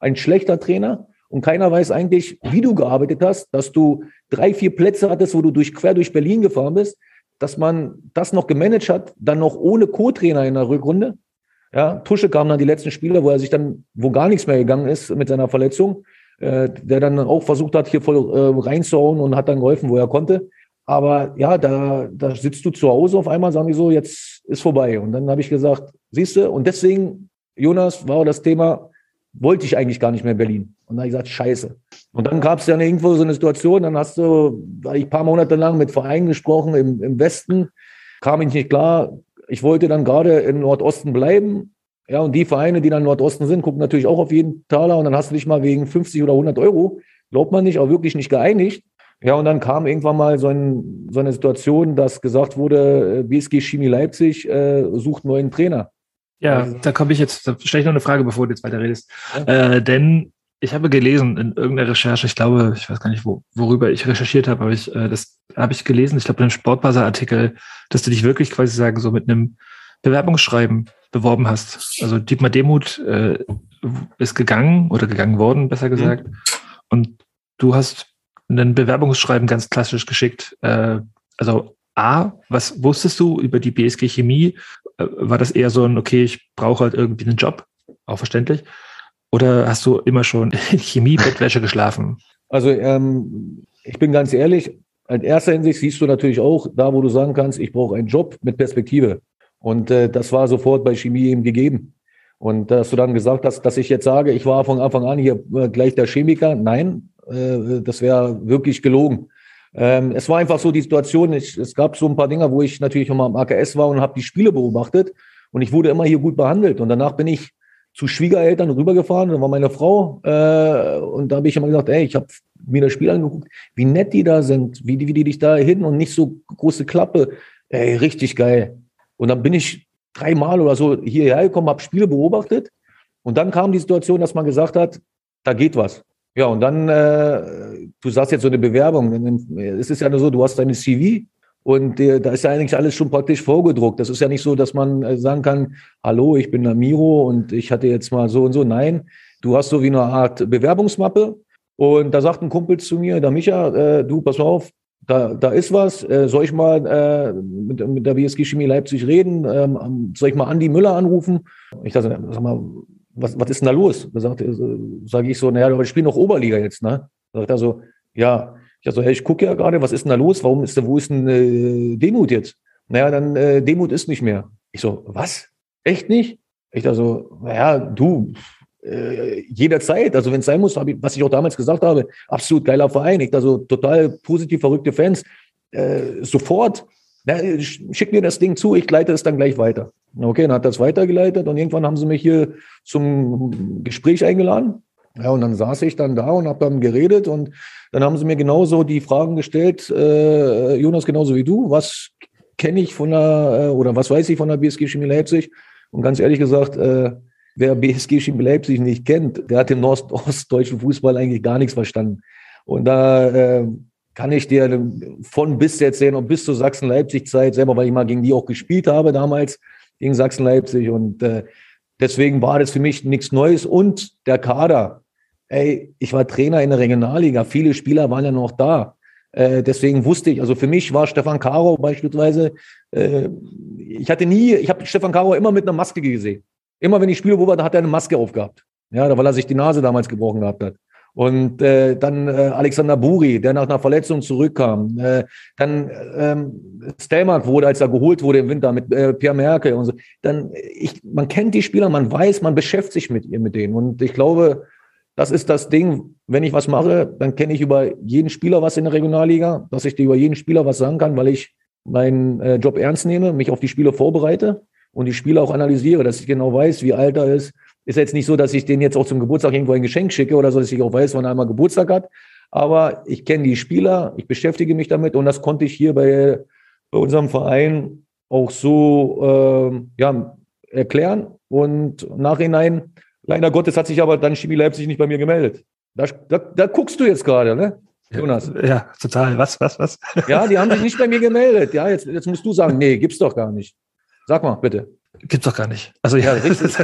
ein schlechter Trainer und keiner weiß eigentlich, wie du gearbeitet hast, dass du drei, vier Plätze hattest, wo du durch, quer durch Berlin gefahren bist, dass man das noch gemanagt hat, dann noch ohne Co-Trainer in der Rückrunde. Ja, Tusche kam dann die letzten Spiele, wo er sich dann, wo gar nichts mehr gegangen ist mit seiner Verletzung, äh, der dann auch versucht hat, hier voll äh, reinzuhauen und hat dann geholfen, wo er konnte. Aber ja, da, da sitzt du zu Hause auf einmal, sagen die so, jetzt ist vorbei. Und dann habe ich gesagt, siehst du, und deswegen, Jonas, war das Thema, wollte ich eigentlich gar nicht mehr in Berlin. Und dann habe ich gesagt, scheiße. Und dann gab es dann irgendwo so eine Situation, dann hast du, da ich ein paar Monate lang mit Vereinen gesprochen im, im Westen, kam ich nicht klar. Ich wollte dann gerade im Nordosten bleiben. Ja, und die Vereine, die dann im Nordosten sind, gucken natürlich auch auf jeden Taler. Und dann hast du dich mal wegen fünfzig oder hundert Euro, glaubt man nicht, auch wirklich nicht geeinigt. Ja, und dann kam irgendwann mal so, ein, so eine Situation, dass gesagt wurde, B S G Chemie Leipzig äh, sucht einen neuen Trainer. Ja, also, da komme ich jetzt, da stelle ich noch eine Frage, bevor du jetzt weiter redest. Ja. Äh, denn ich habe gelesen in irgendeiner Recherche, ich glaube, ich weiß gar nicht, wo, worüber ich recherchiert habe, aber ich, äh, das habe ich gelesen, ich glaube in einem Sportbuzzer-Artikel, dass du dich wirklich quasi sagen, so mit einem Bewerbungsschreiben beworben hast. Also Dietmar Demuth äh, ist gegangen oder gegangen worden, besser gesagt. Mhm. Und du hast ein Bewerbungsschreiben ganz klassisch geschickt. Äh, also A, was wusstest du über die B S G Chemie? Äh, war das eher so ein, okay, ich brauche halt irgendwie einen Job? Auch verständlich. Oder hast du immer schon in Chemie-Bettwäsche geschlafen? Also ähm, ich bin ganz ehrlich, in erster Hinsicht siehst du natürlich auch da, wo du sagen kannst, ich brauche einen Job mit Perspektive. Und äh, das war sofort bei Chemie eben gegeben. Und dass du dann gesagt hast, dass ich jetzt sage, ich war von Anfang an hier äh, gleich der Chemiker. Nein, äh, das wäre wirklich gelogen. Ähm, es war einfach so die Situation, ich, es gab so ein paar Dinge, wo ich natürlich nochmal am A K S war und habe die Spiele beobachtet. Und ich wurde immer hier gut behandelt. Und danach bin ich zu Schwiegereltern rübergefahren, da war meine Frau äh, und da habe ich immer gesagt, ey, ich habe mir das Spiel angeguckt, wie nett die da sind, wie die, wie die dich da hin und nicht so große Klappe, ey, richtig geil. Und dann bin ich dreimal oder so hierher gekommen, habe Spiele beobachtet und dann kam die Situation, dass man gesagt hat, da geht was. Ja, und dann, äh, du sagst jetzt so eine Bewerbung, es ist ja nur so, du hast deine C V, und äh, da ist ja eigentlich alles schon praktisch vorgedruckt. Das ist ja nicht so, dass man äh, sagen kann, hallo, ich bin der Miro und ich hatte jetzt mal so und so. Nein, du hast so wie eine Art Bewerbungsmappe. Und da sagt ein Kumpel zu mir, der Micha, äh, du, pass mal auf, da, da ist was. Äh, soll ich mal äh, mit, mit der B S G Chemie Leipzig reden? Ähm, soll ich mal Andi Müller anrufen? Ich dachte, sag mal, was, was ist denn da los? Da sage sag ich so, naja, aber ich spiele noch Oberliga jetzt, ne? Da sagt er so, ja. Ich dachte so, hey, ich gucke ja gerade, was ist denn da los? Warum ist da, wo ist denn äh, Demuth jetzt? Naja, dann äh, Demuth ist nicht mehr. Ich so, was? Echt nicht? Ich dachte so, naja, du, äh, jederzeit, also wenn es sein muss, hab ich, was ich auch damals gesagt habe, absolut geiler Verein. Ich dachte so, total positiv verrückte Fans, äh, sofort, na, schick mir das Ding zu, ich leite es dann gleich weiter. Okay, dann hat das weitergeleitet und irgendwann haben sie mich hier zum Gespräch eingeladen. Ja, und dann saß ich dann da und habe dann geredet und dann haben sie mir genauso die Fragen gestellt, äh, Jonas, genauso wie du, was kenne ich von der, äh, oder was weiß ich von der B S G Chemie Leipzig? Und ganz ehrlich gesagt, äh, wer B S G Chemie Leipzig nicht kennt, der hat im ostdeutschen Fußball eigentlich gar nichts verstanden. Und da äh, kann ich dir von bis erzählen und bis zur Sachsen-Leipzig-Zeit selber, weil ich mal gegen die auch gespielt habe damals, gegen Sachsen-Leipzig und äh, deswegen war das für mich nichts Neues und der Kader. Ey, ich war Trainer in der Regionalliga, viele Spieler waren ja noch da. Äh, deswegen wusste ich, also für mich war Stefan Karau beispielsweise, äh, ich hatte nie, ich habe Stefan Karau immer mit einer Maske gesehen. Immer wenn ich Spiele wo war, da hat er eine Maske aufgehabt. Ja, weil er sich die Nase damals gebrochen gehabt hat. Und äh, dann äh, Alexander Buri, der nach einer Verletzung zurückkam. Äh, dann ähm, Stelmark wurde, als er geholt wurde im Winter mit äh, Pierre Merkel und so. Dann, ich, man kennt die Spieler, man weiß, man beschäftigt sich mit, mit denen. Und ich glaube, das ist das Ding, wenn ich was mache, dann kenne ich über jeden Spieler was in der Regionalliga, dass ich dir über jeden Spieler was sagen kann, weil ich meinen äh, Job ernst nehme, mich auf die Spieler vorbereite und die Spieler auch analysiere, dass ich genau weiß, wie alt er ist. Ist jetzt nicht so, dass ich den jetzt auch zum Geburtstag irgendwo ein Geschenk schicke oder so, dass ich auch weiß, wann er einmal Geburtstag hat. Aber ich kenne die Spieler, ich beschäftige mich damit und das konnte ich hier bei, bei unserem Verein auch so äh, ja, erklären. Und im Nachhinein, leider Gottes, hat sich aber dann Chemie Leipzig nicht bei mir gemeldet. Da, da, da guckst du jetzt gerade, ne, Jonas? Ja, ja, total. Was, was, was? Ja, die haben sich nicht bei mir gemeldet. Ja, jetzt, jetzt musst du sagen, nee, gibt's doch gar nicht. Sag mal, bitte. Gibt's doch gar nicht. Also ja, richtig.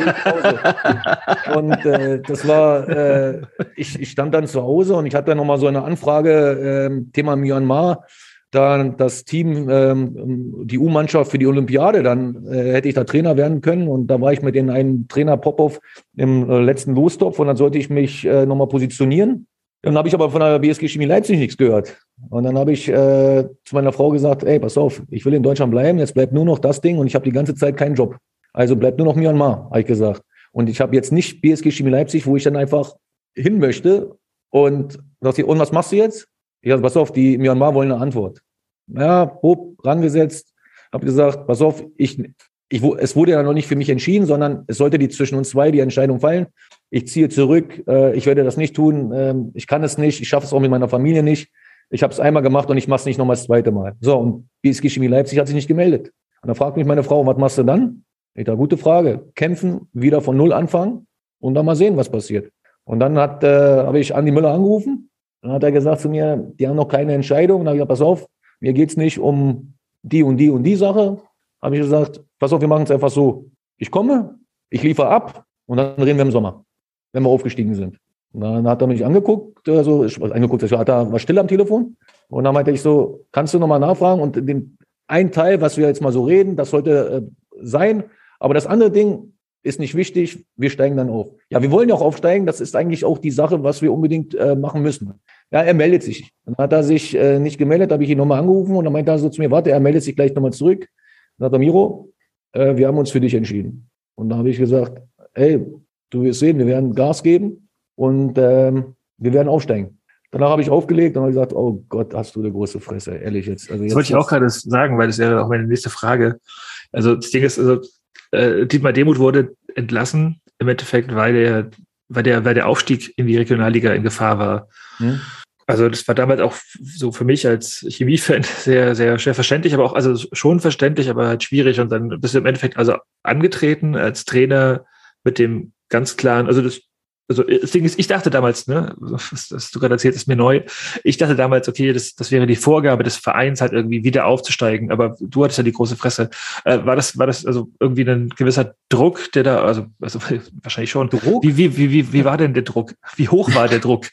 Und äh, das war, äh, ich, ich stand dann zu Hause und ich hatte dann nochmal so eine Anfrage, äh, Thema Myanmar, da das Team, ähm, die U-Mannschaft für die Olympiade, dann äh, hätte ich da Trainer werden können und da war ich mit den einen Trainer Popov im äh, letzten Lostopf und dann sollte ich mich äh, nochmal positionieren. Dann habe ich aber von der B S G Chemie Leipzig nichts gehört. Und dann habe ich äh, zu meiner Frau gesagt, ey, pass auf, ich will in Deutschland bleiben, jetzt bleibt nur noch das Ding und ich habe die ganze Zeit keinen Job. Also bleibt nur noch Myanmar, habe ich gesagt. Und ich habe jetzt nicht B S G Chemie Leipzig, wo ich dann einfach hin möchte und sagt sie, und was machst du jetzt? Ich sage, pass auf, die Myanmar wollen eine Antwort. Ja, hopp, rangesetzt, habe gesagt, pass auf, ich, ich, es wurde ja noch nicht für mich entschieden, sondern es sollte die zwischen uns zwei die Entscheidung fallen. Ich ziehe zurück, äh, ich werde das nicht tun, äh, ich kann es nicht, ich schaffe es auch mit meiner Familie nicht. Ich habe es einmal gemacht und ich mache es nicht nochmal das zweite Mal. So, und B S G Chemie Leipzig hat sich nicht gemeldet. Und dann fragt mich meine Frau, was machst du dann? Ich dachte, gute Frage. Kämpfen, wieder von Null anfangen und dann mal sehen, was passiert. Und dann hat, äh, habe ich Andi Müller angerufen. Dann hat er gesagt zu mir, die haben noch keine Entscheidung. Und dann habe ich gesagt, pass auf, mir geht's nicht um die und die und die Sache. Habe ich gesagt, pass auf, wir machen es einfach so. Ich komme, ich liefere ab und dann reden wir im Sommer, wenn wir aufgestiegen sind. Und dann hat er mich angeguckt, also angeguckt, ich war still am Telefon. Und dann meinte ich so, kannst du nochmal nachfragen? Und den ein Teil, was wir jetzt mal so reden, das sollte äh, sein. Aber das andere Ding ist nicht wichtig, wir steigen dann auf. Ja, wir wollen ja auch aufsteigen, das ist eigentlich auch die Sache, was wir unbedingt äh, machen müssen. Ja, er meldet sich. Dann hat er sich äh, nicht gemeldet, habe ich ihn nochmal angerufen und dann meinte er so zu mir, warte, er meldet sich gleich nochmal zurück. Dann sagt er, Miro, äh, wir haben uns für dich entschieden. Und da habe ich gesagt, ey, du wirst sehen, wir werden Gas geben und ähm, wir werden aufsteigen. Danach habe ich aufgelegt und habe gesagt, oh Gott, hast du eine große Fresse, ehrlich jetzt. Also jetzt das wollte ich auch gerade sagen, weil das wäre auch meine nächste Frage. Also das Ding ist, also äh, Dietmar Demuth wurde entlassen, im Endeffekt, weil der, weil der, weil der Aufstieg in die Regionalliga in Gefahr war. Hm. Also das war damals auch so für mich als Chemie-Fan sehr, sehr schwer verständlich, aber auch, also schon verständlich, aber halt schwierig. Und dann bist du im Endeffekt also angetreten als Trainer mit dem ganz klaren, also das Also das Ding ist, ich dachte damals, ne, was, was du gerade erzählt, ist mir neu. Ich dachte damals, okay, das, das wäre die Vorgabe des Vereins, halt irgendwie wieder aufzusteigen. Aber du hattest ja die große Fresse. Äh, war das, war das also irgendwie ein gewisser Druck, der da, also, also wahrscheinlich schon. Druck? Wie, wie, wie, wie, wie war denn der Druck? Wie hoch war der Druck,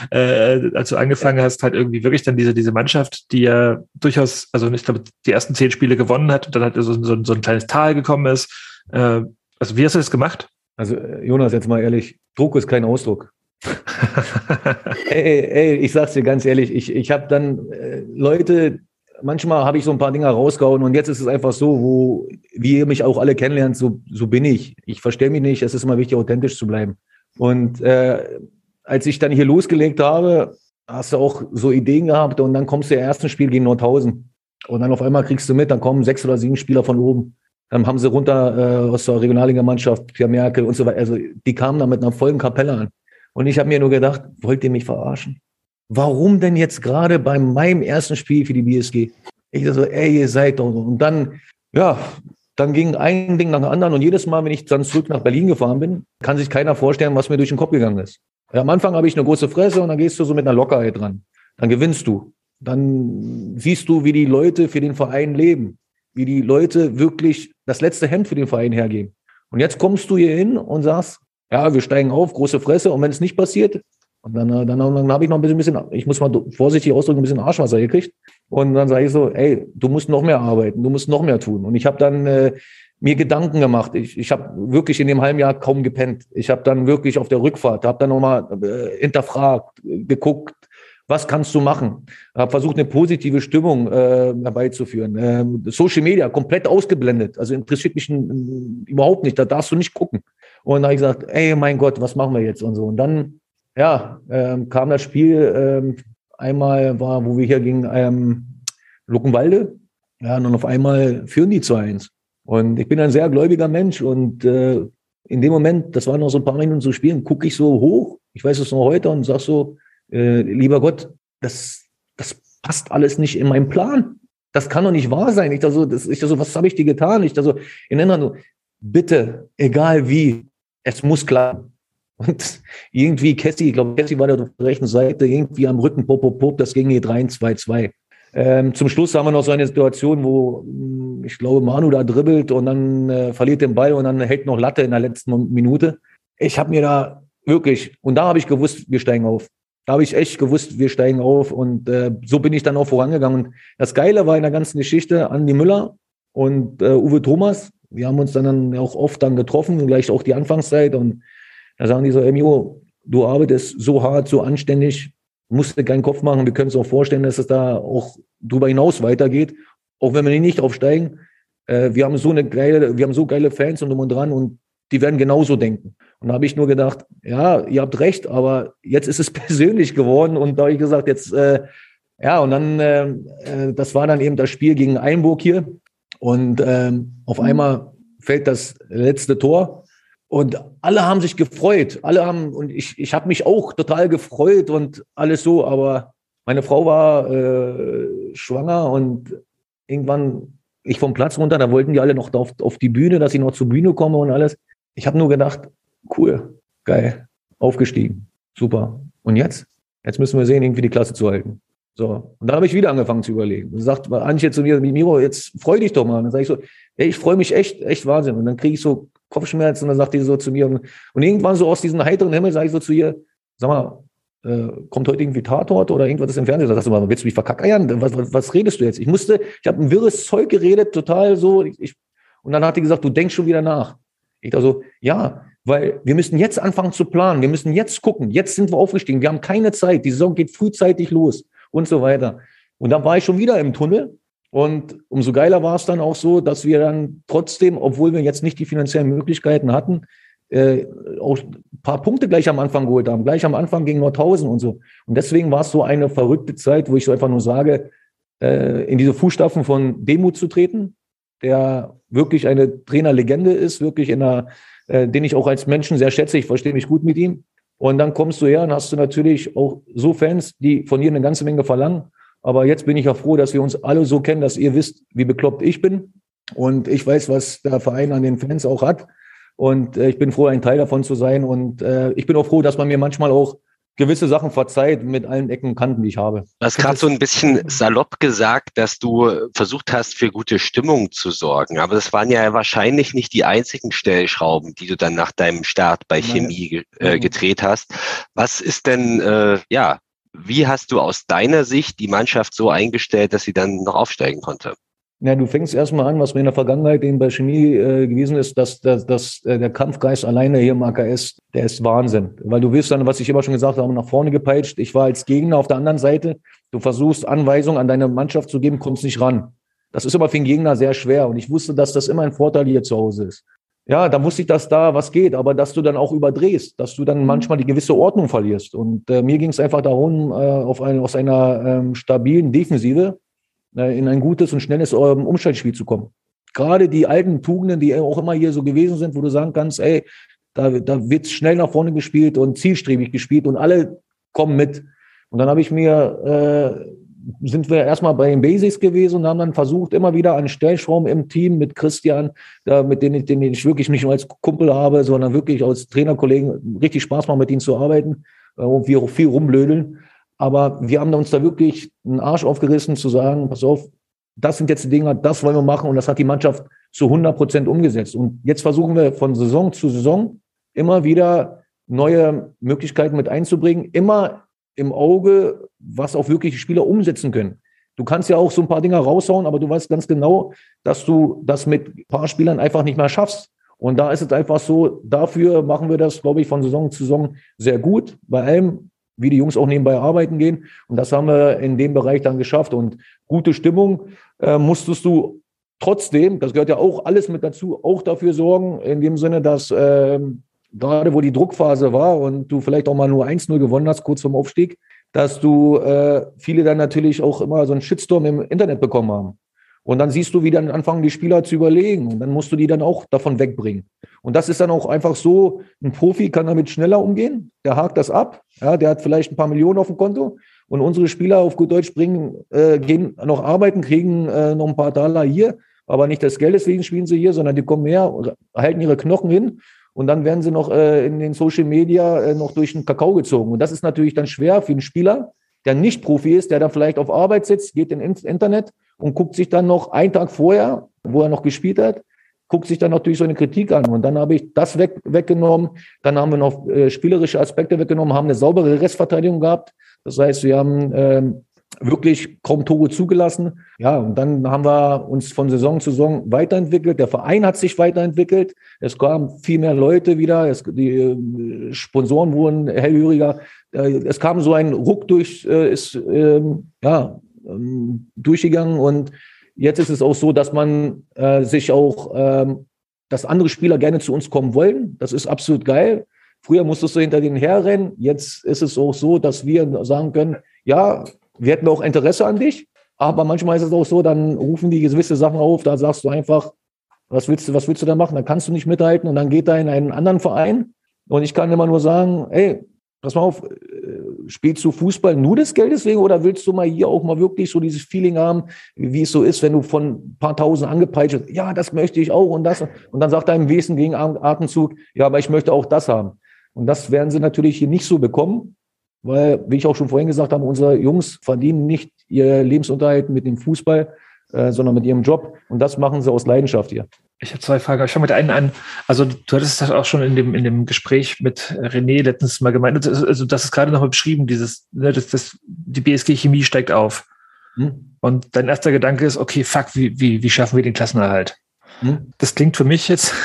äh, als du angefangen hast, halt irgendwie wirklich dann diese, diese Mannschaft, die ja durchaus, also ich glaube, die ersten zehn Spiele gewonnen hat und dann halt so, so, so ein kleines Tal gekommen ist. Äh, also wie hast du das gemacht? Also Jonas, jetzt mal ehrlich, Druck ist kein Ausdruck. ey, ey, ich sag's dir ganz ehrlich, ich, ich habe dann äh, Leute, manchmal habe ich so ein paar Dinge rausgehauen und jetzt ist es einfach so, wo, wie ihr mich auch alle kennenlernt, so, so bin ich. Ich verstehe mich nicht, es ist immer wichtig, authentisch zu bleiben. Und äh, als ich dann hier losgelegt habe, hast du auch so Ideen gehabt und dann kommst du im ersten Spiel gegen Nordhausen und dann auf einmal kriegst du mit, dann kommen sechs oder sieben Spieler von oben. Dann haben sie runter äh, aus der Regionalliga-Mannschaft, Pierre Merkel und so weiter. Also die kamen da mit einer vollen Kapelle an. Und ich habe mir nur gedacht, wollt ihr mich verarschen? Warum denn jetzt gerade bei meinem ersten Spiel für die B S G? Ich dachte so, ey, ihr seid doch so. Und dann, ja, dann ging ein Ding nach dem anderen. Und jedes Mal, wenn ich dann zurück nach Berlin gefahren bin, kann sich keiner vorstellen, was mir durch den Kopf gegangen ist. Ja, am Anfang habe ich eine große Fresse und dann gehst du so mit einer Lockerheit dran. Dann gewinnst du. Dann siehst du, wie die Leute für den Verein leben. Wie die Leute wirklich das letzte Hemd für den Verein hergeben. Und jetzt kommst du hier hin und sagst, ja, wir steigen auf, große Fresse. Und wenn es nicht passiert, und dann, dann, dann habe ich noch ein bisschen, bisschen, ich muss mal vorsichtig ausdrücken, ein bisschen Arschwasser gekriegt. Und dann sage ich so, ey, du musst noch mehr arbeiten, du musst noch mehr tun. Und ich habe dann äh, mir Gedanken gemacht. Ich, ich habe wirklich in dem halben Jahr kaum gepennt. Ich habe dann wirklich auf der Rückfahrt, habe dann nochmal äh, hinterfragt, geguckt, was kannst du machen? Habe versucht, eine positive Stimmung äh, herbeizuführen. Ähm, Social Media komplett ausgeblendet. Also interessiert mich n, überhaupt nicht. Da darfst du nicht gucken. Und dann habe ich gesagt, ey, mein Gott, was machen wir jetzt? Und so. Und dann, ja, ähm, kam das Spiel. Ähm, einmal war, wo wir hier gegen ähm, Luckenwalde. Ja, und dann auf einmal führen die zu eins. Und ich bin ein sehr gläubiger Mensch. Und äh, in dem Moment, das waren noch so ein paar Minuten zu spielen, gucke ich so hoch. Ich weiß es noch heute und sag so, Äh, lieber Gott, das, das passt alles nicht in meinen Plan. Das kann doch nicht wahr sein. Ich dachte so, das, ich dachte so, was habe ich dir getan? Ich dachte so, in Ländern so, bitte, egal wie, es muss klappen. Und irgendwie, Cassie, ich glaube, Cassie war da auf der rechten Seite, irgendwie am Rücken, pop, pop, pop, das ging hier drei zwei zwei. Ähm, zum Schluss haben wir noch so eine Situation, wo ich glaube, Manu da dribbelt und dann äh, verliert den Ball und dann hält noch Latte in der letzten Minute. Ich habe mir da wirklich, und da habe ich gewusst, wir steigen auf. Da habe ich echt gewusst, wir steigen auf und äh, so bin ich dann auch vorangegangen. Und das Geile war in der ganzen Geschichte, Andi Müller und äh, Uwe Thomas, wir haben uns dann auch oft dann getroffen, gleich auch die Anfangszeit und da sagen die so, Emio, du arbeitest so hart, so anständig, musst dir keinen Kopf machen, wir können uns auch vorstellen, dass es da auch drüber hinaus weitergeht, auch wenn wir nicht aufsteigen. Äh, wir haben so eine geile, wir haben so geile Fans und drum und dran und die werden genauso denken. Und da habe ich nur gedacht, ja, ihr habt recht, aber jetzt ist es persönlich geworden und da habe ich gesagt, jetzt, äh, ja, und dann, äh, das war dann eben das Spiel gegen Einburg hier und ähm, auf einmal fällt das letzte Tor. Und alle haben sich gefreut, alle haben, und ich, ich habe mich auch total gefreut und alles so, aber meine Frau war äh, schwanger und irgendwann, ich vom Platz runter, da wollten die alle noch auf, auf die Bühne, dass ich noch zur Bühne komme und alles. Ich habe nur gedacht, cool, geil, aufgestiegen, super. Und jetzt? Jetzt müssen wir sehen, irgendwie die Klasse zu halten. So, und dann habe ich wieder angefangen zu überlegen. Und sagt Antje zu mir, Miro, jetzt freu dich doch mal. Und dann sage ich so, ey, ich freue mich echt, echt Wahnsinn. Und dann kriege ich so Kopfschmerzen und dann sagt die so zu mir. Und, und irgendwann so aus diesem heiteren Himmel sage ich so zu ihr, sag mal, äh, kommt heute irgendwie Tatort oder irgendwas ist im Fernsehen? Da sagst du mal, willst du mich verkackeiern? Was, was, was redest du jetzt? Ich musste, ich habe ein wirres Zeug geredet, total so. Ich, und dann hat die gesagt, du denkst schon wieder nach. Ich dachte so, ja, weil wir müssen jetzt anfangen zu planen. Wir müssen jetzt gucken. Jetzt sind wir aufgestiegen. Wir haben keine Zeit. Die Saison geht frühzeitig los. Und so weiter. Und dann war ich schon wieder im Tunnel und umso geiler war es dann auch so, dass wir dann trotzdem, obwohl wir jetzt nicht die finanziellen Möglichkeiten hatten, äh, auch ein paar Punkte gleich am Anfang geholt haben, gleich am Anfang gegen Nordhausen und so. Und deswegen war es so eine verrückte Zeit, wo ich so einfach nur sage, äh, in diese Fußstapfen von Demuth zu treten, der wirklich eine Trainerlegende ist, wirklich in einer, äh, den ich auch als Menschen sehr schätze, ich verstehe mich gut mit ihm. Und dann kommst du her und hast du natürlich auch so Fans, die von dir eine ganze Menge verlangen. Aber jetzt bin ich ja froh, dass wir uns alle so kennen, dass ihr wisst, wie bekloppt ich bin. Und ich weiß, was der Verein an den Fans auch hat. Und äh, ich bin froh, ein Teil davon zu sein. Und äh, ich bin auch froh, dass man mir manchmal auch gewisse Sachen verzeiht mit allen Ecken und Kanten, die ich habe. Du hast gerade so ein bisschen salopp gesagt, dass du versucht hast, für gute Stimmung zu sorgen. Aber das waren ja wahrscheinlich nicht die einzigen Stellschrauben, die du dann nach deinem Start bei Chemie äh, gedreht hast. Was ist denn, äh, ja, wie hast du aus deiner Sicht die Mannschaft so eingestellt, dass sie dann noch aufsteigen konnte? Ja, du fängst erstmal an, was mir in der Vergangenheit eben bei Chemie äh, gewesen ist, dass, dass, dass äh, der Kampfgeist alleine hier im A K S, der ist Wahnsinn. Weil du wirst dann, was ich immer schon gesagt habe, nach vorne gepeitscht. Ich war als Gegner auf der anderen Seite. Du versuchst Anweisungen an deine Mannschaft zu geben, kommst nicht ran. Das ist immer für den Gegner sehr schwer. Und ich wusste, dass das immer ein Vorteil hier zu Hause ist. Ja, da wusste ich, dass da was geht, aber dass du dann auch überdrehst, dass du dann manchmal die gewisse Ordnung verlierst. Und äh, mir ging es einfach darum, äh, auf ein, aus einer ähm, stabilen Defensive in ein gutes und schnelles Umschaltspiel zu kommen. Gerade die alten Tugenden, die auch immer hier so gewesen sind, wo du sagen kannst, ey, da, da wird schnell nach vorne gespielt und zielstrebig gespielt und alle kommen mit. Und dann habe ich mir, äh, sind wir erstmal bei den Basics gewesen und haben dann versucht, immer wieder an Stellschrauben im Team mit Christian, da, mit denen ich, den ich wirklich nicht nur als Kumpel habe, sondern wirklich als Trainerkollegen richtig Spaß macht, mit ihnen zu arbeiten äh, und wir auch viel rumblödeln. Aber wir haben uns da wirklich einen Arsch aufgerissen, zu sagen, pass auf, das sind jetzt die Dinger, das wollen wir machen. Und das hat die Mannschaft zu hundert Prozent umgesetzt. Und jetzt versuchen wir von Saison zu Saison immer wieder neue Möglichkeiten mit einzubringen. Immer im Auge, was auch wirklich die Spieler umsetzen können. Du kannst ja auch so ein paar Dinger raushauen, aber du weißt ganz genau, dass du das mit ein paar Spielern einfach nicht mehr schaffst. Und da ist es einfach so, dafür machen wir das, glaube ich, von Saison zu Saison sehr gut. Bei allem, wie die Jungs auch nebenbei arbeiten gehen. Und das haben wir in dem Bereich dann geschafft. Und gute Stimmung äh, musstest du trotzdem, das gehört ja auch alles mit dazu, auch dafür sorgen, in dem Sinne, dass äh, gerade wo die Druckphase war und du vielleicht auch mal nur eins null gewonnen hast, kurz vorm Aufstieg, dass du äh, viele dann natürlich auch immer so einen Shitstorm im Internet bekommen haben. Und dann siehst du, wie dann anfangen die Spieler zu überlegen. Und dann musst du die dann auch davon wegbringen. Und das ist dann auch einfach so, ein Profi kann damit schneller umgehen. Der hakt das ab. Ja, der hat vielleicht ein paar Millionen auf dem Konto. Und unsere Spieler auf gut Deutsch bringen, äh, gehen noch arbeiten, kriegen äh, noch ein paar Dollar hier. Aber nicht das Geld, deswegen spielen sie hier, sondern die kommen her, halten ihre Knochen hin. Und dann werden sie noch äh, in den Social Media äh, noch durch den Kakao gezogen. Und das ist natürlich dann schwer für den Spieler, der nicht Profi ist, der dann vielleicht auf Arbeit sitzt, geht ins Internet und guckt sich dann noch einen Tag vorher, wo er noch gespielt hat, guckt sich dann natürlich so eine Kritik an. Und dann habe ich das weg, weggenommen. Dann haben wir noch äh, spielerische Aspekte weggenommen, haben eine saubere Restverteidigung gehabt. Das heißt, wir haben ähm, wirklich kaum Tore zugelassen. Ja, und dann haben wir uns von Saison zu Saison weiterentwickelt. Der Verein hat sich weiterentwickelt. Es kamen viel mehr Leute wieder. Es, die äh, Sponsoren wurden hellhöriger. Äh, es kam so ein Ruck durch, äh, ist äh, ja, äh, durchgegangen. Und jetzt ist es auch so, dass man äh, sich auch, ähm, dass andere Spieler gerne zu uns kommen wollen. Das ist absolut geil. Früher musstest du hinter denen herrennen. Jetzt ist es auch so, dass wir sagen können, ja, wir hätten auch Interesse an dich, aber manchmal ist es auch so, dann rufen die gewisse Sachen auf, da sagst du einfach, was willst du, was willst du da machen? Dann kannst du nicht mithalten und dann geht er in einen anderen Verein. Und ich kann immer nur sagen, ey, pass mal auf, spielst du Fußball nur des Geldes wegen oder willst du mal hier auch mal wirklich so dieses Feeling haben, wie es so ist, wenn du von ein paar Tausend angepeitscht wirst, ja, das möchte ich auch und das. Und dann sagt er im Wesen gegen Atemzug, ja, aber ich möchte auch das haben. Und das werden sie natürlich hier nicht so bekommen. Weil, wie ich auch schon vorhin gesagt habe, unsere Jungs verdienen nicht ihr Lebensunterhalt mit dem Fußball, äh, sondern mit ihrem Job. Und das machen sie aus Leidenschaft hier. Ich habe zwei Fragen. Ich fange mit einer an. Also du hattest das auch schon in dem, in dem Gespräch mit René letztens mal gemeint. Also das ist gerade nochmal beschrieben, dieses, ne, das, das, die B S G-Chemie steigt auf. Hm. Und dein erster Gedanke ist, okay, fuck, wie, wie, wie schaffen wir den Klassenerhalt? Hm. Das klingt für mich jetzt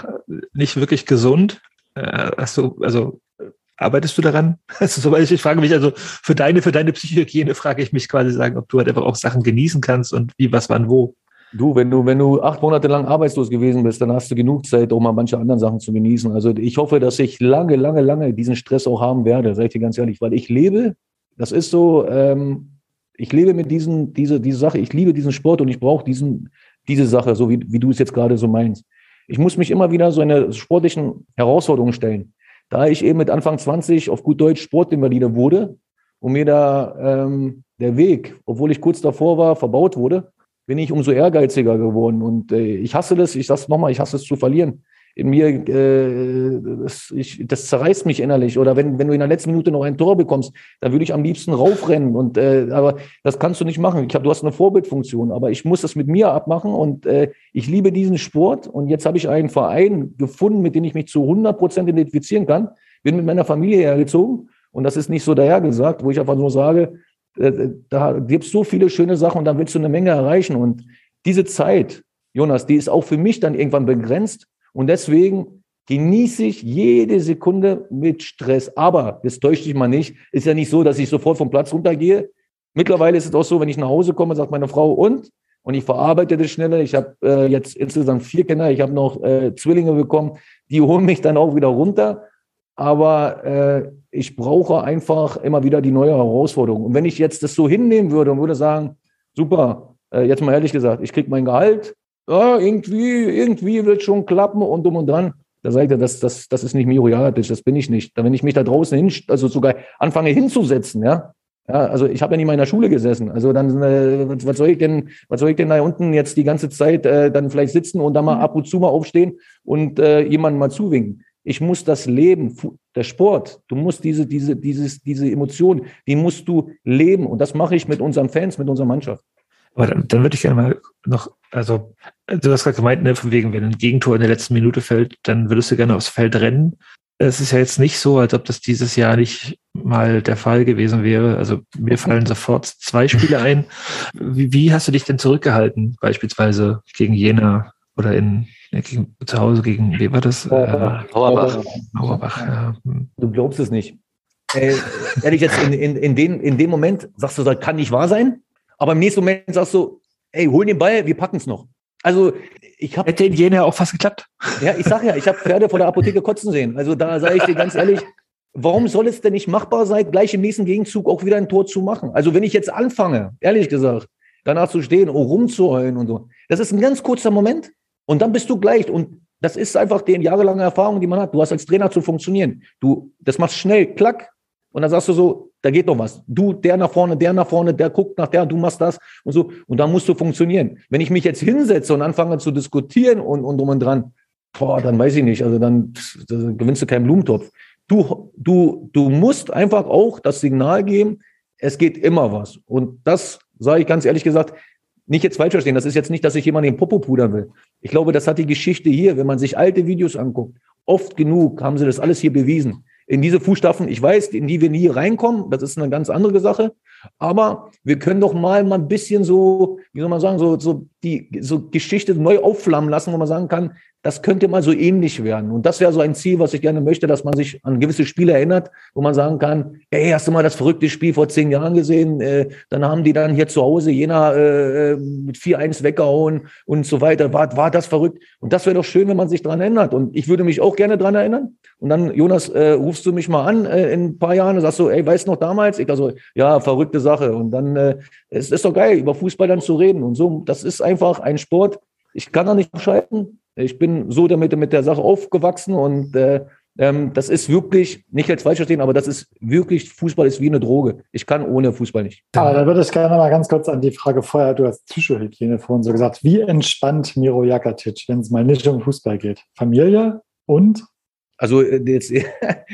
nicht wirklich gesund. Äh, hast du, also arbeitest du daran? Also, sobald ich, ich frage mich, also für deine, für deine Psychohygiene frage ich mich quasi sagen, ob du halt einfach auch Sachen genießen kannst und wie, was, wann, wo. Du, wenn du, wenn du acht Monate lang arbeitslos gewesen bist, dann hast du genug Zeit, um mal manche anderen Sachen zu genießen. Also ich hoffe, dass ich lange, lange, lange diesen Stress auch haben werde, sage ich dir ganz ehrlich, weil ich lebe, das ist so, ähm, ich lebe mit diesen, diese, diese Sache, ich liebe diesen Sport und ich brauche diesen, diese Sache, so wie, wie du es jetzt gerade so meinst. Ich muss mich immer wieder so eine sportlichen Herausforderungen stellen. Da ich eben mit Anfang zwanzig auf gut Deutsch Sportinvalide wurde und mir da ähm, der Weg, obwohl ich kurz davor war, verbaut wurde, bin ich umso ehrgeiziger geworden. Und äh, ich hasse das, ich sag's nochmal, ich hasse es zu verlieren. In mir, äh, das, ich, das zerreißt mich innerlich. Oder wenn, wenn du in der letzten Minute noch ein Tor bekommst, dann würde ich am liebsten raufrennen. Und, äh, aber das kannst du nicht machen. Ich hab, du hast eine Vorbildfunktion, aber ich muss das mit mir abmachen. Und äh, ich liebe diesen Sport. Und jetzt habe ich einen Verein gefunden, mit dem ich mich zu hundert Prozent identifizieren kann. Bin mit meiner Familie hergezogen. Und das ist nicht so dahergesagt, wo ich einfach nur sage, äh, da gibt es so viele schöne Sachen und dann willst du eine Menge erreichen. Und diese Zeit, Jonas, die ist auch für mich dann irgendwann begrenzt. Und deswegen genieße ich jede Sekunde mit Stress. Aber, das täuscht dich mal nicht, ist ja nicht so, dass ich sofort vom Platz runtergehe. Mittlerweile ist es auch so, wenn ich nach Hause komme, sagt meine Frau, und? Und ich verarbeite das schneller. Ich habe äh, jetzt insgesamt vier Kinder. Ich habe noch äh, Zwillinge bekommen. Die holen mich dann auch wieder runter. Aber äh, ich brauche einfach immer wieder die neue Herausforderung. Und wenn ich jetzt das so hinnehmen würde und würde sagen, super, äh, jetzt mal ehrlich gesagt, ich kriege mein Gehalt, ja, irgendwie, irgendwie wird schon klappen und dumm und dran. Da sage ich dir, das, das, das ist nicht miriadisch, das bin ich nicht. Wenn ich mich da draußen hin, also sogar anfange hinzusetzen, ja, ja, also ich habe ja nicht mal in der Schule gesessen. Also dann, äh, was, was soll ich denn, was soll ich denn da unten jetzt die ganze Zeit äh, dann vielleicht sitzen und dann mal ab und zu mal aufstehen und äh, jemanden mal zuwinken? Ich muss das Leben, der Sport, du musst diese, diese, dieses, diese Emotion, die musst du leben. Und das mache ich mit unseren Fans, mit unserer Mannschaft. Aber dann, dann würde ich gerne mal noch, also du hast gerade gemeint, ne, von wegen, wenn ein Gegentor in der letzten Minute fällt, dann würdest du gerne aufs Feld rennen. Es ist ja jetzt nicht so, als ob das dieses Jahr nicht mal der Fall gewesen wäre. Also mir fallen sofort zwei Spiele ein. Wie, wie hast du dich denn zurückgehalten, beispielsweise gegen Jena oder in gegen, zu Hause gegen, wie war das? Auerbach. Äh, Auerbach. Auerbach, ja. Du glaubst es nicht. Äh, ehrlich, jetzt in, in, in, den, in dem Moment sagst du, das kann nicht wahr sein. Aber im nächsten Moment sagst du, ey, hol den Ball, wir packen es noch. Also ich habe... Hätte in Jena auch fast geklappt. Ja, ich sag ja, ich habe Pferde vor der Apotheke kotzen sehen. Also da sage ich dir ganz ehrlich, warum soll es denn nicht machbar sein, gleich im nächsten Gegenzug auch wieder ein Tor zu machen? Also wenn ich jetzt anfange, ehrlich gesagt, danach zu stehen, oh, rumzuheulen und so, das ist ein ganz kurzer Moment und dann bist du gleich. Und das ist einfach die jahrelange Erfahrung, die man hat. Du hast als Trainer zu funktionieren. Du, das machst schnell, klack, und dann sagst du so, da geht noch was. Du, der nach vorne, der nach vorne, der guckt nach der, du machst das und so. Und da musst du funktionieren. Wenn ich mich jetzt hinsetze und anfange zu diskutieren und, und drum und dran, boah, dann weiß ich nicht. Also dann, dann gewinnst du keinen Blumentopf. Du, du, du musst einfach auch das Signal geben, es geht immer was. Und das sage ich ganz ehrlich gesagt, nicht jetzt falsch verstehen, das ist jetzt nicht, dass ich jemanden den Popo pudern will. Ich glaube, das hat die Geschichte hier, wenn man sich alte Videos anguckt, oft genug haben sie das alles hier bewiesen. In diese Fußstapfen, ich weiß, in die wir nie reinkommen, das ist eine ganz andere Sache, aber wir können doch mal, mal ein bisschen so, wie soll man sagen, so, so die so Geschichte neu aufflammen lassen, wo man sagen kann, das könnte mal so ähnlich werden. Und das wäre so ein Ziel, was ich gerne möchte, dass man sich an gewisse Spiele erinnert, wo man sagen kann, ey, hast du mal das verrückte Spiel vor zehn Jahren gesehen? Äh, dann haben die dann hier zu Hause Jena äh, mit vier eins weggehauen und so weiter. War, war das verrückt? Und das wäre doch schön, wenn man sich dran erinnert. Und ich würde mich auch gerne dran erinnern. Und dann, Jonas, äh, rufst du mich mal an äh, in ein paar Jahren und sagst so, ey, weißt du noch damals? Ich also, ja, verrückte Sache. Und dann, äh, es ist doch geil, über Fußball dann zu reden. Und so, das ist einfach ein Sport. Ich kann da nicht abschalten. Ich bin so damit mit der Sache aufgewachsen und äh, ähm, das ist wirklich, nicht jetzt falsch verstehen, aber das ist wirklich, Fußball ist wie eine Droge. Ich kann ohne Fußball nicht. Aber da würde ich gerne mal ganz kurz an die Frage vorher, du hast Psychohygiene vorhin so gesagt, wie entspannt Miro Jakatic, wenn es mal nicht um Fußball geht? Familie und? Also, jetzt, äh,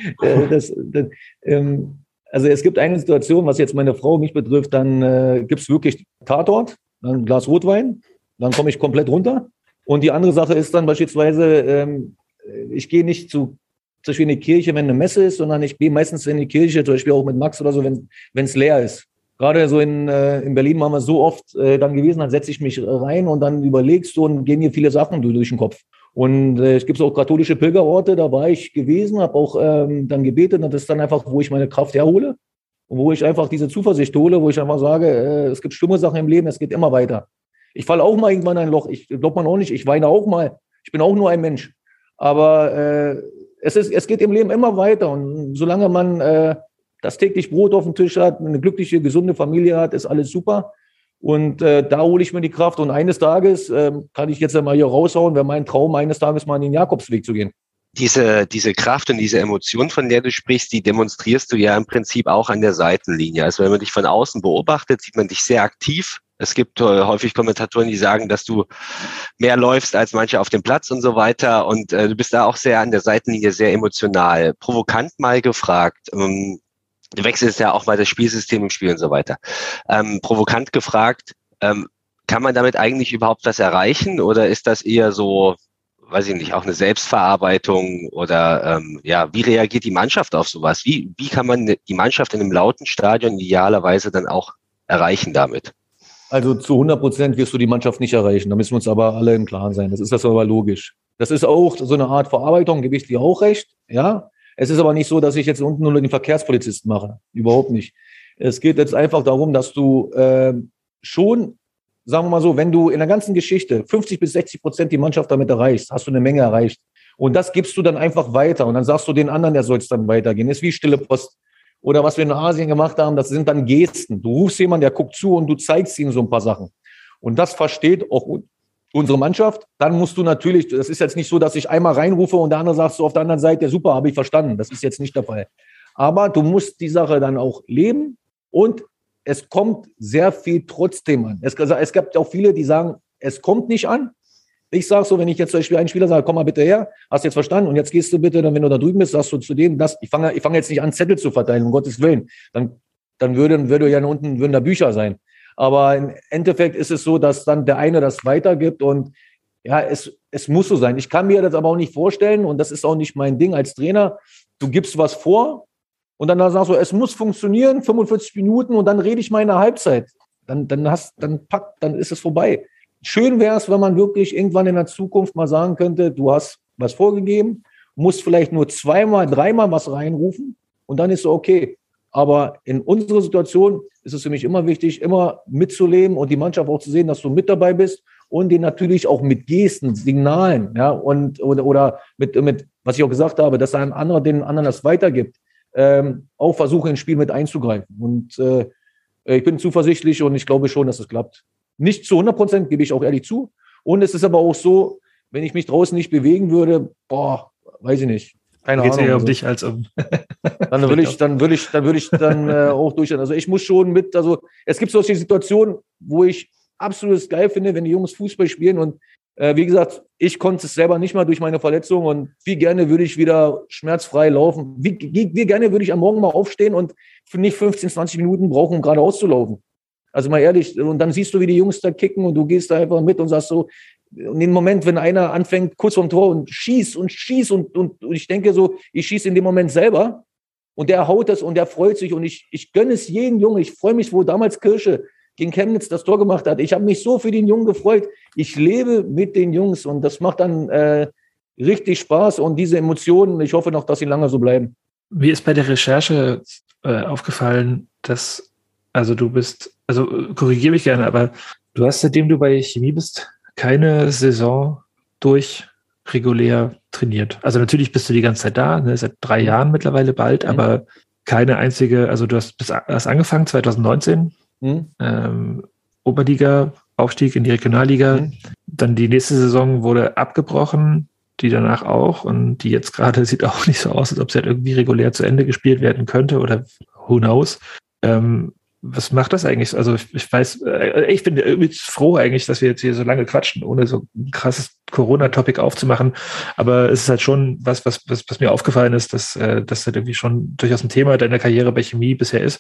das, das, ähm, also es gibt eine Situation, was jetzt meine Frau mich betrifft, dann äh, gibt es wirklich Tatort, dann ein Glas Rotwein, dann komme ich komplett runter. Und die andere Sache ist dann beispielsweise, ähm, ich gehe nicht zu, zum Beispiel in die Kirche, wenn eine Messe ist, sondern ich gehe meistens in die Kirche, zum Beispiel auch mit Max oder so, wenn es leer ist. Gerade so in, äh, in Berlin waren wir so oft äh, dann gewesen, dann setze ich mich rein und dann überlegst du und gehen hier viele Sachen durch, durch den Kopf. Und äh, es gibt auch katholische Pilgerorte, da war ich gewesen, habe auch ähm, dann gebetet und das ist dann einfach, wo ich meine Kraft herhole und wo ich einfach diese Zuversicht hole, wo ich einfach sage, äh, es gibt schlimme Sachen im Leben, es geht immer weiter. Ich falle auch mal irgendwann in ein Loch. Ich glaube man auch nicht. Ich weine auch mal. Ich bin auch nur ein Mensch. Aber äh, es, ist, es geht im Leben immer weiter. Und solange man äh, das täglich Brot auf dem Tisch hat, eine glückliche, gesunde Familie hat, ist alles super. Und äh, da hole ich mir die Kraft. Und eines Tages äh, kann ich jetzt einmal hier raushauen, wäre mein Traum, eines Tages mal in den Jakobsweg zu gehen. Diese, diese Kraft und diese Emotion, von der du sprichst, die demonstrierst du ja im Prinzip auch an der Seitenlinie. Also wenn man dich von außen beobachtet, sieht man dich sehr aktiv. Es gibt äh, häufig Kommentatoren, die sagen, dass du mehr läufst als manche auf dem Platz und so weiter. Und äh, du bist da auch sehr an der Seitenlinie, sehr emotional. Provokant mal gefragt, ähm, du wechselst ja auch mal das Spielsystem im Spiel und so weiter. Ähm, provokant gefragt, ähm, kann man damit eigentlich überhaupt was erreichen oder ist das eher so, weiß ich nicht, auch eine Selbstverarbeitung oder ähm, ja, wie reagiert die Mannschaft auf sowas? Wie, wie kann man die Mannschaft in einem lauten Stadion idealerweise dann auch erreichen damit? Also zu hundert Prozent wirst du die Mannschaft nicht erreichen. Da müssen wir uns aber alle im Klaren sein. Das ist das aber logisch. Das ist auch so eine Art Verarbeitung, gebe ich dir auch recht. Ja, es ist aber nicht so, dass ich jetzt unten nur den Verkehrspolizisten mache. Überhaupt nicht. Es geht jetzt einfach darum, dass du äh, schon, sagen wir mal so, wenn du in der ganzen Geschichte fünfzig bis sechzig Prozent die Mannschaft damit erreichst, hast du eine Menge erreicht. Und das gibst du dann einfach weiter. Und dann sagst du den anderen, der soll es dann weitergehen. Das ist wie stille Post. Oder was wir in Asien gemacht haben, das sind dann Gesten. Du rufst jemanden, der guckt zu und du zeigst ihm so ein paar Sachen. Und das versteht auch unsere Mannschaft. Dann musst du natürlich, das ist jetzt nicht so, dass ich einmal reinrufe und der andere sagt so auf der anderen Seite, super, habe ich verstanden. Das ist jetzt nicht der Fall. Aber du musst die Sache dann auch leben und es kommt sehr viel trotzdem an. Es, es gibt auch viele, die sagen, es kommt nicht an. Ich sage so, wenn ich jetzt zum Beispiel einen Spieler sage, komm mal bitte her, hast du jetzt verstanden und jetzt gehst du bitte, dann wenn du da drüben bist, sagst du zu denen, das, ich fange ich fange jetzt nicht an, Zettel zu verteilen, um Gottes Willen. Dann, dann würde, würde ja unten würden da Bücher sein. Aber im Endeffekt ist es so, dass dann der eine das weitergibt und ja, es, es muss so sein. Ich kann mir das aber auch nicht vorstellen und das ist auch nicht mein Ding als Trainer. Du gibst was vor und dann sagst du, es muss funktionieren, fünfundvierzig Minuten und dann rede ich mal in der Halbzeit. Dann, dann hast, dann packt, dann ist es vorbei. Schön wäre es, wenn man wirklich irgendwann in der Zukunft mal sagen könnte, du hast was vorgegeben, musst vielleicht nur zweimal, dreimal was reinrufen und dann ist es okay. Aber in unserer Situation ist es für mich immer wichtig, immer mitzuleben und die Mannschaft auch zu sehen, dass du mit dabei bist und den natürlich auch mit Gesten, Signalen, ja, und oder, oder mit, mit, was ich auch gesagt habe, dass ein anderer den anderen das weitergibt, ähm, auch versuche ins Spiel mit einzugreifen. Und äh, ich bin zuversichtlich und ich glaube schon, dass es klappt. Nicht zu hundert Prozent, gebe ich auch ehrlich zu. Und es ist aber auch so, wenn ich mich draußen nicht bewegen würde, boah, weiß ich nicht. Keine Geht's Ahnung. eher um also, dich als um. dann würde ich, dann würde ich, dann würde ich dann äh, auch durch. Also ich muss schon mit, also es gibt solche Situationen, wo ich absolut geil finde, wenn die Jungs Fußball spielen und Äh, wie gesagt, ich konnte es selber nicht mal durch meine Verletzung und wie gerne würde ich wieder schmerzfrei laufen. Wie, wie, wie gerne würde ich am Morgen mal aufstehen und nicht fünfzehn, zwanzig Minuten brauchen, um geradeaus zu laufen. Also mal ehrlich, und dann siehst du, wie die Jungs da kicken und du gehst da einfach mit und sagst so, in dem Moment, wenn einer anfängt, kurz vorm Tor und schießt und schießt und, und, und ich denke so, ich schieße in dem Moment selber und der haut das und der freut sich und ich, ich gönne es jedem Jungen. Ich freue mich, wo damals Kirsche gegen Chemnitz das Tor gemacht hat. Ich habe mich so für den Jungen gefreut. Ich lebe mit den Jungs und das macht dann äh, richtig Spaß und diese Emotionen, ich hoffe noch, dass sie lange so bleiben. Mir ist bei der Recherche äh, aufgefallen, dass, also du bist, also korrigiere mich gerne, aber du hast, seitdem du bei Chemie bist, keine Saison durch regulär trainiert. Also natürlich bist du die ganze Zeit da, ne, seit drei Jahren mittlerweile bald, mhm. aber keine einzige, also du hast, bist, hast angefangen zwanzig neunzehn, mhm. ähm, Oberliga, Aufstieg in die Regionalliga, mhm. dann die nächste Saison wurde abgebrochen, die danach auch und die jetzt gerade sieht auch nicht so aus, als ob sie halt irgendwie regulär zu Ende gespielt werden könnte oder who knows. Ähm, Was macht das eigentlich? Also ich, ich weiß, ich bin irgendwie froh eigentlich, dass wir jetzt hier so lange quatschen, ohne so ein krasses Corona-Topic aufzumachen. Aber es ist halt schon was, was, was, was mir aufgefallen ist, dass äh, das halt irgendwie schon durchaus ein Thema deiner Karriere bei Chemie bisher ist.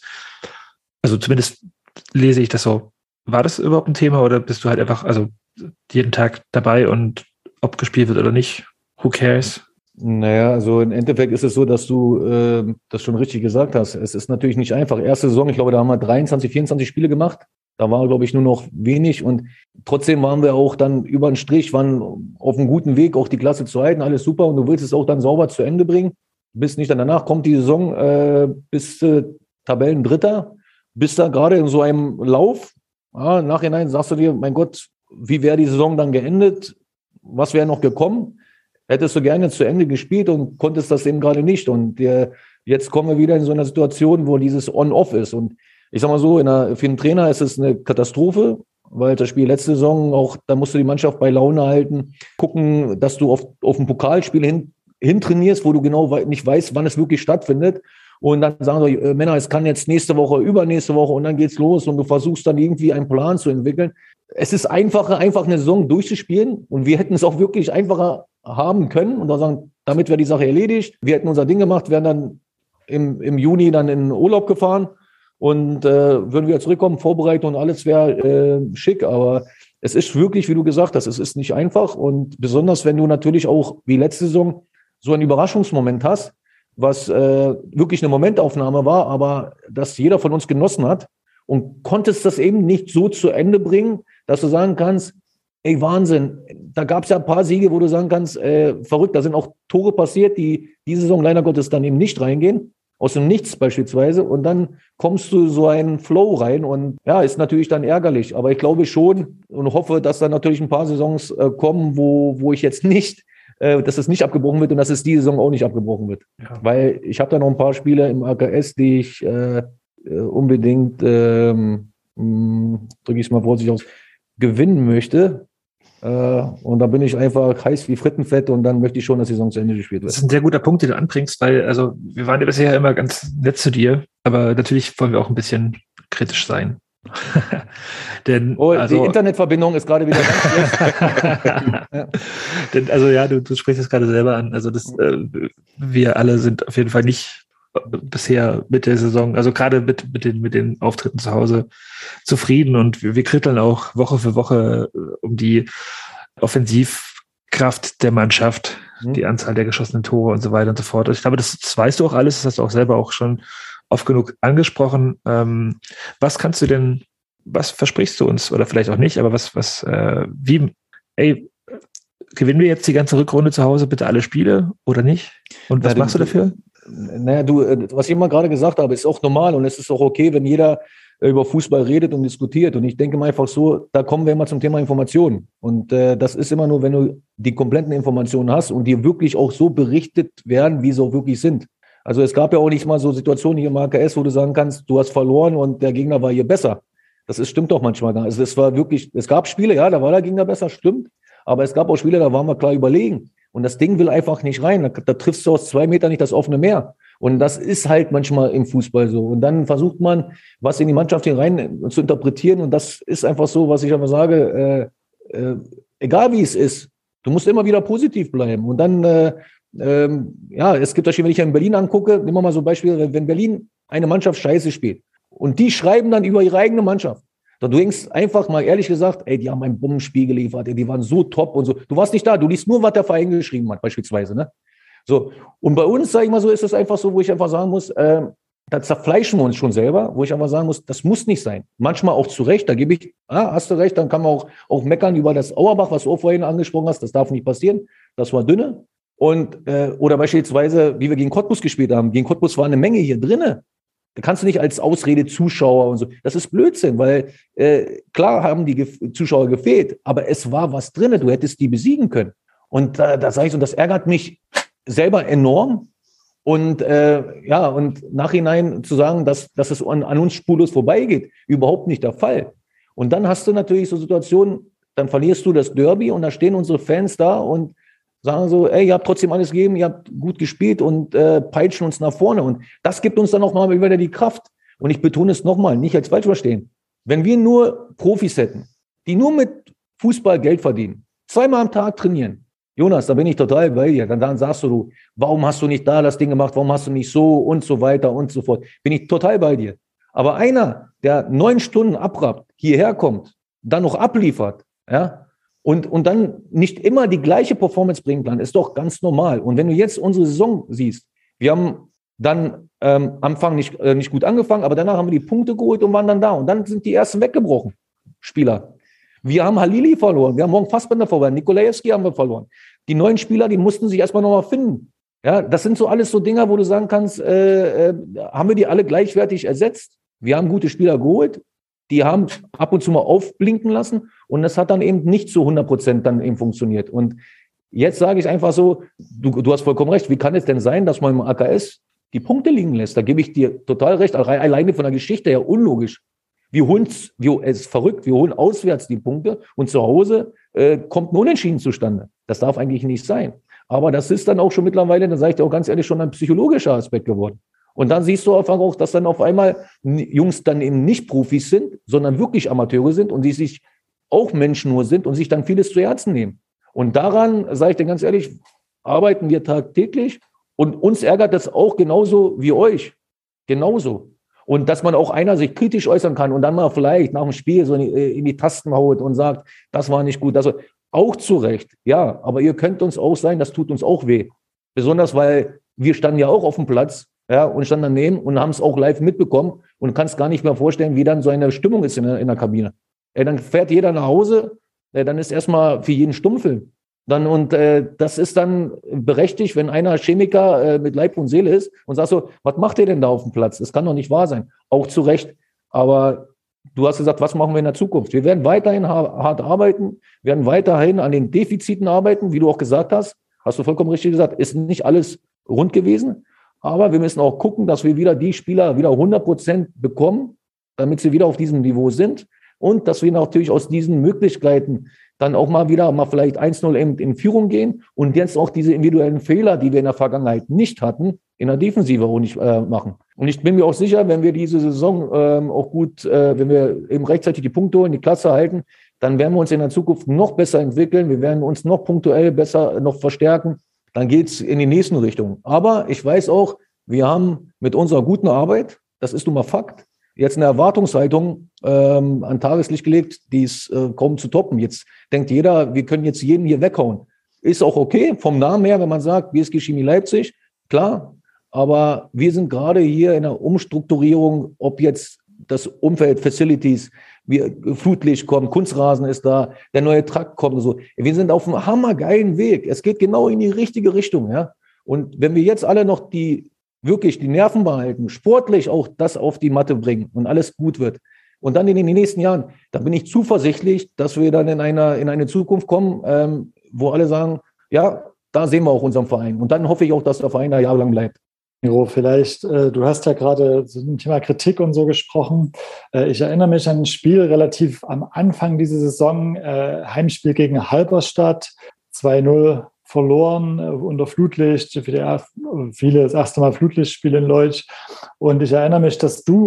Also zumindest lese ich das so. War das überhaupt ein Thema oder bist du halt einfach also jeden Tag dabei und ob gespielt wird oder nicht, who cares? Naja, also im Endeffekt ist es so, dass du äh, das schon richtig gesagt hast. Es ist natürlich nicht einfach. Erste Saison, ich glaube, da haben wir dreiundzwanzig, vierundzwanzig Spiele gemacht. Da war, glaube ich, nur noch wenig. Und trotzdem waren wir auch dann über den Strich, waren auf einem guten Weg, auch die Klasse zu halten. Alles super. Und du willst es auch dann sauber zu Ende bringen. Bist nicht dann danach, kommt die Saison, äh, bist äh, Tabellendritter, bist da gerade in so einem Lauf. Ja, im Nachhinein sagst du dir, mein Gott, wie wäre die Saison dann geendet? Was wäre noch gekommen? Hättest du gerne zu Ende gespielt und konntest das eben gerade nicht. Und äh, jetzt kommen wir wieder in so eine Situation, wo dieses On-Off ist. Und ich sag mal so, in einer, für einen Trainer ist es eine Katastrophe, weil das Spiel letzte Saison auch, da musst du die Mannschaft bei Laune halten, gucken, dass du auf, auf ein Pokalspiel hin, hin trainierst, wo du genau nicht weißt, wann es wirklich stattfindet. Und dann sagen sie, äh, Männer, es kann jetzt nächste Woche, übernächste Woche und dann geht's los und du versuchst dann irgendwie einen Plan zu entwickeln. Es ist einfacher, einfach eine Saison durchzuspielen und wir hätten es auch wirklich einfacher haben können und dann sagen, damit wäre die Sache erledigt. Wir hätten unser Ding gemacht, wären dann im, im Juni dann in den Urlaub gefahren und äh, würden wieder zurückkommen, vorbereiten und alles wäre äh, schick. Aber es ist wirklich, wie du gesagt hast, es ist nicht einfach und besonders, wenn du natürlich auch wie letzte Saison so einen Überraschungsmoment hast, was äh, wirklich eine Momentaufnahme war, aber das jeder von uns genossen hat und konntest das eben nicht so zu Ende bringen, dass du sagen kannst, ey, Wahnsinn, da gab es ja ein paar Siege, wo du sagen kannst, äh, verrückt, da sind auch Tore passiert, die diese Saison leider Gottes dann eben nicht reingehen, aus dem Nichts beispielsweise, und dann kommst du so einen Flow rein und ja, ist natürlich dann ärgerlich, aber ich glaube schon und hoffe, dass dann natürlich ein paar Saisons äh, kommen, wo, wo ich jetzt nicht, äh, dass es nicht abgebrochen wird und dass es die Saison auch nicht abgebrochen wird, ja. Weil ich habe da noch ein paar Spiele im A K S, die ich äh, unbedingt, ähm, drücke ich es mal vorsichtig aus, gewinnen möchte. Und da bin ich einfach heiß wie Frittenfett und dann möchte ich schon, dass die Saison zu Ende gespielt wird. Das ist ein sehr guter Punkt, den du anbringst, weil also wir waren ja bisher immer ganz nett zu dir, aber natürlich wollen wir auch ein bisschen kritisch sein. Denn, oh, also, die Internetverbindung ist gerade wieder ganz schlecht. Ja. Denn, also ja, du, du sprichst es gerade selber an. Also das, äh, wir alle sind auf jeden Fall nicht bisher mit der Saison, also gerade mit, mit, den, mit den Auftritten zu Hause zufrieden und wir, wir kritteln auch Woche für Woche um die Offensivkraft der Mannschaft, mhm. die Anzahl der geschossenen Tore und so weiter und so fort. Also ich glaube, das, das weißt du auch alles, das hast du auch selber auch schon oft genug angesprochen. Ähm, was kannst du denn, was versprichst du uns oder vielleicht auch nicht, aber was, was, äh, wie, ey, gewinnen wir jetzt die ganze Rückrunde zu Hause bitte alle Spiele oder nicht? Und was ja, machst du dafür? Naja, du, was ich immer gerade gesagt habe, ist auch normal und es ist auch okay, wenn jeder über Fußball redet und diskutiert. Und ich denke mal einfach so, da kommen wir immer zum Thema Informationen. Und äh, das ist immer nur, wenn du die kompletten Informationen hast und die wirklich auch so berichtet werden, wie sie auch wirklich sind. Also es gab ja auch nicht mal so Situationen hier im A K S, wo du sagen kannst, du hast verloren und der Gegner war hier besser. Das ist, stimmt doch manchmal gar nicht. Also es war wirklich, es gab Spiele, ja, da war der Gegner besser, stimmt. Aber es gab auch Spiele, da waren wir klar überlegen. Und das Ding will einfach nicht rein. Da, da triffst du aus zwei Metern nicht das offene Meer. Und das ist halt manchmal im Fußball so. Und dann versucht man, was in die Mannschaft hier rein zu interpretieren. Und das ist einfach so, was ich aber sage, äh, äh, egal wie es ist, du musst immer wieder positiv bleiben. Und dann, äh, ähm, ja, es gibt Beispiele, wenn ich in Berlin angucke, nehmen wir mal so Beispiele, wenn Berlin eine Mannschaft scheiße spielt und die schreiben dann über ihre eigene Mannschaft. Du denkst einfach mal ehrlich gesagt, ey, die haben ein Bombenspiel geliefert, ey, die waren so top und so. Du warst nicht da, du liest nur, was der Verein geschrieben hat, beispielsweise. Ne? So. Und bei uns, sage ich mal so, ist es einfach so, wo ich einfach sagen muss, äh, da zerfleischen wir uns schon selber, wo ich einfach sagen muss, das muss nicht sein. Manchmal auch zu Recht, da gebe ich, ah, hast du recht, dann kann man auch, auch meckern über das Auerbach, was du auch vorhin angesprochen hast, das darf nicht passieren, das war dünne. Und, äh, oder beispielsweise, wie wir gegen Cottbus gespielt haben, gegen Cottbus war eine Menge hier drinne. Da kannst du nicht als Ausrede Zuschauer und so. Das ist Blödsinn, weil äh, klar haben die Ge- Zuschauer gefehlt, aber es war was drin. Du hättest die besiegen können. Und äh, da sage ich so, das ärgert mich selber enorm. Und äh, ja, und nachhinein zu sagen, dass, dass es an, an uns spurlos vorbeigeht, überhaupt nicht der Fall. Und dann hast du natürlich so Situationen, dann verlierst du das Derby und da stehen unsere Fans da und sagen so, ey, ihr habt trotzdem alles gegeben, ihr habt gut gespielt und äh, peitschen uns nach vorne. Und das gibt uns dann auch mal wieder die Kraft. Und ich betone es nochmal, nicht als falsch verstehen. Wenn wir nur Profis hätten, die nur mit Fußball Geld verdienen, zweimal am Tag trainieren, Jonas, da bin ich total bei dir. Dann, dann sagst du, du, warum hast du nicht da das Ding gemacht, warum hast du nicht so und so weiter und so fort. Bin ich total bei dir. Aber einer, der neun Stunden abrappt, hierher kommt, dann noch abliefert, ja, Und, und dann nicht immer die gleiche Performance bringen kann, ist doch ganz normal. Und wenn du jetzt unsere Saison siehst, wir haben dann ähm, Anfang nicht, äh, nicht gut angefangen, aber danach haben wir die Punkte geholt und waren dann da. Und dann sind die ersten weggebrochen, Spieler. Wir haben Halili verloren, wir haben morgen Fassbender verloren, Nikolajewski haben wir verloren. Die neuen Spieler, die mussten sich erstmal nochmal finden. Ja, das sind so alles so Dinger, wo du sagen kannst, äh, äh, haben wir die alle gleichwertig ersetzt? Wir haben gute Spieler geholt. Die haben ab und zu mal aufblinken lassen und das hat dann eben nicht zu hundert Prozent dann eben funktioniert. Und jetzt sage ich einfach so, du, du hast vollkommen recht, wie kann es denn sein, dass man im A K S die Punkte liegen lässt? Da gebe ich dir total recht, alleine von der Geschichte her unlogisch. Wir holen es, es ist verrückt, wir holen auswärts die Punkte und zu Hause äh, kommt ein Unentschieden zustande. Das darf eigentlich nicht sein. Aber das ist dann auch schon mittlerweile, da sage ich dir auch ganz ehrlich, schon ein psychologischer Aspekt geworden. Und dann siehst du einfach auch, dass dann auf einmal Jungs dann eben nicht Profis sind, sondern wirklich Amateure sind und die sich auch Menschen nur sind und sich dann vieles zu Herzen nehmen. Und daran, sage ich dir ganz ehrlich, arbeiten wir tagtäglich und uns ärgert das auch genauso wie euch. Genauso. Und dass man auch einer sich kritisch äußern kann und dann mal vielleicht nach dem Spiel so in die Tasten haut und sagt, das war nicht gut. Also auch zu Recht, ja, aber ihr könnt uns auch sein, das tut uns auch weh. Besonders, weil wir standen ja auch auf dem Platz. Ja, und standen daneben und haben es auch live mitbekommen und kannst gar nicht mehr vorstellen, wie dann so eine Stimmung ist in der, in der Kabine. Ja, dann fährt jeder nach Hause, ja, dann ist erstmal für jeden Stummfilm. Dann, und äh, das ist dann berechtigt, wenn einer Chemiker äh, mit Leib und Seele ist und sagt so, was macht ihr denn da auf dem Platz? Das kann doch nicht wahr sein. Auch zu Recht. Aber du hast gesagt, was machen wir in der Zukunft? Wir werden weiterhin ha- hart arbeiten, werden weiterhin an den Defiziten arbeiten, wie du auch gesagt hast. Hast du vollkommen richtig gesagt, ist nicht alles rund gewesen. Aber wir müssen auch gucken, dass wir wieder die Spieler wieder hundert Prozent bekommen, damit sie wieder auf diesem Niveau sind. Und dass wir natürlich aus diesen Möglichkeiten dann auch mal wieder mal vielleicht eins null in, in Führung gehen und jetzt auch diese individuellen Fehler, die wir in der Vergangenheit nicht hatten, in der Defensive auch nicht äh, machen. Und ich bin mir auch sicher, wenn wir diese Saison ähm, auch gut, äh, wenn wir eben rechtzeitig die Punkte holen, die Klasse halten, dann werden wir uns in der Zukunft noch besser entwickeln. Wir werden uns noch punktuell besser noch verstärken. Dann geht's in die nächsten Richtungen. Aber ich weiß auch, wir haben mit unserer guten Arbeit, das ist nun mal Fakt, jetzt eine Erwartungshaltung ähm, an Tageslicht gelegt, die ist äh, kaum zu toppen. Jetzt denkt jeder, wir können jetzt jeden hier weghauen. Ist auch okay, vom Namen her, wenn man sagt, B S G Chemie Leipzig, klar. Aber wir sind gerade hier in der Umstrukturierung, ob jetzt das Umfeld, Facilities, wie Flutlicht kommt, Kunstrasen ist da, der neue Trakt kommt und so. Wir sind auf einem hammergeilen Weg. Es geht genau in die richtige Richtung, ja. Und wenn wir jetzt alle noch die, wirklich die Nerven behalten, sportlich auch das auf die Matte bringen und alles gut wird. Und dann in den nächsten Jahren, da bin ich zuversichtlich, dass wir dann in einer, in eine Zukunft kommen, ähm, wo alle sagen, ja, da sehen wir auch unseren Verein. Und dann hoffe ich auch, dass der Verein da jahrelang bleibt. Jo, vielleicht, äh, du hast ja gerade zum Thema Kritik und so gesprochen. Äh, ich erinnere mich an ein Spiel relativ am Anfang dieser Saison, äh, Heimspiel gegen Halberstadt, zwei null verloren äh, unter Flutlicht, für die, viele das erste Mal Flutlichtspiel in Leutsch. Und ich erinnere mich, dass du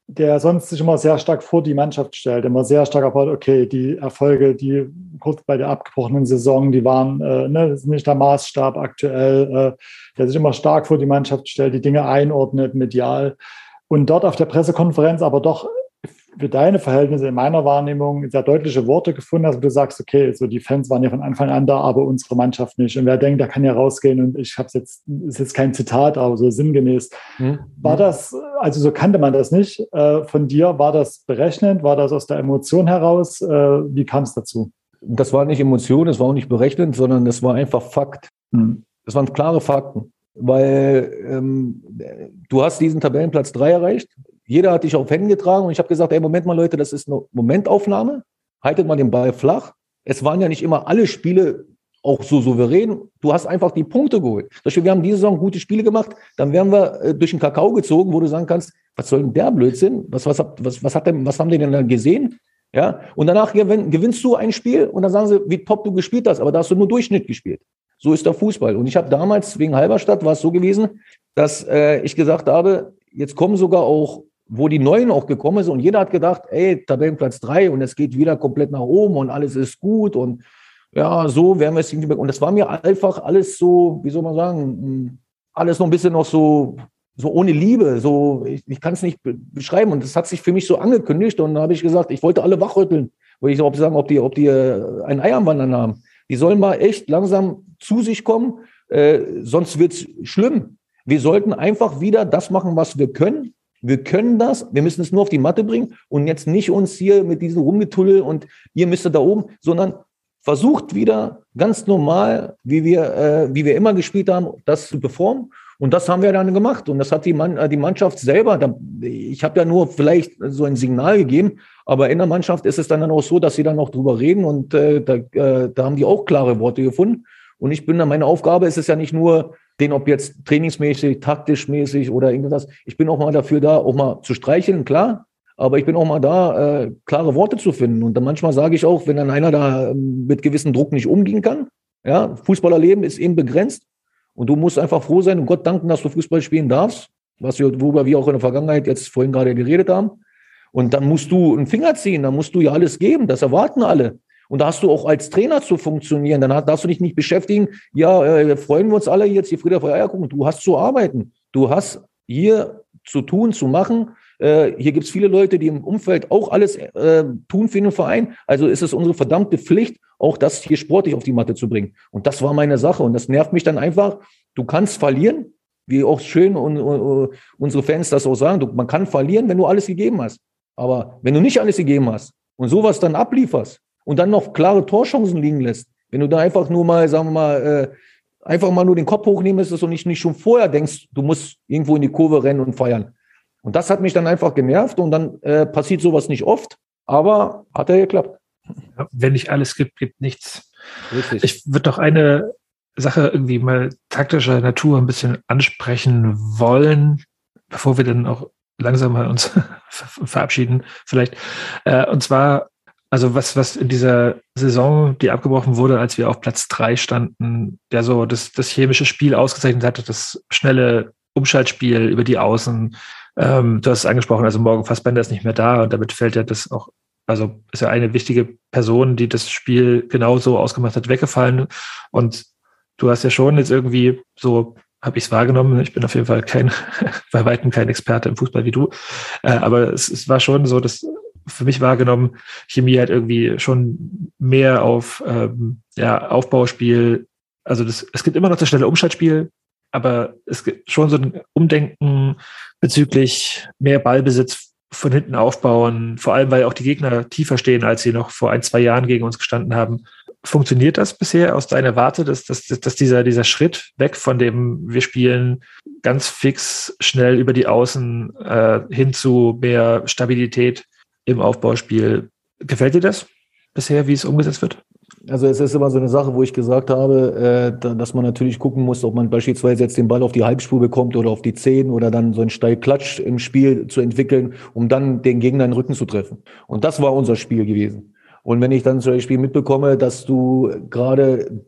der sonst sich immer sehr stark vor die Mannschaft stellt, immer sehr stark erwartet, okay, die Erfolge, die kurz bei der abgebrochenen Saison, die waren äh, ne, das ist nicht der Maßstab aktuell, äh, der sich immer stark vor die Mannschaft stellt, die Dinge einordnet, medial. Und dort auf der Pressekonferenz aber doch für deine Verhältnisse in meiner Wahrnehmung sehr deutliche Worte gefunden hast, wo du sagst, okay, so die Fans waren ja von Anfang an da, aber unsere Mannschaft nicht. Und wer denkt, der kann ja rausgehen und ich habe es jetzt, ist jetzt kein Zitat, aber so sinngemäß. Mhm. War das, also so kannte man das nicht äh, von dir, war das berechnend, war das aus der Emotion heraus? Äh, wie kam es dazu? Das war nicht Emotion, das war auch nicht berechnend, sondern das war einfach Fakt. Mhm. Das waren klare Fakten, weil ähm, du hast diesen Tabellenplatz drei erreicht. Jeder hat dich auf Händen getragen und ich habe gesagt, ey, Moment mal, Leute, das ist eine Momentaufnahme. Haltet mal den Ball flach. Es waren ja nicht immer alle Spiele auch so souverän. Du hast einfach die Punkte geholt. Zum Beispiel, wir haben diese Saison gute Spiele gemacht, dann werden wir äh, durch den Kakao gezogen, wo du sagen kannst, was soll denn der Blödsinn? Was, was, was, was, hat denn, was haben die denn dann gesehen? Ja? Und danach gewinn, gewinnst du ein Spiel und dann sagen sie, wie top du gespielt hast, aber da hast du nur Durchschnitt gespielt. So ist der Fußball. Und ich habe damals, wegen Halberstadt, war es so gewesen, dass äh, ich gesagt habe, jetzt kommen sogar auch, wo die Neuen auch gekommen sind und jeder hat gedacht, ey, Tabellenplatz drei und es geht wieder komplett nach oben und alles ist gut und ja, so werden wir es irgendwie. Und das war mir einfach alles so, wie soll man sagen, alles noch ein bisschen noch so, so ohne Liebe, so, ich, ich kann es nicht beschreiben und das hat sich für mich so angekündigt und da habe ich gesagt, ich wollte alle wachrütteln, wollte ich auch sagen, ob die, ob die ein Ei am Wandern haben. Die sollen mal echt langsam zu sich kommen, äh, sonst wird's schlimm. Wir sollten einfach wieder das machen, was wir können. Wir können das, wir müssen es nur auf die Matte bringen und jetzt nicht uns hier mit diesem Rumgetuddel und ihr müsst da oben, sondern versucht wieder ganz normal, wie wir, äh, wie wir immer gespielt haben, das zu performen. Und das haben wir dann gemacht. Und das hat die, Mann, äh, die Mannschaft selber, da, ich habe ja nur vielleicht so ein Signal gegeben, aber in der Mannschaft ist es dann auch so, dass sie dann auch drüber reden und äh, da, äh, da haben die auch klare Worte gefunden. Und ich bin dann, meine Aufgabe ist es ja nicht nur, den ob jetzt trainingsmäßig, taktisch mäßig oder irgendwas. Ich bin auch mal dafür da, auch mal zu streicheln, klar. Aber ich bin auch mal da, äh, klare Worte zu finden. Und dann manchmal sage ich auch, wenn dann einer da ähm, mit gewissem Druck nicht umgehen kann, ja, Fußballerleben ist eben begrenzt. Und du musst einfach froh sein und Gott danken, dass du Fußball spielen darfst, was wir, worüber wir auch in der Vergangenheit jetzt vorhin gerade geredet haben. Und dann musst du einen Finger ziehen, dann musst du ja alles geben. Das erwarten alle. Und da hast du auch als Trainer zu funktionieren. Dann darfst du dich nicht beschäftigen, ja, äh, freuen wir uns alle jetzt, die Frieda vor Eier gucken. Du hast zu arbeiten. Du hast hier zu tun, zu machen. Äh, hier gibt es viele Leute, die im Umfeld auch alles äh, tun für den Verein. Also ist es unsere verdammte Pflicht, auch das hier sportlich auf die Matte zu bringen. Und das war meine Sache. Und das nervt mich dann einfach. Du kannst verlieren, wie auch schön und, und, unsere Fans das auch sagen. Du, man kann verlieren, wenn du alles gegeben hast. Aber wenn du nicht alles gegeben hast und sowas dann ablieferst, und dann noch klare Torchancen liegen lässt. Wenn du da einfach nur mal, sagen wir mal, äh, einfach mal nur den Kopf hochnehmen müsstest und nicht, nicht schon vorher denkst, du musst irgendwo in die Kurve rennen und feiern. Und das hat mich dann einfach genervt und dann äh, passiert sowas nicht oft, aber hat ja geklappt. Ja, wenn nicht alles gibt, gibt nichts. Richtig. Ich würde doch eine Sache irgendwie mal taktischer Natur ein bisschen ansprechen wollen, bevor wir dann auch langsam mal uns verabschieden vielleicht. Äh, und zwar Also was, was in dieser Saison, die abgebrochen wurde, als wir auf Platz drei standen, der so das, das chemische Spiel ausgezeichnet hatte, das schnelle Umschaltspiel über die Außen. Ähm, du hast es angesprochen, also Morgan Fassbender ist nicht mehr da und damit fällt ja das auch, also ist ja eine wichtige Person, die das Spiel genauso ausgemacht hat, weggefallen. Und du hast ja schon jetzt irgendwie so, habe ich es wahrgenommen, ich bin auf jeden Fall kein, bei weitem kein Experte im Fußball wie du, äh, aber es, es war schon so, dass für mich wahrgenommen, Chemie hat irgendwie schon mehr auf ähm, ja, Aufbauspiel, also das, es gibt immer noch das schnelle Umschaltspiel, aber es gibt schon so ein Umdenken bezüglich mehr Ballbesitz von hinten aufbauen, vor allem, weil auch die Gegner tiefer stehen, als sie noch vor ein, zwei Jahren gegen uns gestanden haben. Funktioniert das bisher aus deiner Warte, dass, dass, dass dieser, dieser Schritt weg von dem, wir spielen ganz fix, schnell über die Außen äh, hin zu mehr Stabilität im Aufbauspiel. Gefällt dir das bisher, wie es umgesetzt wird? Also es ist immer so eine Sache, wo ich gesagt habe, äh, dass man natürlich gucken muss, ob man beispielsweise jetzt den Ball auf die Halbspur bekommt oder auf die Zehn oder dann so einen Steilklatsch im Spiel zu entwickeln, um dann den Gegner in den Rücken zu treffen. Und das war unser Spiel gewesen. Und wenn ich dann zum Beispiel mitbekomme, dass du gerade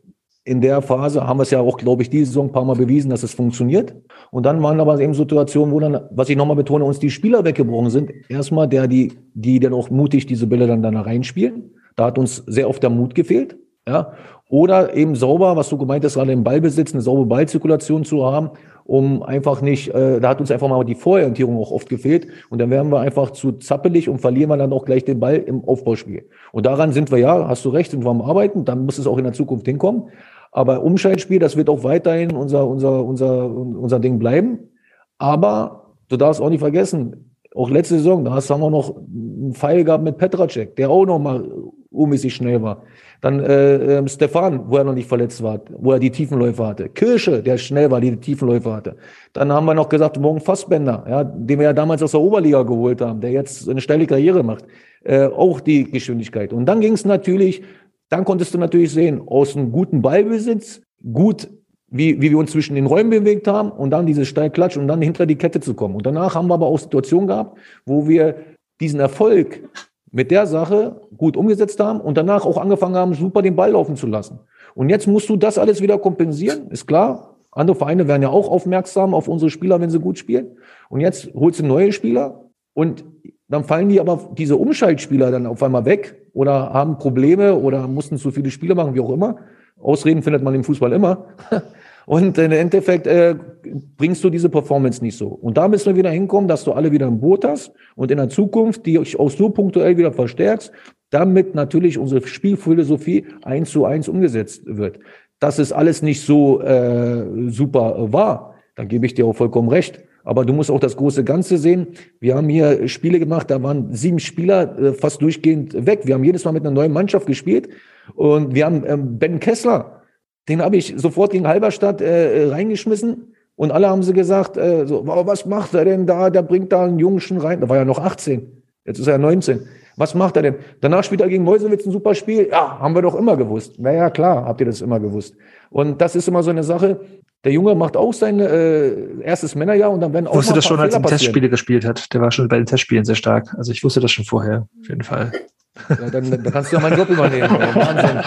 in der Phase haben wir es ja auch, glaube ich, diese Saison ein paar Mal bewiesen, dass es funktioniert. Und dann waren aber eben Situationen, wo dann, was ich nochmal betone, uns die Spieler weggebrochen sind. Erstmal der, die, die dann auch mutig diese Bälle dann, dann reinspielen. Da hat uns sehr oft der Mut gefehlt. Ja. Oder eben sauber, was du gemeint hast, gerade im Ballbesitz, eine saubere Ballzirkulation zu haben, um einfach nicht, äh, da hat uns einfach mal die Vororientierung auch oft gefehlt. Und dann werden wir einfach zu zappelig und verlieren wir dann auch gleich den Ball im Aufbauspiel. Und daran sind wir, ja, hast du recht, sind wir am Arbeiten, dann muss es auch in der Zukunft hinkommen. Aber Umschaltspiel, das wird auch weiterhin unser, unser, unser, unser Ding bleiben. Aber du darfst auch nicht vergessen, auch letzte Saison, da haben wir noch einen Pfeil gehabt mit Petracek, der auch noch mal unmäßig schnell war. Dann äh, äh, Stefan, wo er noch nicht verletzt war, wo er die Tiefenläufe hatte. Kirsche, der schnell war, die die Tiefenläufe hatte. Dann haben wir noch gesagt, morgen Fassbender, ja, den wir ja damals aus der Oberliga geholt haben, der jetzt eine steile Karriere macht. Äh, auch die Geschwindigkeit. Und dann ging es natürlich, dann konntest du natürlich sehen, aus einem guten Ballbesitz, gut, wie, wie wir uns zwischen den Räumen bewegt haben und dann diese Steilklatsch und dann hinter die Kette zu kommen. Und danach haben wir aber auch Situationen gehabt, wo wir diesen Erfolg mit der Sache gut umgesetzt haben und danach auch angefangen haben, super den Ball laufen zu lassen. Und jetzt musst du das alles wieder kompensieren, ist klar. Andere Vereine werden ja auch aufmerksam auf unsere Spieler, wenn sie gut spielen. Und jetzt holst du neue Spieler und dann fallen die aber, diese Umschaltspieler dann auf einmal weg oder haben Probleme oder mussten zu viele Spiele machen, wie auch immer. Ausreden findet man im Fußball immer. Und im Endeffekt äh, bringst du diese Performance nicht so. Und da müssen wir wieder hinkommen, dass du alle wieder im Boot hast und in der Zukunft die auch so punktuell wieder verstärkst, damit natürlich unsere Spielphilosophie eins zu eins umgesetzt wird. Dass es alles nicht so äh, super war, dann gebe ich dir auch vollkommen recht. Aber du musst auch das große Ganze sehen. Wir haben hier Spiele gemacht, da waren sieben Spieler äh, fast durchgehend weg. Wir haben jedes Mal mit einer neuen Mannschaft gespielt. Und wir haben ähm, Ben Kessler, den habe ich sofort gegen Halberstadt äh, reingeschmissen. Und alle haben sie gesagt, äh, so, wow, was macht er denn da? Der bringt da einen Jungen schon rein. Da war ja noch achtzehn. Jetzt ist er neunzehn. Was macht er denn? Danach spielt er gegen Meuselwitz ein super Spiel. Ja, haben wir doch immer gewusst. Naja, klar, habt ihr das immer gewusst. Und das ist immer so eine Sache. Der Junge macht auch sein äh, erstes Männerjahr und dann werden auch ich wusste mal das schon, als er passieren. Testspiele gespielt hat. Der war schon bei den Testspielen sehr stark. Also ich wusste das schon vorher, auf jeden Fall. Ja, dann, dann kannst du ja meinen Job übernehmen. Wahnsinn.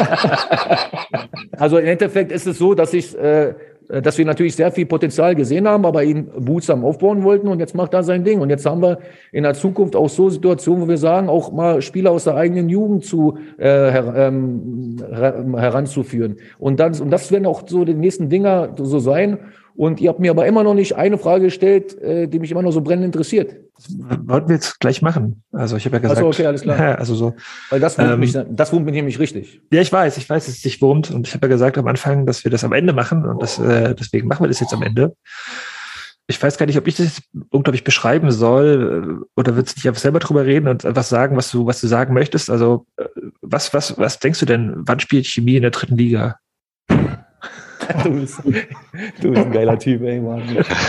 Also im Endeffekt ist es so, dass ich, äh, dass wir natürlich sehr viel Potenzial gesehen haben, aber ihn behutsam aufbauen wollten und jetzt macht er sein Ding. Und jetzt haben wir in der Zukunft auch so Situationen, wo wir sagen, auch mal Spieler aus der eigenen Jugend zu äh, her, ähm, her, heranzuführen. Und, dann, und das werden auch so die nächsten Dinger so sein. Und ihr habt mir aber immer noch nicht eine Frage gestellt, äh, die mich immer noch so brennend interessiert. Das wollten wir jetzt gleich machen. Also ich habe ja gesagt. Achso, okay, alles klar. Ja, also so. Weil das wurmt ähm, mich, das wurmt mich nämlich richtig. Ja, ich weiß, ich weiß, dass es dich wurmt. Und ich habe ja gesagt am Anfang, dass wir das am Ende machen. Und das, äh, deswegen machen wir das jetzt am Ende. Ich weiß gar nicht, ob ich das jetzt unglaublich beschreiben soll oder willst du nicht einfach selber drüber reden und einfach sagen, was du, was du sagen möchtest? Also was, was, was denkst du denn, wann spielt Chemie in der dritten Liga? Du bist, du bist ein geiler Typ, ey, Mann.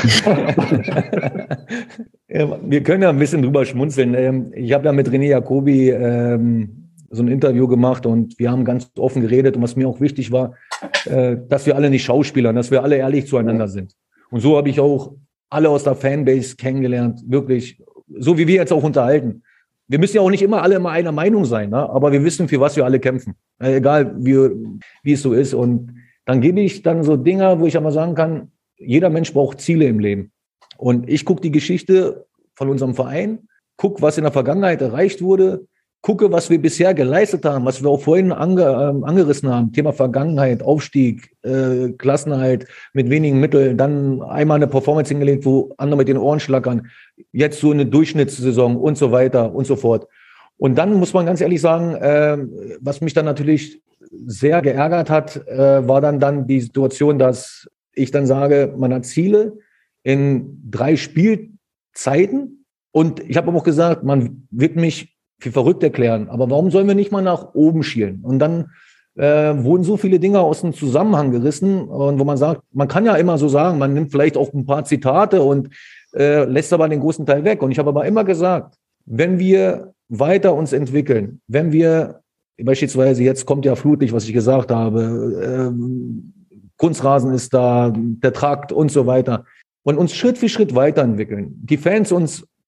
Ja, wir können ja ein bisschen drüber schmunzeln. Ich habe ja mit René Jacobi ähm, so ein Interview gemacht und wir haben ganz offen geredet. Und was mir auch wichtig war, äh, dass wir alle nicht Schauspielern, dass wir alle ehrlich zueinander sind. Und so habe ich auch alle aus der Fanbase kennengelernt, wirklich, so wie wir jetzt auch unterhalten. Wir müssen ja auch nicht immer alle immer einer Meinung sein, ne? Aber wir wissen, für was wir alle kämpfen. Äh, egal, wie, wie es so ist. Und dann gebe ich dann so Dinger, wo ich aber sagen kann, jeder Mensch braucht Ziele im Leben. Und ich gucke die Geschichte von unserem Verein, gucke, was in der Vergangenheit erreicht wurde, gucke, was wir bisher geleistet haben, was wir auch vorhin ange, äh, angerissen haben. Thema Vergangenheit, Aufstieg, äh, Klassenerhalt mit wenigen Mitteln, dann einmal eine Performance hingelegt, wo andere mit den Ohren schlackern, jetzt so eine Durchschnittssaison und so weiter und so fort. Und dann muss man ganz ehrlich sagen, äh, was mich dann natürlich sehr geärgert hat, äh, war dann, dann die Situation, dass ich dann sage, man hat Ziele in drei Spielzeiten und ich habe aber auch gesagt, man wird mich für verrückt erklären, aber warum sollen wir nicht mal nach oben schielen? Und dann äh, wurden so viele Dinge aus dem Zusammenhang gerissen und wo man sagt, man kann ja immer so sagen, man nimmt vielleicht auch ein paar Zitate und äh, lässt aber den großen Teil weg. Und ich habe aber immer gesagt, wenn wir weiter uns entwickeln, wenn wir beispielsweise, jetzt kommt ja Flutlicht, was ich gesagt habe, ähm, Kunstrasen ist da, der Trakt und so weiter. Und uns Schritt für Schritt weiterentwickeln. Die Fans uns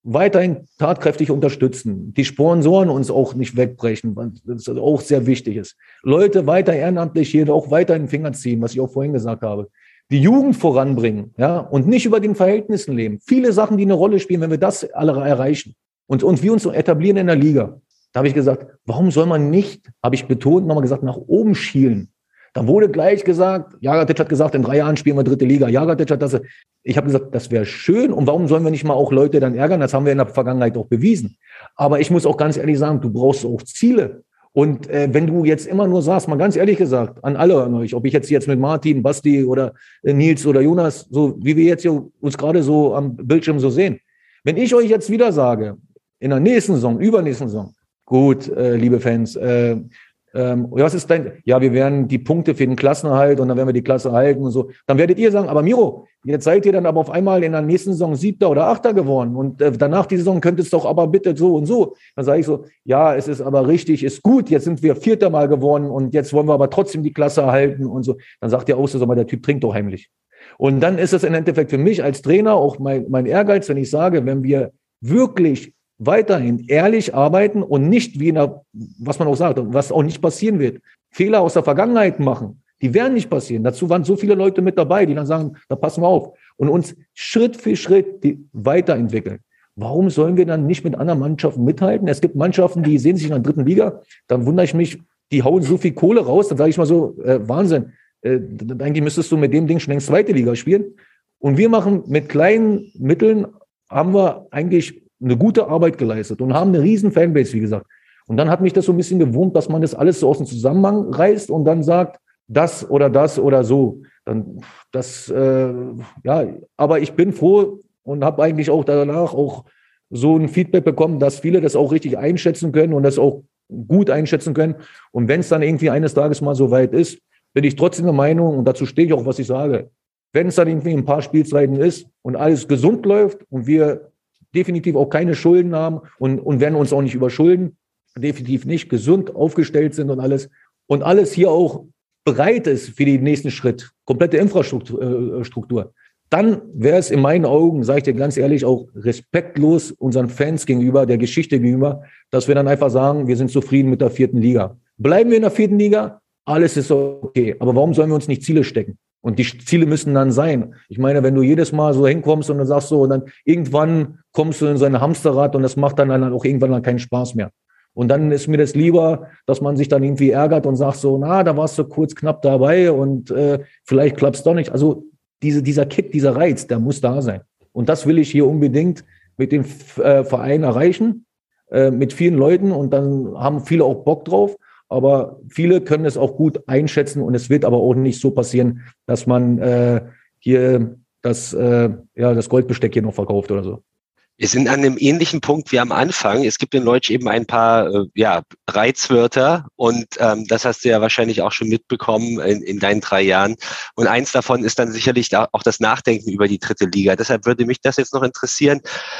weiterhin tatkräftig unterstützen, die Sponsoren uns auch nicht wegbrechen, was das auch sehr wichtig ist. Leute weiter ehrenamtlich hier auch weiter in den Finger ziehen, was ich auch vorhin gesagt habe. Die Jugend voranbringen, ja, und nicht über den Verhältnissen leben. Viele Sachen, die eine Rolle spielen, wenn wir das alle erreichen und, und wir uns so etablieren in der Liga. Da habe ich gesagt, warum soll man nicht, habe ich betont, nochmal gesagt, nach oben schielen. Da wurde gleich gesagt, Jagatic hat gesagt, in drei Jahren spielen wir dritte Liga. Jagatic hat das, ich habe gesagt, das wäre schön. Und warum sollen wir nicht mal auch Leute dann ärgern? Das haben wir in der Vergangenheit auch bewiesen. Aber ich muss auch ganz ehrlich sagen, du brauchst auch Ziele. Und äh, wenn du jetzt immer nur sagst, mal ganz ehrlich gesagt, an alle an euch, ob ich jetzt jetzt mit Martin, Basti oder äh, Nils oder Jonas, so wie wir jetzt hier uns gerade so am Bildschirm so sehen. Wenn ich euch jetzt wieder sage, in der nächsten Saison, übernächsten Saison, gut, äh, liebe Fans, äh, Ähm, was ist dein? Ja, wir werden die Punkte für den Klassenerhalt und dann werden wir die Klasse halten und so. Dann werdet ihr sagen, aber Miro, jetzt seid ihr dann aber auf einmal in der nächsten Saison Siebter oder Achter geworden und äh, danach die Saison könnt es doch aber bitte so und so. Dann sage ich so, ja, es ist aber richtig, ist gut, jetzt sind wir Vierter mal geworden und jetzt wollen wir aber trotzdem die Klasse erhalten und so. Dann sagt ihr auch so, aber der Typ trinkt doch heimlich. Und dann ist es im Endeffekt für mich als Trainer auch mein, mein Ehrgeiz, wenn ich sage, wenn wir wirklich weiterhin ehrlich arbeiten und nicht wie in der, was man auch sagt, was auch nicht passieren wird, Fehler aus der Vergangenheit machen, die werden nicht passieren. Dazu waren so viele Leute mit dabei, die dann sagen, da passen wir auf und uns Schritt für Schritt die weiterentwickeln. Warum sollen wir dann nicht mit anderen Mannschaften mithalten? Es gibt Mannschaften, die sehen sich in der dritten Liga, dann wundere ich mich, die hauen so viel Kohle raus, dann sage ich mal so, äh, Wahnsinn, äh, eigentlich müsstest du mit dem Ding schon längst zweite Liga spielen. Und wir machen mit kleinen Mitteln, haben wir eigentlich eine gute Arbeit geleistet und haben eine riesen Fanbase, wie gesagt. Und dann hat mich das so ein bisschen gewurmt, dass man das alles so aus dem Zusammenhang reißt und dann sagt, das oder das oder so. Dann das, äh, ja, aber ich bin froh und habe eigentlich auch danach auch so ein Feedback bekommen, dass viele das auch richtig einschätzen können und das auch gut einschätzen können. Und wenn es dann irgendwie eines Tages mal so weit ist, bin ich trotzdem der Meinung, und dazu stehe ich auch, was ich sage, wenn es dann irgendwie ein paar Spielzeiten ist und alles gesund läuft und wir definitiv auch keine Schulden haben und, und werden uns auch nicht überschulden, definitiv nicht, gesund aufgestellt sind und alles und alles hier auch bereit ist für den nächsten Schritt, komplette Infrastruktur, dann wäre es in meinen Augen, sage ich dir ganz ehrlich, auch respektlos unseren Fans gegenüber, der Geschichte gegenüber, dass wir dann einfach sagen, wir sind zufrieden mit der vierten Liga. Bleiben wir in der vierten Liga, alles ist okay, aber warum sollen wir uns nicht Ziele stecken? Und die Ziele müssen dann sein. Ich meine, wenn du jedes Mal so hinkommst und dann sagst so, und dann irgendwann kommst du in so ein Hamsterrad und das macht dann, dann auch irgendwann dann keinen Spaß mehr. Und dann ist mir das lieber, dass man sich dann irgendwie ärgert und sagt so, na, da warst du kurz knapp dabei und äh, vielleicht klappt's doch nicht. Also diese, dieser Kick, dieser Reiz, der muss da sein. Und das will ich hier unbedingt mit dem äh, Verein erreichen, äh, mit vielen Leuten und dann haben viele auch Bock drauf. Aber viele können es auch gut einschätzen und es wird aber auch nicht so passieren, dass man äh, hier das, äh, ja, das Goldbesteck hier noch verkauft oder so. Wir sind an einem ähnlichen Punkt wie am Anfang. Es gibt in Deutsch eben ein paar äh, ja, Reizwörter und ähm, das hast du ja wahrscheinlich auch schon mitbekommen in, in deinen drei Jahren. Und eins davon ist dann sicherlich auch das Nachdenken über die dritte Liga. Deshalb würde mich das jetzt noch interessieren.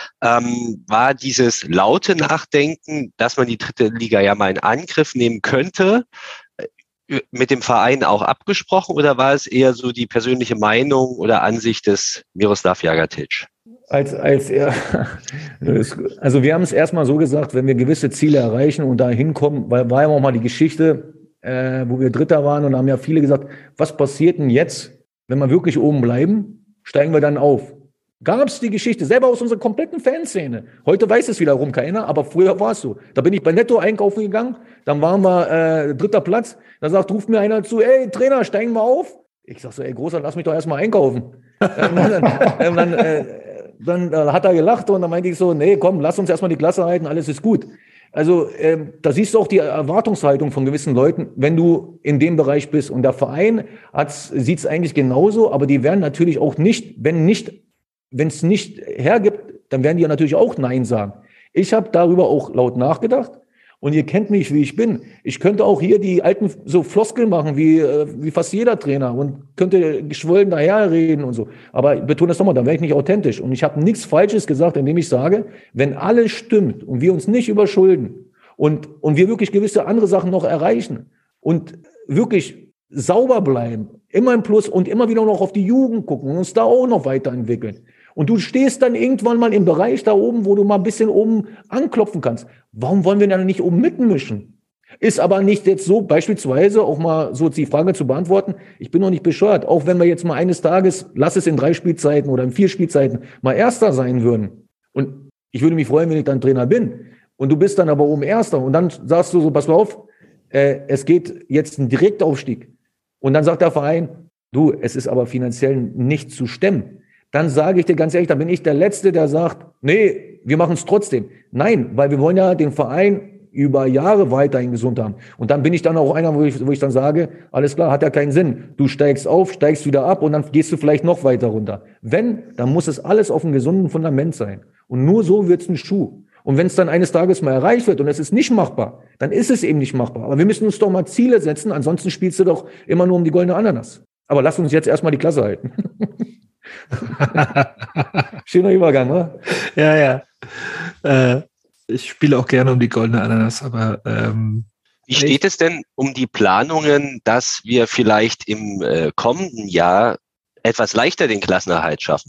Ähm, war dieses laute Nachdenken, dass man die dritte Liga ja mal in Angriff nehmen könnte, mit dem Verein auch abgesprochen oder war es eher so die persönliche Meinung oder Ansicht des Miroslav Jagatic? Als, als er, also wir haben es erstmal so gesagt, wenn wir gewisse Ziele erreichen und da hinkommen, weil war ja auch mal die Geschichte, äh, wo wir Dritter waren und da haben ja viele gesagt, was passiert denn jetzt, wenn wir wirklich oben bleiben, steigen wir dann auf. Gab es die Geschichte, selber aus unserer kompletten Fanszene. Heute weiß es wiederum keiner, aber früher war es so. Da bin ich bei Netto einkaufen gegangen, dann waren wir äh, dritter Platz, da sagt, ruft mir einer zu, ey Trainer, steigen wir auf? Ich sag so, ey Großer, lass mich doch erstmal einkaufen. dann, dann, dann, äh, dann äh, hat er gelacht und dann meinte ich so, nee, komm, lass uns erstmal die Klasse halten, alles ist gut. Also äh, da siehst du auch die Erwartungshaltung von gewissen Leuten, wenn du in dem Bereich bist. Und der Verein sieht es eigentlich genauso, aber die werden natürlich auch nicht, wenn nicht, wenn es nicht hergibt, dann werden die ja natürlich auch Nein sagen. Ich habe darüber auch laut nachgedacht. Und ihr kennt mich, wie ich bin. Ich könnte auch hier die alten so Floskeln machen, wie, wie fast jeder Trainer und könnte geschwollen daherreden und so. Aber ich betone das nochmal, da wäre ich nicht authentisch. Und ich habe nichts Falsches gesagt, indem ich sage, wenn alles stimmt und wir uns nicht überschulden und, und wir wirklich gewisse andere Sachen noch erreichen und wirklich sauber bleiben, immer im Plus und immer wieder noch auf die Jugend gucken und uns da auch noch weiterentwickeln. Und du stehst dann irgendwann mal im Bereich da oben, wo du mal ein bisschen oben anklopfen kannst. Warum wollen wir dann nicht oben mitmischen? Ist aber nicht jetzt so, beispielsweise auch mal so die Frage zu beantworten, ich bin noch nicht bescheuert, auch wenn wir jetzt mal eines Tages, lass es in drei Spielzeiten oder in vier Spielzeiten, mal Erster sein würden. Und ich würde mich freuen, wenn ich dann Trainer bin. Und du bist dann aber oben Erster. Und dann sagst du so, pass mal auf, äh, es geht jetzt ein Direktaufstieg. Und dann sagt der Verein, du, es ist aber finanziell nicht zu stemmen. Dann sage ich dir ganz ehrlich, dann bin ich der Letzte, der sagt, nee, wir machen es trotzdem. Nein, weil wir wollen ja den Verein über Jahre weiterhin gesund haben. Und dann bin ich dann auch einer, wo ich, wo ich dann sage, alles klar, hat ja keinen Sinn. Du steigst auf, steigst wieder ab und dann gehst du vielleicht noch weiter runter. Wenn, dann muss es alles auf einem gesunden Fundament sein. Und nur so wird es ein Schuh. Und wenn es dann eines Tages mal erreicht wird und es ist nicht machbar, dann ist es eben nicht machbar. Aber wir müssen uns doch mal Ziele setzen, ansonsten spielst du doch immer nur um die goldene Ananas. Aber lass uns jetzt erstmal die Klasse halten. Schöner Übergang, oder? Ja, ja. Äh, ich spiele auch gerne um die goldene Ananas, aber ähm, wie steht es denn um die Planungen, dass wir vielleicht im äh, kommenden Jahr etwas leichter den Klassenerhalt schaffen?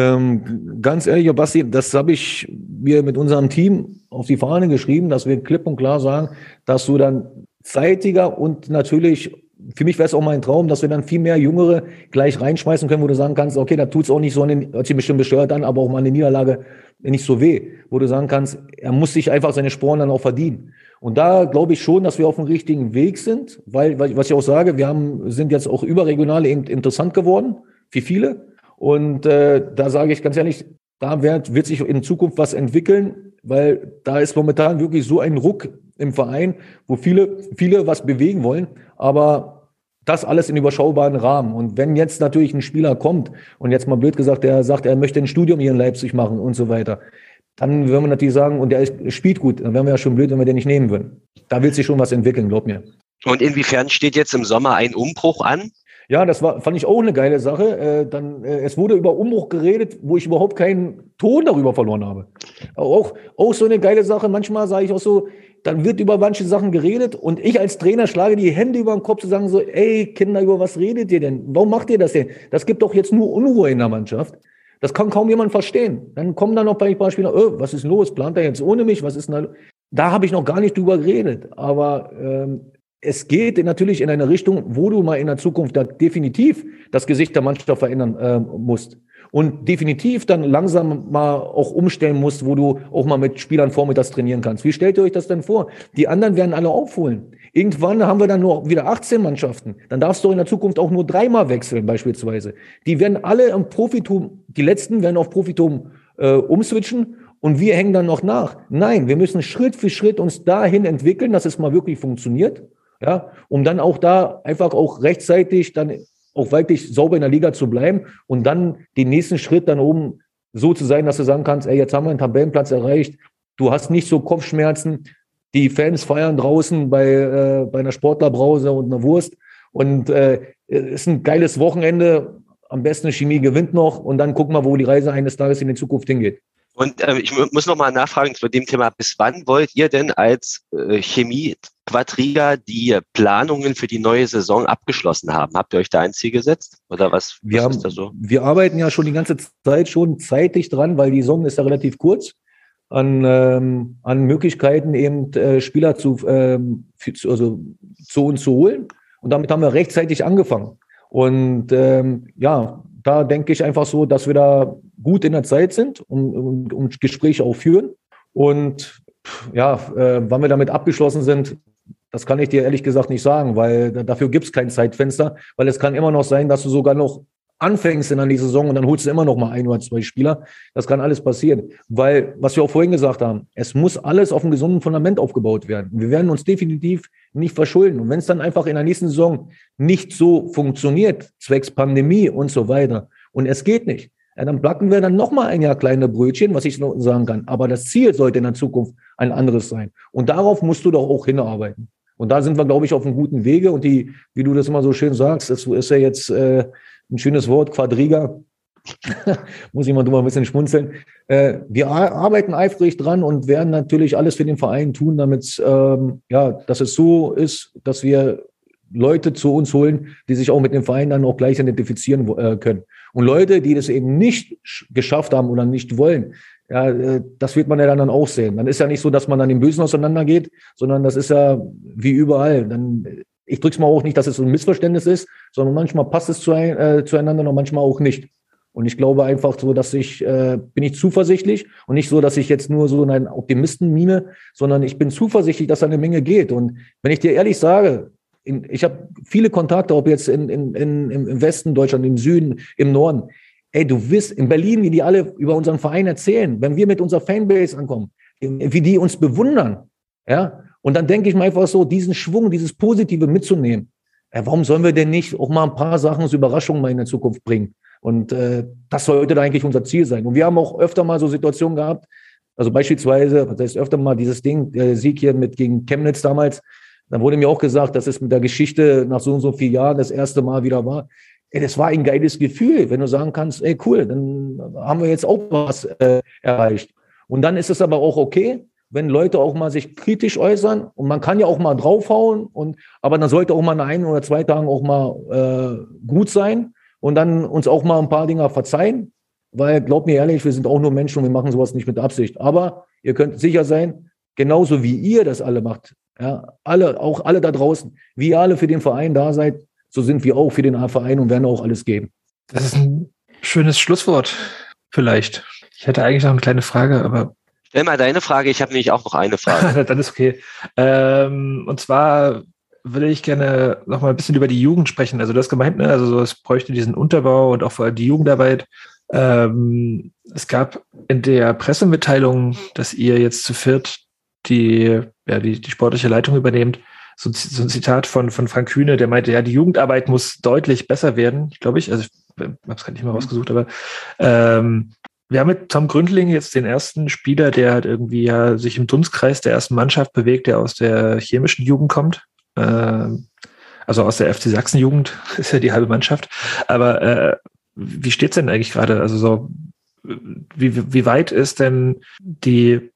Ähm, ganz ehrlich, Basti, das habe ich mir mit unserem Team auf die Fahne geschrieben, dass wir klipp und klar sagen, dass du dann zeitiger und natürlich, für mich wäre es auch mal ein Traum, dass wir dann viel mehr Jüngere gleich reinschmeißen können, wo du sagen kannst, okay, da tut's auch nicht so, eine, hört sich bestimmt bescheuert an, aber auch mal eine Niederlage nicht so weh, wo du sagen kannst, er muss sich einfach seine Sporen dann auch verdienen. Und da glaube ich schon, dass wir auf dem richtigen Weg sind, weil, weil was ich auch sage, wir haben, sind jetzt auch überregional eben interessant geworden, für viele. Und äh, da sage ich ganz ehrlich, da wird, wird sich in Zukunft was entwickeln, weil da ist momentan wirklich so ein Ruck im Verein, wo viele, viele was bewegen wollen, aber das alles in überschaubaren Rahmen. Und wenn jetzt natürlich ein Spieler kommt und jetzt mal blöd gesagt, der sagt, er möchte ein Studium hier in Leipzig machen und so weiter, dann würden wir natürlich sagen, und der spielt gut, dann wären wir ja schon blöd, wenn wir den nicht nehmen würden. Da wird sich schon was entwickeln, glaub mir. Und inwiefern steht jetzt im Sommer ein Umbruch an? Ja, das war, fand ich auch eine geile Sache. Äh, dann, äh, es wurde über Umbruch geredet, wo ich überhaupt keinen Ton darüber verloren habe. Auch, auch so eine geile Sache. Manchmal sage ich auch so, dann wird über manche Sachen geredet und ich als Trainer schlage die Hände über den Kopf zu sagen so, ey Kinder, über was redet ihr denn? Warum macht ihr das denn? Das gibt doch jetzt nur Unruhe in der Mannschaft. Das kann kaum jemand verstehen. Dann kommen dann noch ein paar Spieler, oh, was ist los? Plant er jetzt ohne mich? Was ist denn da? Da habe ich noch gar nicht drüber geredet. Aber ähm, es geht natürlich in eine Richtung, wo du mal in der Zukunft da definitiv das Gesicht der Mannschaft verändern äh, musst. Und definitiv dann langsam mal auch umstellen musst, wo du auch mal mit Spielern vormittags trainieren kannst. Wie stellt ihr euch das denn vor? Die anderen werden alle aufholen. Irgendwann haben wir dann nur wieder achtzehn Mannschaften. Dann darfst du in der Zukunft auch nur dreimal wechseln beispielsweise. Die werden alle im Profitum, die letzten werden auf Profitum äh, umswitchen und wir hängen dann noch nach. Nein, wir müssen Schritt für Schritt uns dahin entwickeln, dass es mal wirklich funktioniert. Ja, um dann auch da einfach auch rechtzeitig dann auch wirklich sauber in der Liga zu bleiben und dann den nächsten Schritt dann oben so zu sein, dass du sagen kannst, ey, jetzt haben wir einen Tabellenplatz erreicht, du hast nicht so Kopfschmerzen, die Fans feiern draußen bei, äh, bei einer Sportlerbrause und einer Wurst und äh, ist ein geiles Wochenende, am besten Chemie gewinnt noch und dann gucken wir, wo die Reise eines Tages in die Zukunft hingeht. Und äh, ich muss noch mal nachfragen zu dem Thema, bis wann wollt ihr denn als äh, Chemie-Quadriga die Planungen für die neue Saison abgeschlossen haben? Habt ihr euch da ein Ziel gesetzt? Oder was, wir was haben, ist da so? Wir arbeiten ja schon die ganze Zeit schon zeitig dran, weil die Saison ist ja relativ kurz, an, ähm, an Möglichkeiten eben äh, Spieler zu, ähm, für, also, zu uns zu holen. Und damit haben wir rechtzeitig angefangen. Und ähm, ja, da denke ich einfach so, dass wir da gut in der Zeit sind und, und, und Gespräche auch führen. Und ja, äh, wann wir damit abgeschlossen sind, das kann ich dir ehrlich gesagt nicht sagen, weil dafür gibt es kein Zeitfenster, weil es kann immer noch sein, dass du sogar noch anfängst in der Saison und dann holst du immer noch mal ein oder zwei Spieler. Das kann alles passieren, weil, was wir auch vorhin gesagt haben, es muss alles auf einem gesunden Fundament aufgebaut werden. Wir werden uns definitiv nicht verschulden. Und wenn es dann einfach in der nächsten Saison nicht so funktioniert, zwecks Pandemie und so weiter, und es geht nicht, ja, dann backen wir dann noch mal ein Jahr kleine Brötchen, was ich noch sagen kann. Aber das Ziel sollte in der Zukunft ein anderes sein. Und darauf musst du doch auch hinarbeiten. Und da sind wir, glaube ich, auf einem guten Wege. Und die, wie du das immer so schön sagst, das ist ja jetzt äh, ein schönes Wort, Quadriga. Muss ich mal drüber ein bisschen schmunzeln. Äh, wir arbeiten eifrig dran und werden natürlich alles für den Verein tun, damit ähm, ja, dass es so ist, dass wir Leute zu uns holen, die sich auch mit dem Verein dann auch gleich identifizieren äh, können. Und Leute, die das eben nicht geschafft haben oder nicht wollen, ja, äh, das wird man ja dann auch sehen. Dann ist ja nicht so, dass man dann im Bösen auseinandergeht, sondern das ist ja wie überall. Dann, ich drück's mal auch nicht, dass es so ein Missverständnis ist, sondern manchmal passt es zu, äh, zueinander und manchmal auch nicht. Und ich glaube einfach so, dass ich, äh, bin ich zuversichtlich und nicht so, dass ich jetzt nur so einen Optimisten mime, sondern ich bin zuversichtlich, dass da eine Menge geht. Und wenn ich dir ehrlich sage, in, ich habe viele Kontakte, ob jetzt in, in, in, im Westen Deutschland, im Süden, im Norden. Ey, du wirst in Berlin, wie die alle über unseren Verein erzählen, wenn wir mit unserer Fanbase ankommen, wie die uns bewundern. Ja? Und dann denke ich mir einfach so, diesen Schwung, dieses Positive mitzunehmen. Ja, warum sollen wir denn nicht auch mal ein paar Sachen als Überraschungen mal in der Zukunft bringen? Und äh, das sollte da eigentlich unser Ziel sein. Und wir haben auch öfter mal so Situationen gehabt, also beispielsweise, das heißt öfter mal dieses Ding, der Sieg hier mit gegen Chemnitz damals, dann wurde mir auch gesagt, dass es mit der Geschichte nach so und so vielen Jahren das erste Mal wieder war. Ey, das war ein geiles Gefühl, wenn du sagen kannst, ey cool, dann haben wir jetzt auch was äh, erreicht. Und dann ist es aber auch okay, wenn Leute auch mal sich kritisch äußern und man kann ja auch mal draufhauen, und aber dann sollte auch mal in ein oder zwei Tagen auch mal äh, gut sein. Und dann uns auch mal ein paar Dinger verzeihen, weil, glaubt mir ehrlich, wir sind auch nur Menschen und wir machen sowas nicht mit Absicht. Aber ihr könnt sicher sein, genauso wie ihr das alle macht, ja, alle, auch alle da draußen, wie ihr alle für den Verein da seid, so sind wir auch für den Verein und werden auch alles geben. Das ist ein schönes Schlusswort, vielleicht. Ich hätte eigentlich noch eine kleine Frage, aber... Stell mal deine Frage, ich habe nämlich auch noch eine Frage. Dann ist okay. Ähm, und zwar... würde ich gerne noch mal ein bisschen über die Jugend sprechen. Also du hast gemeint, ne? Also es bräuchte diesen Unterbau und auch vor allem die Jugendarbeit. Ähm, es gab in der Pressemitteilung, dass ihr jetzt zu viert die, ja, die, die sportliche Leitung übernehmt, so, so ein Zitat von, von Frank Kühne, der meinte, ja, die Jugendarbeit muss deutlich besser werden, glaube ich. Also ich habe es gerade nicht mal rausgesucht, aber ähm, wir haben mit Tom Gründling jetzt den ersten Spieler, der halt irgendwie ja sich im Dunstkreis der ersten Mannschaft bewegt, der aus der chemischen Jugend kommt. Also aus der F C Sachsen-Jugend, ist ja die halbe Mannschaft. Aber äh, wie steht's denn eigentlich gerade? Also so, wie, wie weit ist denn die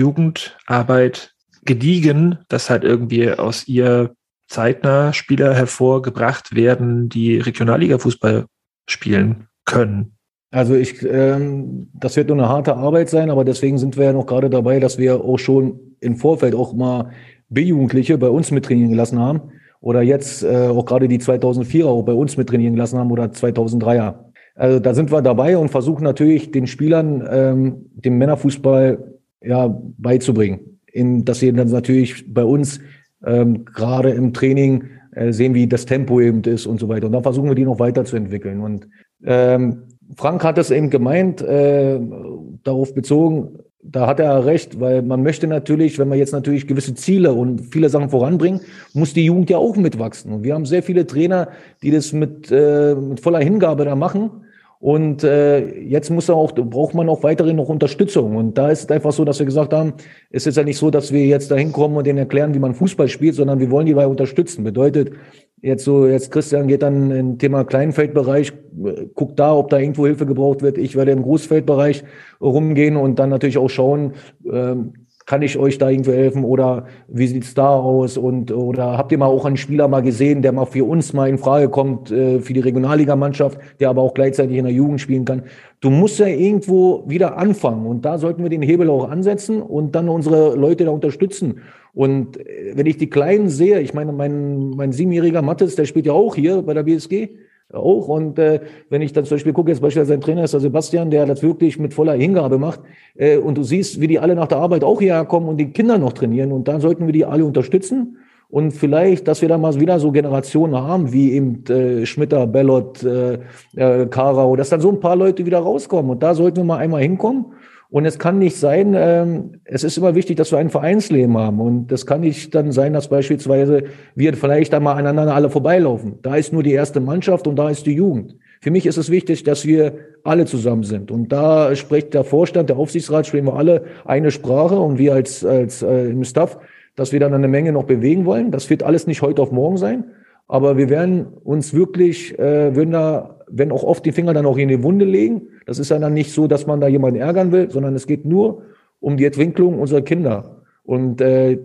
Jugendarbeit gediegen, dass halt irgendwie aus ihr zeitnah Spieler hervorgebracht werden, die Regionalliga-Fußball spielen können? Also ich, ähm, das wird nur eine harte Arbeit sein, aber deswegen sind wir ja noch gerade dabei, dass wir auch schon im Vorfeld auch mal B-Jugendliche bei uns mit trainieren gelassen haben oder jetzt äh, auch gerade die zweitausendvierer auch bei uns mit trainieren gelassen haben oder zweitausenddreier. Also da sind wir dabei und versuchen natürlich den Spielern ähm, den Männerfußball ja beizubringen, in, dass sie dann natürlich bei uns ähm, gerade im Training äh, sehen, wie das Tempo eben ist und so weiter. Und dann versuchen wir die noch weiterzuentwickeln. Und ähm, Frank hat es eben gemeint, äh, darauf bezogen, da hat er recht, weil man möchte natürlich, wenn man jetzt natürlich gewisse Ziele und viele Sachen voranbringen, muss die Jugend ja auch mitwachsen. Und wir haben sehr viele Trainer, die das mit, äh, mit voller Hingabe da machen. Und äh, jetzt muss er auch, braucht man auch weiterhin noch Unterstützung. Und da ist es einfach so, dass wir gesagt haben, es ist ja nicht so, dass wir jetzt da hinkommen und denen erklären, wie man Fußball spielt, sondern wir wollen die dabei unterstützen. Bedeutet, jetzt so, jetzt Christian geht dann im Thema Kleinfeldbereich, guckt da, ob da irgendwo Hilfe gebraucht wird. Ich werde im Großfeldbereich rumgehen und dann natürlich auch schauen, ähm, kann ich euch da irgendwie helfen oder wie sieht's da aus? Und oder habt ihr mal auch einen Spieler mal gesehen, der mal für uns mal in Frage kommt, äh, für die Regionalligamannschaft, der aber auch gleichzeitig in der Jugend spielen kann? Du musst ja irgendwo wieder anfangen und da sollten wir den Hebel auch ansetzen und dann unsere Leute da unterstützen. Und wenn ich die Kleinen sehe, ich meine, mein, mein siebenjähriger Mattes, der spielt ja auch hier bei der B S G, auch. Und äh, wenn ich dann zum Beispiel gucke, jetzt beispielsweise sein Trainer ist der Sebastian, der das wirklich mit voller Hingabe macht. Äh, und du siehst, wie die alle nach der Arbeit auch hierher kommen und die Kinder noch trainieren. Und da sollten wir die alle unterstützen. Und vielleicht, dass wir da mal wieder so Generationen haben, wie eben äh, Schmitter, Bellot, äh, äh, Karau, dass dann so ein paar Leute wieder rauskommen. Und da sollten wir mal einmal hinkommen. Und es kann nicht sein, ähm, es ist immer wichtig, dass wir ein Vereinsleben haben. Und das kann nicht dann sein, dass beispielsweise wir vielleicht einmal aneinander alle vorbeilaufen. Da ist nur die erste Mannschaft und da ist die Jugend. Für mich ist es wichtig, dass wir alle zusammen sind. Und da spricht der Vorstand, der Aufsichtsrat, sprechen wir alle eine Sprache. Und wir als, als äh, im Staff, dass wir dann eine Menge noch bewegen wollen. Das wird alles nicht heute auf morgen sein. Aber wir werden uns wirklich, äh, würden da, wenn auch oft die Finger dann auch in die Wunde legen. Das ist ja dann nicht so, dass man da jemanden ärgern will, sondern es geht nur um die Entwicklung unserer Kinder. Und äh,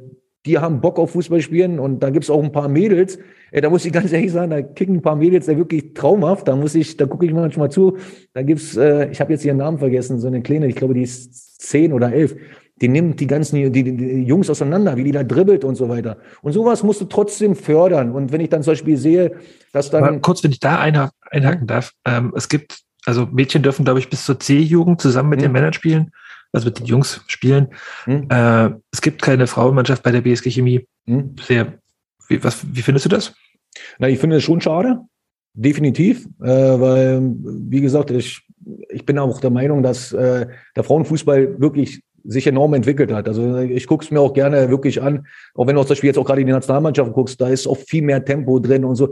die haben Bock auf Fußball spielen und da gibt es auch ein paar Mädels, ey, da muss ich ganz ehrlich sagen, da kicken ein paar Mädels, da wirklich traumhaft, da muss ich, da gucke ich manchmal zu, da gibt's, äh, ich habe jetzt ihren Namen vergessen, so eine kleine, ich glaube, die ist zehn oder elf, die nimmt die ganzen die, die, die Jungs auseinander, wie die da dribbelt und so weiter. Und sowas musst du trotzdem fördern. Und wenn ich dann zum Beispiel sehe, dass dann... Aber kurz, wenn ich da einha- einhaken darf, ähm, es gibt, also Mädchen dürfen, glaube ich, bis zur C-Jugend zusammen mit hm. den Männern spielen, also mit den Jungs spielen. Hm. Äh, es gibt keine Frauenmannschaft bei der B S G Chemie. Hm. Sehr, wie, was, wie findest du das? Na, ich finde es schon schade, definitiv, äh, weil, wie gesagt, ich, ich bin auch der Meinung, dass äh, der Frauenfußball wirklich sich enorm entwickelt hat. Also ich gucke es mir auch gerne wirklich an, auch wenn du das Spiel jetzt auch gerade in die Nationalmannschaft guckst, da ist oft viel mehr Tempo drin und so.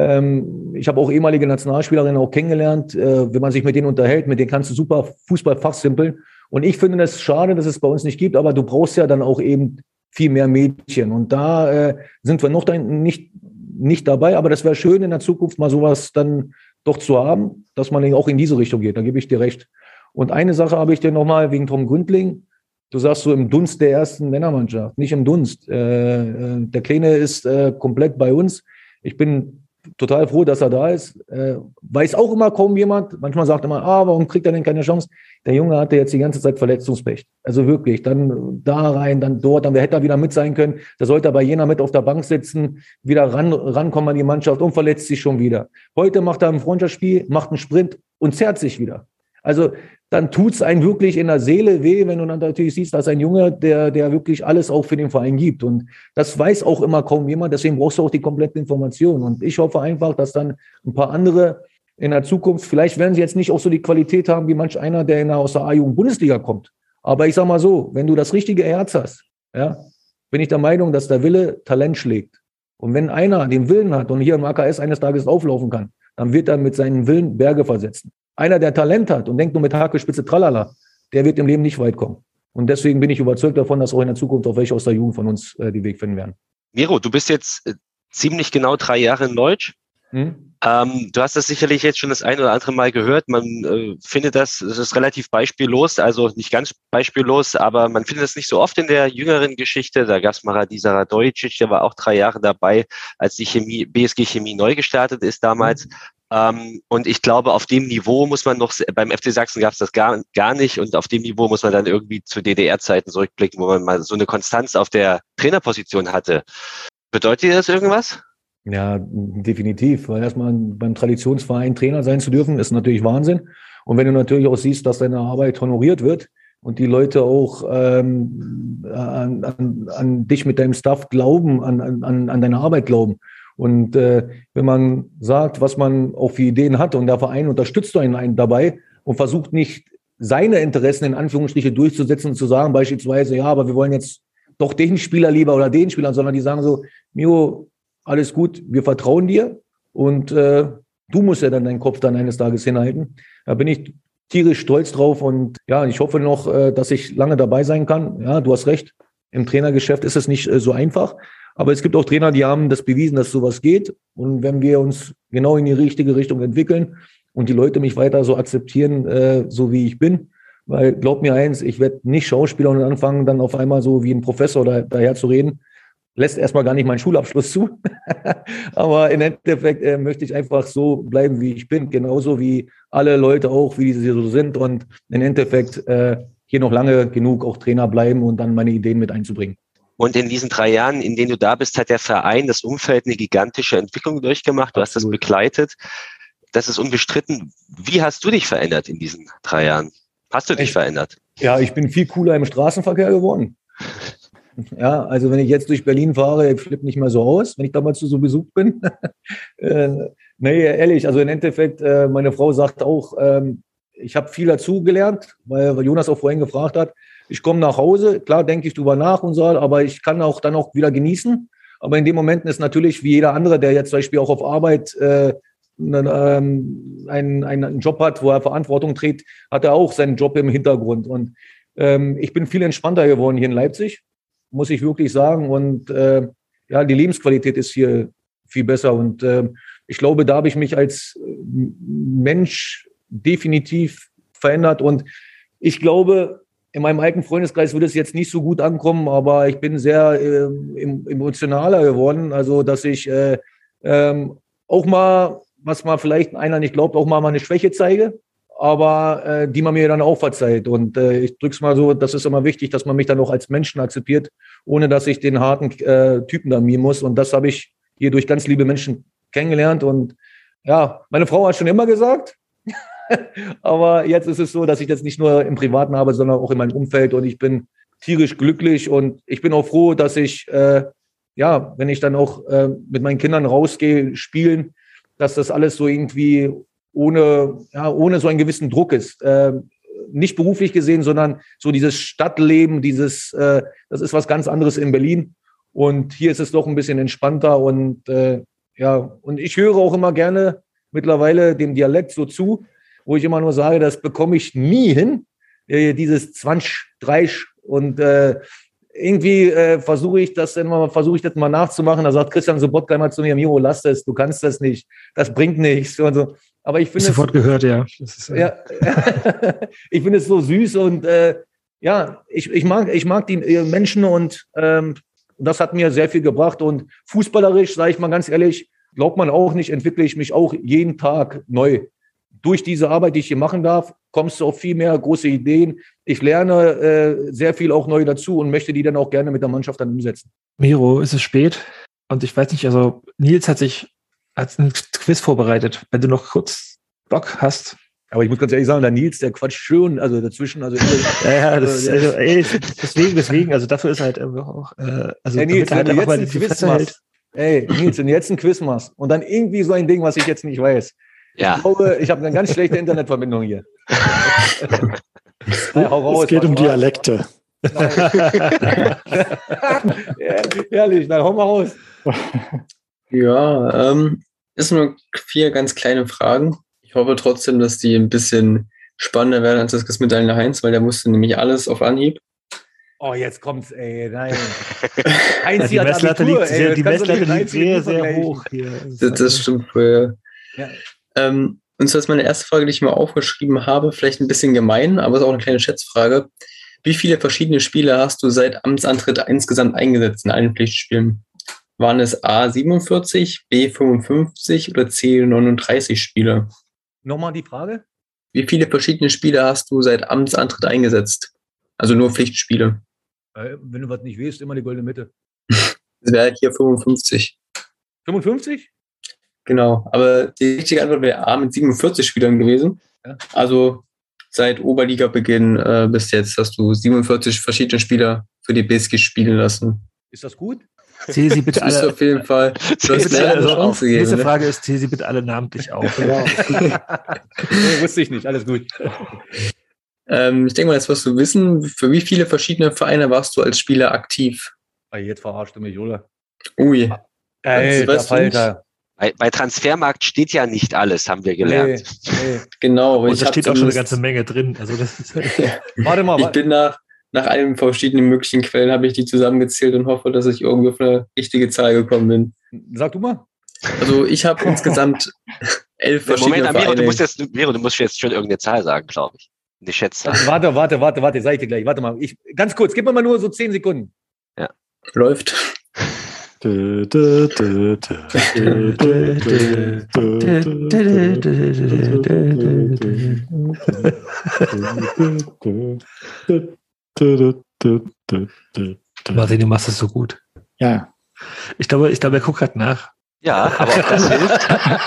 Ähm, ich habe auch ehemalige Nationalspielerinnen auch kennengelernt, äh, wenn man sich mit denen unterhält, mit denen kannst du super Fußball fachsimpeln. Und ich finde es schade, dass es bei uns nicht gibt, aber du brauchst ja dann auch eben viel mehr Mädchen. Und da äh, sind wir noch dann nicht, nicht dabei, aber das wäre schön in der Zukunft mal sowas dann doch zu haben, dass man auch in diese Richtung geht, da gebe ich dir recht. Und eine Sache habe ich dir nochmal wegen Tom Gründling. Du sagst so im Dunst der ersten Männermannschaft, nicht im Dunst. Äh, der Kleine ist äh, komplett bei uns. Ich bin total froh, dass er da ist. Äh, weiß auch immer kaum jemand. Manchmal sagt immer, ah, warum kriegt er denn keine Chance? Der Junge hatte jetzt die ganze Zeit Verletzungspech. Also wirklich, dann da rein, dann dort, dann hätte er wieder mit sein können. Da sollte er bei Jena mit auf der Bank sitzen, wieder ran, rankommen an die Mannschaft und verletzt sich schon wieder. Heute macht er ein Freundschaftsspiel, macht einen Sprint und zerrt sich wieder. Also dann tut's einem wirklich in der Seele weh, wenn du dann natürlich siehst, dass ein Junge, der, der wirklich alles auch für den Verein gibt. Und das weiß auch immer kaum jemand, deswegen brauchst du auch die komplette Information. Und ich hoffe einfach, dass dann ein paar andere in der Zukunft, vielleicht werden sie jetzt nicht auch so die Qualität haben, wie manch einer, der in der, aus der A-Jugend-Bundesliga kommt. Aber ich sag mal so, wenn du das richtige Herz hast, ja, bin ich der Meinung, dass der Wille Talent schlägt. Und wenn einer den Willen hat und hier im A K S eines Tages auflaufen kann, dann wird er mit seinem Willen Berge versetzen. Einer, der Talent hat und denkt nur mit Hake, Spitze, Tralala, der wird im Leben nicht weit kommen. Und deswegen bin ich überzeugt davon, dass auch in der Zukunft auch welche aus der Jugend von uns äh, die Weg finden werden. Miro, du bist jetzt äh, ziemlich genau drei Jahre in Leutsch. Hm? Ähm, du hast das sicherlich jetzt schon das ein oder andere Mal gehört. Man äh, findet das, das ist relativ beispiellos, also nicht ganz beispiellos, aber man findet das nicht so oft in der jüngeren Geschichte. Da gab es Maradiza Radojicic, der war auch drei Jahre dabei, als die Chemie, B S G Chemie neu gestartet ist damals. Hm. Um, und ich glaube, auf dem Niveau muss man noch, beim F C Sachsen gab es das gar, gar nicht und auf dem Niveau muss man dann irgendwie zu D D R-Zeiten zurückblicken, wo man mal so eine Konstanz auf der Trainerposition hatte. Bedeutet dir das irgendwas? Ja, definitiv, weil erstmal beim Traditionsverein Trainer sein zu dürfen, ist natürlich Wahnsinn. Und wenn du natürlich auch siehst, dass deine Arbeit honoriert wird und die Leute auch ähm, an, an, an dich mit deinem Staff glauben, an, an, an deine Arbeit glauben. Und äh, wenn man sagt, was man auch für Ideen hat und der Verein unterstützt einen, einen dabei und versucht nicht seine Interessen in Anführungsstriche durchzusetzen und zu sagen beispielsweise, ja, aber wir wollen jetzt doch den Spieler lieber oder den Spieler, sondern die sagen so, Miro, alles gut, wir vertrauen dir und äh, du musst ja dann deinen Kopf dann eines Tages hinhalten. Da bin ich tierisch stolz drauf und ja, ich hoffe noch, äh, dass ich lange dabei sein kann. Ja, du hast recht, im Trainergeschäft ist es nicht äh, so einfach. Aber es gibt auch Trainer, die haben das bewiesen, dass sowas geht. Und wenn wir uns genau in die richtige Richtung entwickeln und die Leute mich weiter so akzeptieren, äh, so wie ich bin, weil glaub mir eins, ich werde nicht Schauspieler und anfangen, dann auf einmal so wie ein Professor da, daher zu reden, lässt erstmal gar nicht meinen Schulabschluss zu. Aber im Endeffekt äh, möchte ich einfach so bleiben, wie ich bin, genauso wie alle Leute auch, wie sie so sind und im Endeffekt äh, hier noch lange genug auch Trainer bleiben und dann meine Ideen mit einzubringen. Und in diesen drei Jahren, in denen du da bist, hat der Verein, das Umfeld eine gigantische Entwicklung durchgemacht. Du Absolut. Hast das begleitet. Das ist unbestritten. Wie hast du dich verändert in diesen drei Jahren? Hast du dich ich, verändert? Ja, ich bin viel cooler im Straßenverkehr geworden. Ja, also wenn ich jetzt durch Berlin fahre, ich flippe nicht mehr so aus, wenn ich damals so besucht bin. äh, nee, ehrlich, also im Endeffekt, äh, meine Frau sagt auch, ähm, ich habe viel dazu gelernt, weil, weil Jonas auch vorhin gefragt hat, ich komme nach Hause, klar denke ich drüber nach und so, aber ich kann auch dann auch wieder genießen. Aber in den Momenten ist natürlich wie jeder andere, der jetzt zum Beispiel auch auf Arbeit äh, einen, einen, einen Job hat, wo er Verantwortung trägt, hat er auch seinen Job im Hintergrund. Und ähm, ich bin viel entspannter geworden hier in Leipzig, muss ich wirklich sagen. Und äh, ja, die Lebensqualität ist hier viel besser. Und äh, ich glaube, da habe ich mich als Mensch definitiv verändert. Und ich glaube, in meinem alten Freundeskreis würde es jetzt nicht so gut ankommen, aber ich bin sehr äh, emotionaler geworden. Also, dass ich äh, ähm, auch mal, was man vielleicht einer nicht glaubt, auch mal meine Schwäche zeige, aber äh, die man mir dann auch verzeiht. Und äh, ich drück's mal so, das ist immer wichtig, dass man mich dann auch als Menschen akzeptiert, ohne dass ich den harten äh, Typen da mimen muss. Und das habe ich hier durch ganz liebe Menschen kennengelernt. Und ja, meine Frau hat schon immer gesagt, aber jetzt ist es so, dass ich das nicht nur im Privaten habe, sondern auch in meinem Umfeld. Und ich bin tierisch glücklich und ich bin auch froh, dass ich, äh, ja, wenn ich dann auch äh, mit meinen Kindern rausgehe, spielen, dass das alles so irgendwie ohne, ja, ohne so einen gewissen Druck ist. Äh, nicht beruflich gesehen, sondern so dieses Stadtleben, dieses, äh, das ist was ganz anderes in Berlin. Und hier ist es doch ein bisschen entspannter. Und äh, ja, und ich höre auch immer gerne mittlerweile dem Dialekt so zu, wo ich immer nur sage, das bekomme ich nie hin, äh, dieses Zwansch, Dreisch und äh, irgendwie äh, versuche ich das dann mal, versuche ich das mal nachzumachen. Da sagt Christian Sobotka immer zu mir, Miro, lass das, du kannst das nicht, das bringt nichts und so. Aber ich finde sofort gehört, ja. Das ist, äh ja ich finde es so süß und äh, ja, ich, ich mag, ich mag die äh, Menschen und ähm, das hat mir sehr viel gebracht und fußballerisch, sage ich mal ganz ehrlich, glaubt man auch nicht, entwickle ich mich auch jeden Tag neu. Durch diese Arbeit, die ich hier machen darf, kommst du auf viel mehr große Ideen. Ich lerne äh, sehr viel auch neu dazu und möchte die dann auch gerne mit der Mannschaft dann umsetzen. Miro, ist es spät? Und ich weiß nicht, also Nils hat sich hat ein Quiz vorbereitet. Wenn du noch kurz Bock hast. Aber ich muss ganz ehrlich sagen, der Nils, der quatscht schön, also dazwischen. Also ja, ja, das, also, ey, deswegen, deswegen, also dafür ist halt auch, äh, also hey, Nils, damit wenn halt du einfach jetzt mal ein Quiz machst, ey, Nils, wenn du jetzt ein Quiz machst und dann irgendwie so ein Ding, was ich jetzt nicht weiß, Ja. ich glaube, ich habe eine ganz schlechte Internetverbindung hier. Nein, hau raus, es geht um raus. Dialekte. Ja, ehrlich, dann hau mal raus. Ja, ähm, es sind nur vier ganz kleine Fragen. Ich hoffe trotzdem, dass die ein bisschen spannender werden als das Quiz mit Daniel Heinz, weil der musste nämlich alles auf Anhieb. Oh, jetzt kommt's, ey, nein. Ja, Heinz, die hat Messlatte Abitur, liegt ey, sehr, das die kannst du Messlatte nicht mit liegt Heinz sehr, Abitur sehr vergleichen. hoch hier. Das, das stimmt. Äh, Ja. ähm, und zwar ist meine erste Frage, die ich mal aufgeschrieben habe, vielleicht ein bisschen gemein, aber es ist auch eine kleine Schätzfrage. Wie viele verschiedene Spiele hast du seit Amtsantritt insgesamt eingesetzt in allen Pflichtspielen? Waren es A siebenundvierzig, B fünfundfünfzig oder C neununddreißig Spiele? Nochmal die Frage? Wie viele verschiedene Spiele hast du seit Amtsantritt eingesetzt? Also nur Pflichtspiele. Äh, wenn du was nicht weißt, immer die goldene Mitte. Das wäre hier fünfundfünfzig. fünfundfünfzig? Genau, aber die richtige Antwort wäre A mit siebenundvierzig Spielern gewesen. Ja. Also seit Oberliga-Beginn äh, bis jetzt hast du siebenundvierzig verschiedene Spieler für die B S G spielen lassen. Ist das gut? Zähl sie bitte Das ist alle. auf jeden Fall. Du hast Bitte, leider eine also, Chance die nächste gegeben. Ne? Frage ist, zähl sie bitte alle namentlich auf. Ja. Nee, wusste ich nicht, alles gut. Ähm, ich denke mal, das wirst du wissen. Für wie viele verschiedene Vereine warst du als Spieler aktiv? Ey, jetzt verarscht du mich, oder? Ui. Alter, weißt du nicht? Falter. Bei, bei Transfermarkt steht ja nicht alles, haben wir gelernt. Nee, nee. Genau. aber Und ich da hab steht auch schon eine zumindest- ganze Menge drin. Also das ist Warte mal, Ich wa- bin nach, nach allen verschiedenen möglichen Quellen, habe ich die zusammengezählt und hoffe, dass ich irgendwie auf eine richtige Zahl gekommen bin. sag du mal. Also ich habe insgesamt elf verschiedene Moment, Amiro, Vereine. du musst jetzt, Miro, du musst jetzt schon irgendeine Zahl sagen, glaube ich. Eine Schätzzahl. Warte, warte, warte, warte, sag ich dir gleich. Warte mal. Ich, ganz kurz, gib mir mal nur so zehn Sekunden. Läuft. Dö, dö, dö, dö, dö, dö, dö, dö, dö, dö, dö. Martin, du machst das so gut. Ja, Ich glaube, ich glaube, er guckt gerade nach. Ja, aber ob das hilft?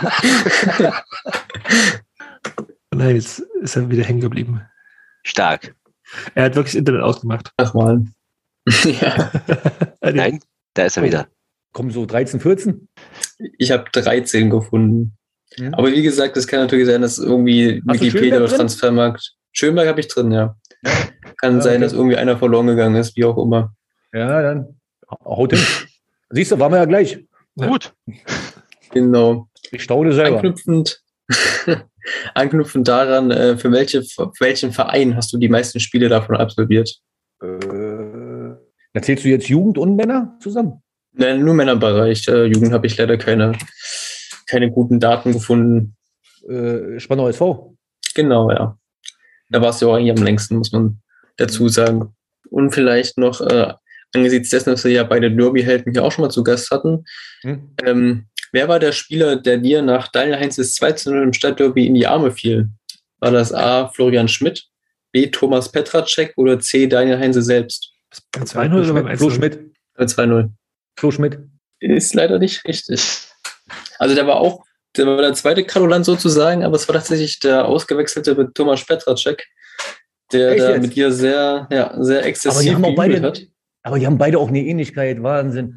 Nein, jetzt ist er wieder hängen geblieben. Stark. Er hat wirklich das Internet ausgemacht. Ach mal. Ja, Nein, da ist er wieder. Kommen so dreizehn, vierzehn? ich habe dreizehn gefunden. Ja. Aber wie gesagt, es kann natürlich sein, dass irgendwie Hast du Wikipedia Schönberg oder drin? Transfermarkt. Schönberg habe ich drin, ja. Kann Ah, sein, okay. dass irgendwie einer verloren gegangen ist, wie auch immer. Ja, dann haut hin. Siehst du, waren wir ja gleich. Ja. Gut. Genau. Ich staune selber. Anknüpfend, anknüpfend daran, äh, für, welche, für welchen Verein hast du die meisten Spiele davon absolviert? Äh, erzählst du jetzt Jugend und Männer zusammen? Nein, nur Männerbereich. Äh, Jugend habe ich leider keine, keine guten Daten gefunden. Äh, Spandau S V. Genau, ja. Da warst du auch eigentlich am längsten, muss man, dazu sagen. Und vielleicht noch, äh, angesichts dessen, dass wir ja beide Derby-Helden hier auch schon mal zu Gast hatten, hm. ähm, wer war der Spieler, der dir nach Daniel Heinzes zwei zu null im Stadtderby in die Arme fiel? War das A. Florian Schmidt, B. Thomas Petracek oder C. Daniel Heinze selbst? Beim zwei null oder beim eins null? Flo Schmidt. Beim zwei null. Flo Schmidt. Ist leider nicht richtig. Also der war auch, der war der zweite Karolant sozusagen, aber es war tatsächlich der ausgewechselte mit Thomas Petracek, der Echt da jetzt? mit dir sehr, ja, sehr exzessiv geübt beide, hat. Aber die haben beide auch eine Ähnlichkeit, Wahnsinn.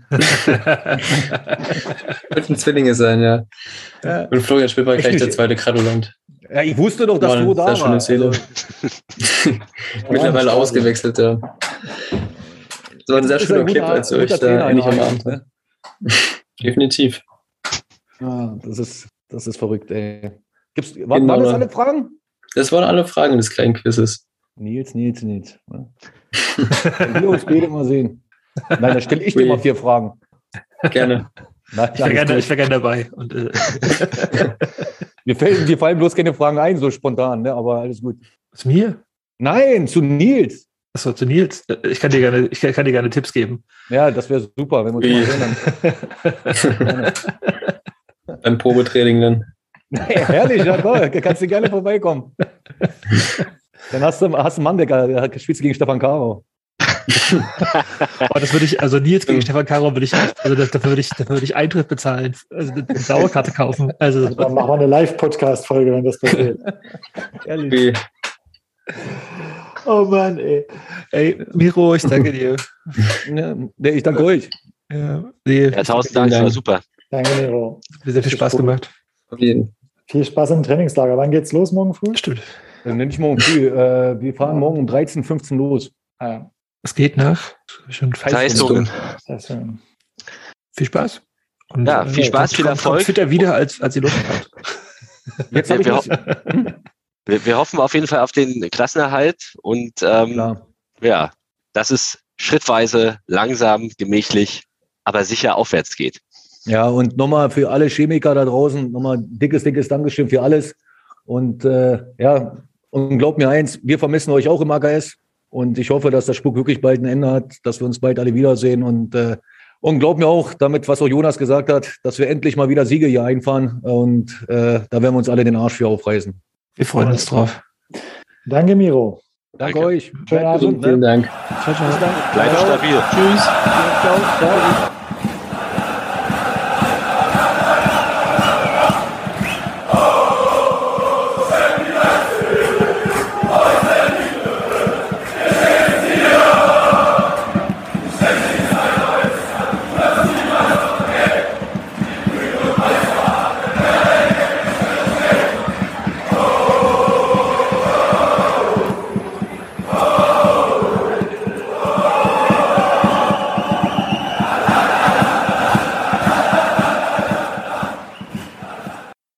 Könnten Zwillinge sein, ja. ja. Und Florian Schmidt war gleich der zweite Karolant. Ja, ich wusste doch, dass war du da warst. Also. Mittlerweile ausgewechselt, ja. Das war ein sehr schöner Clip, als ihr euch da endlich am Abend. Ne? Definitiv. Ja, das ist, das ist verrückt, ey. Gibt's, war, genau. Waren das alle Fragen? Das waren alle Fragen des kleinen Quizzes. Nils, Nils, Nils. Wenn wir uns beide mal sehen. Nein, da stelle ich dir mal vier Fragen. Gerne. Nein, ich wäre gerne, wär gerne dabei. Und, äh. mir, fallen, mir fallen bloß keine Fragen ein, so spontan, ne? Aber alles gut. Zu mir? Nein, zu Nils. Achso, zu Nils. Ich kann dir gerne, ich kann, kann dir gerne Tipps geben. Ja, das wäre super, wenn wir uns mal sehen. Beim Probetraining dann. Hey, herrlich, ja, toll. Kannst du gerne vorbeikommen. Dann hast du, hast du einen Mann, der spielt gegen Stefan Caro. Oh, das würde ich, also Nils gegen Stefan Caro würde ich, also das, dafür würde ich, dafür würde ich Eintritt bezahlen, also eine Dauerkarte kaufen. Also, also dann machen wir eine Live-Podcast-Folge, wenn das passiert. Ehrlich. Oh Mann, ey. Ey, Miro, ich danke dir. Ja, ich danke euch. Ja, nee, ja tausend Dank, das war super. Danke, Miro. Hat sehr viel Spaß gemacht. Auf jeden. Viel Spaß im Trainingslager. Wann geht's los morgen früh? Stimmt. Dann nenne ich morgen früh. Äh, wir fahren morgen um dreizehn, fünfzehn los. Ah, ja. Es geht nach schon Leistungen. Viel Spaß. Und, ja, viel Spaß, viel Erfolg. Fitter wieder, als, als ihr Lust habt. Jetzt ja, wir, ho- wir, wir hoffen auf jeden Fall auf den Klassenerhalt und ähm, ja, dass es schrittweise, langsam, gemächlich, aber sicher aufwärts geht. Ja, und nochmal für alle Chemiker da draußen, nochmal dickes, dickes Dankeschön für alles. Und äh, ja, und glaubt mir eins, wir vermissen euch auch im A K S. Und ich hoffe, dass der Spuk wirklich bald ein Ende hat, dass wir uns bald alle wiedersehen. Und, äh, und glaubt mir auch, damit, was auch Jonas gesagt hat, dass wir endlich mal wieder Siege hier einfahren. Und äh, da werden wir uns alle den Arsch für aufreißen. Wir freuen uns drauf. Danke, Miro. Danke, Danke euch. Bleibt gesund. Vielen Dank. Ciao, ciao. Bleibt stabil. Tschüss. Ciao, ciao.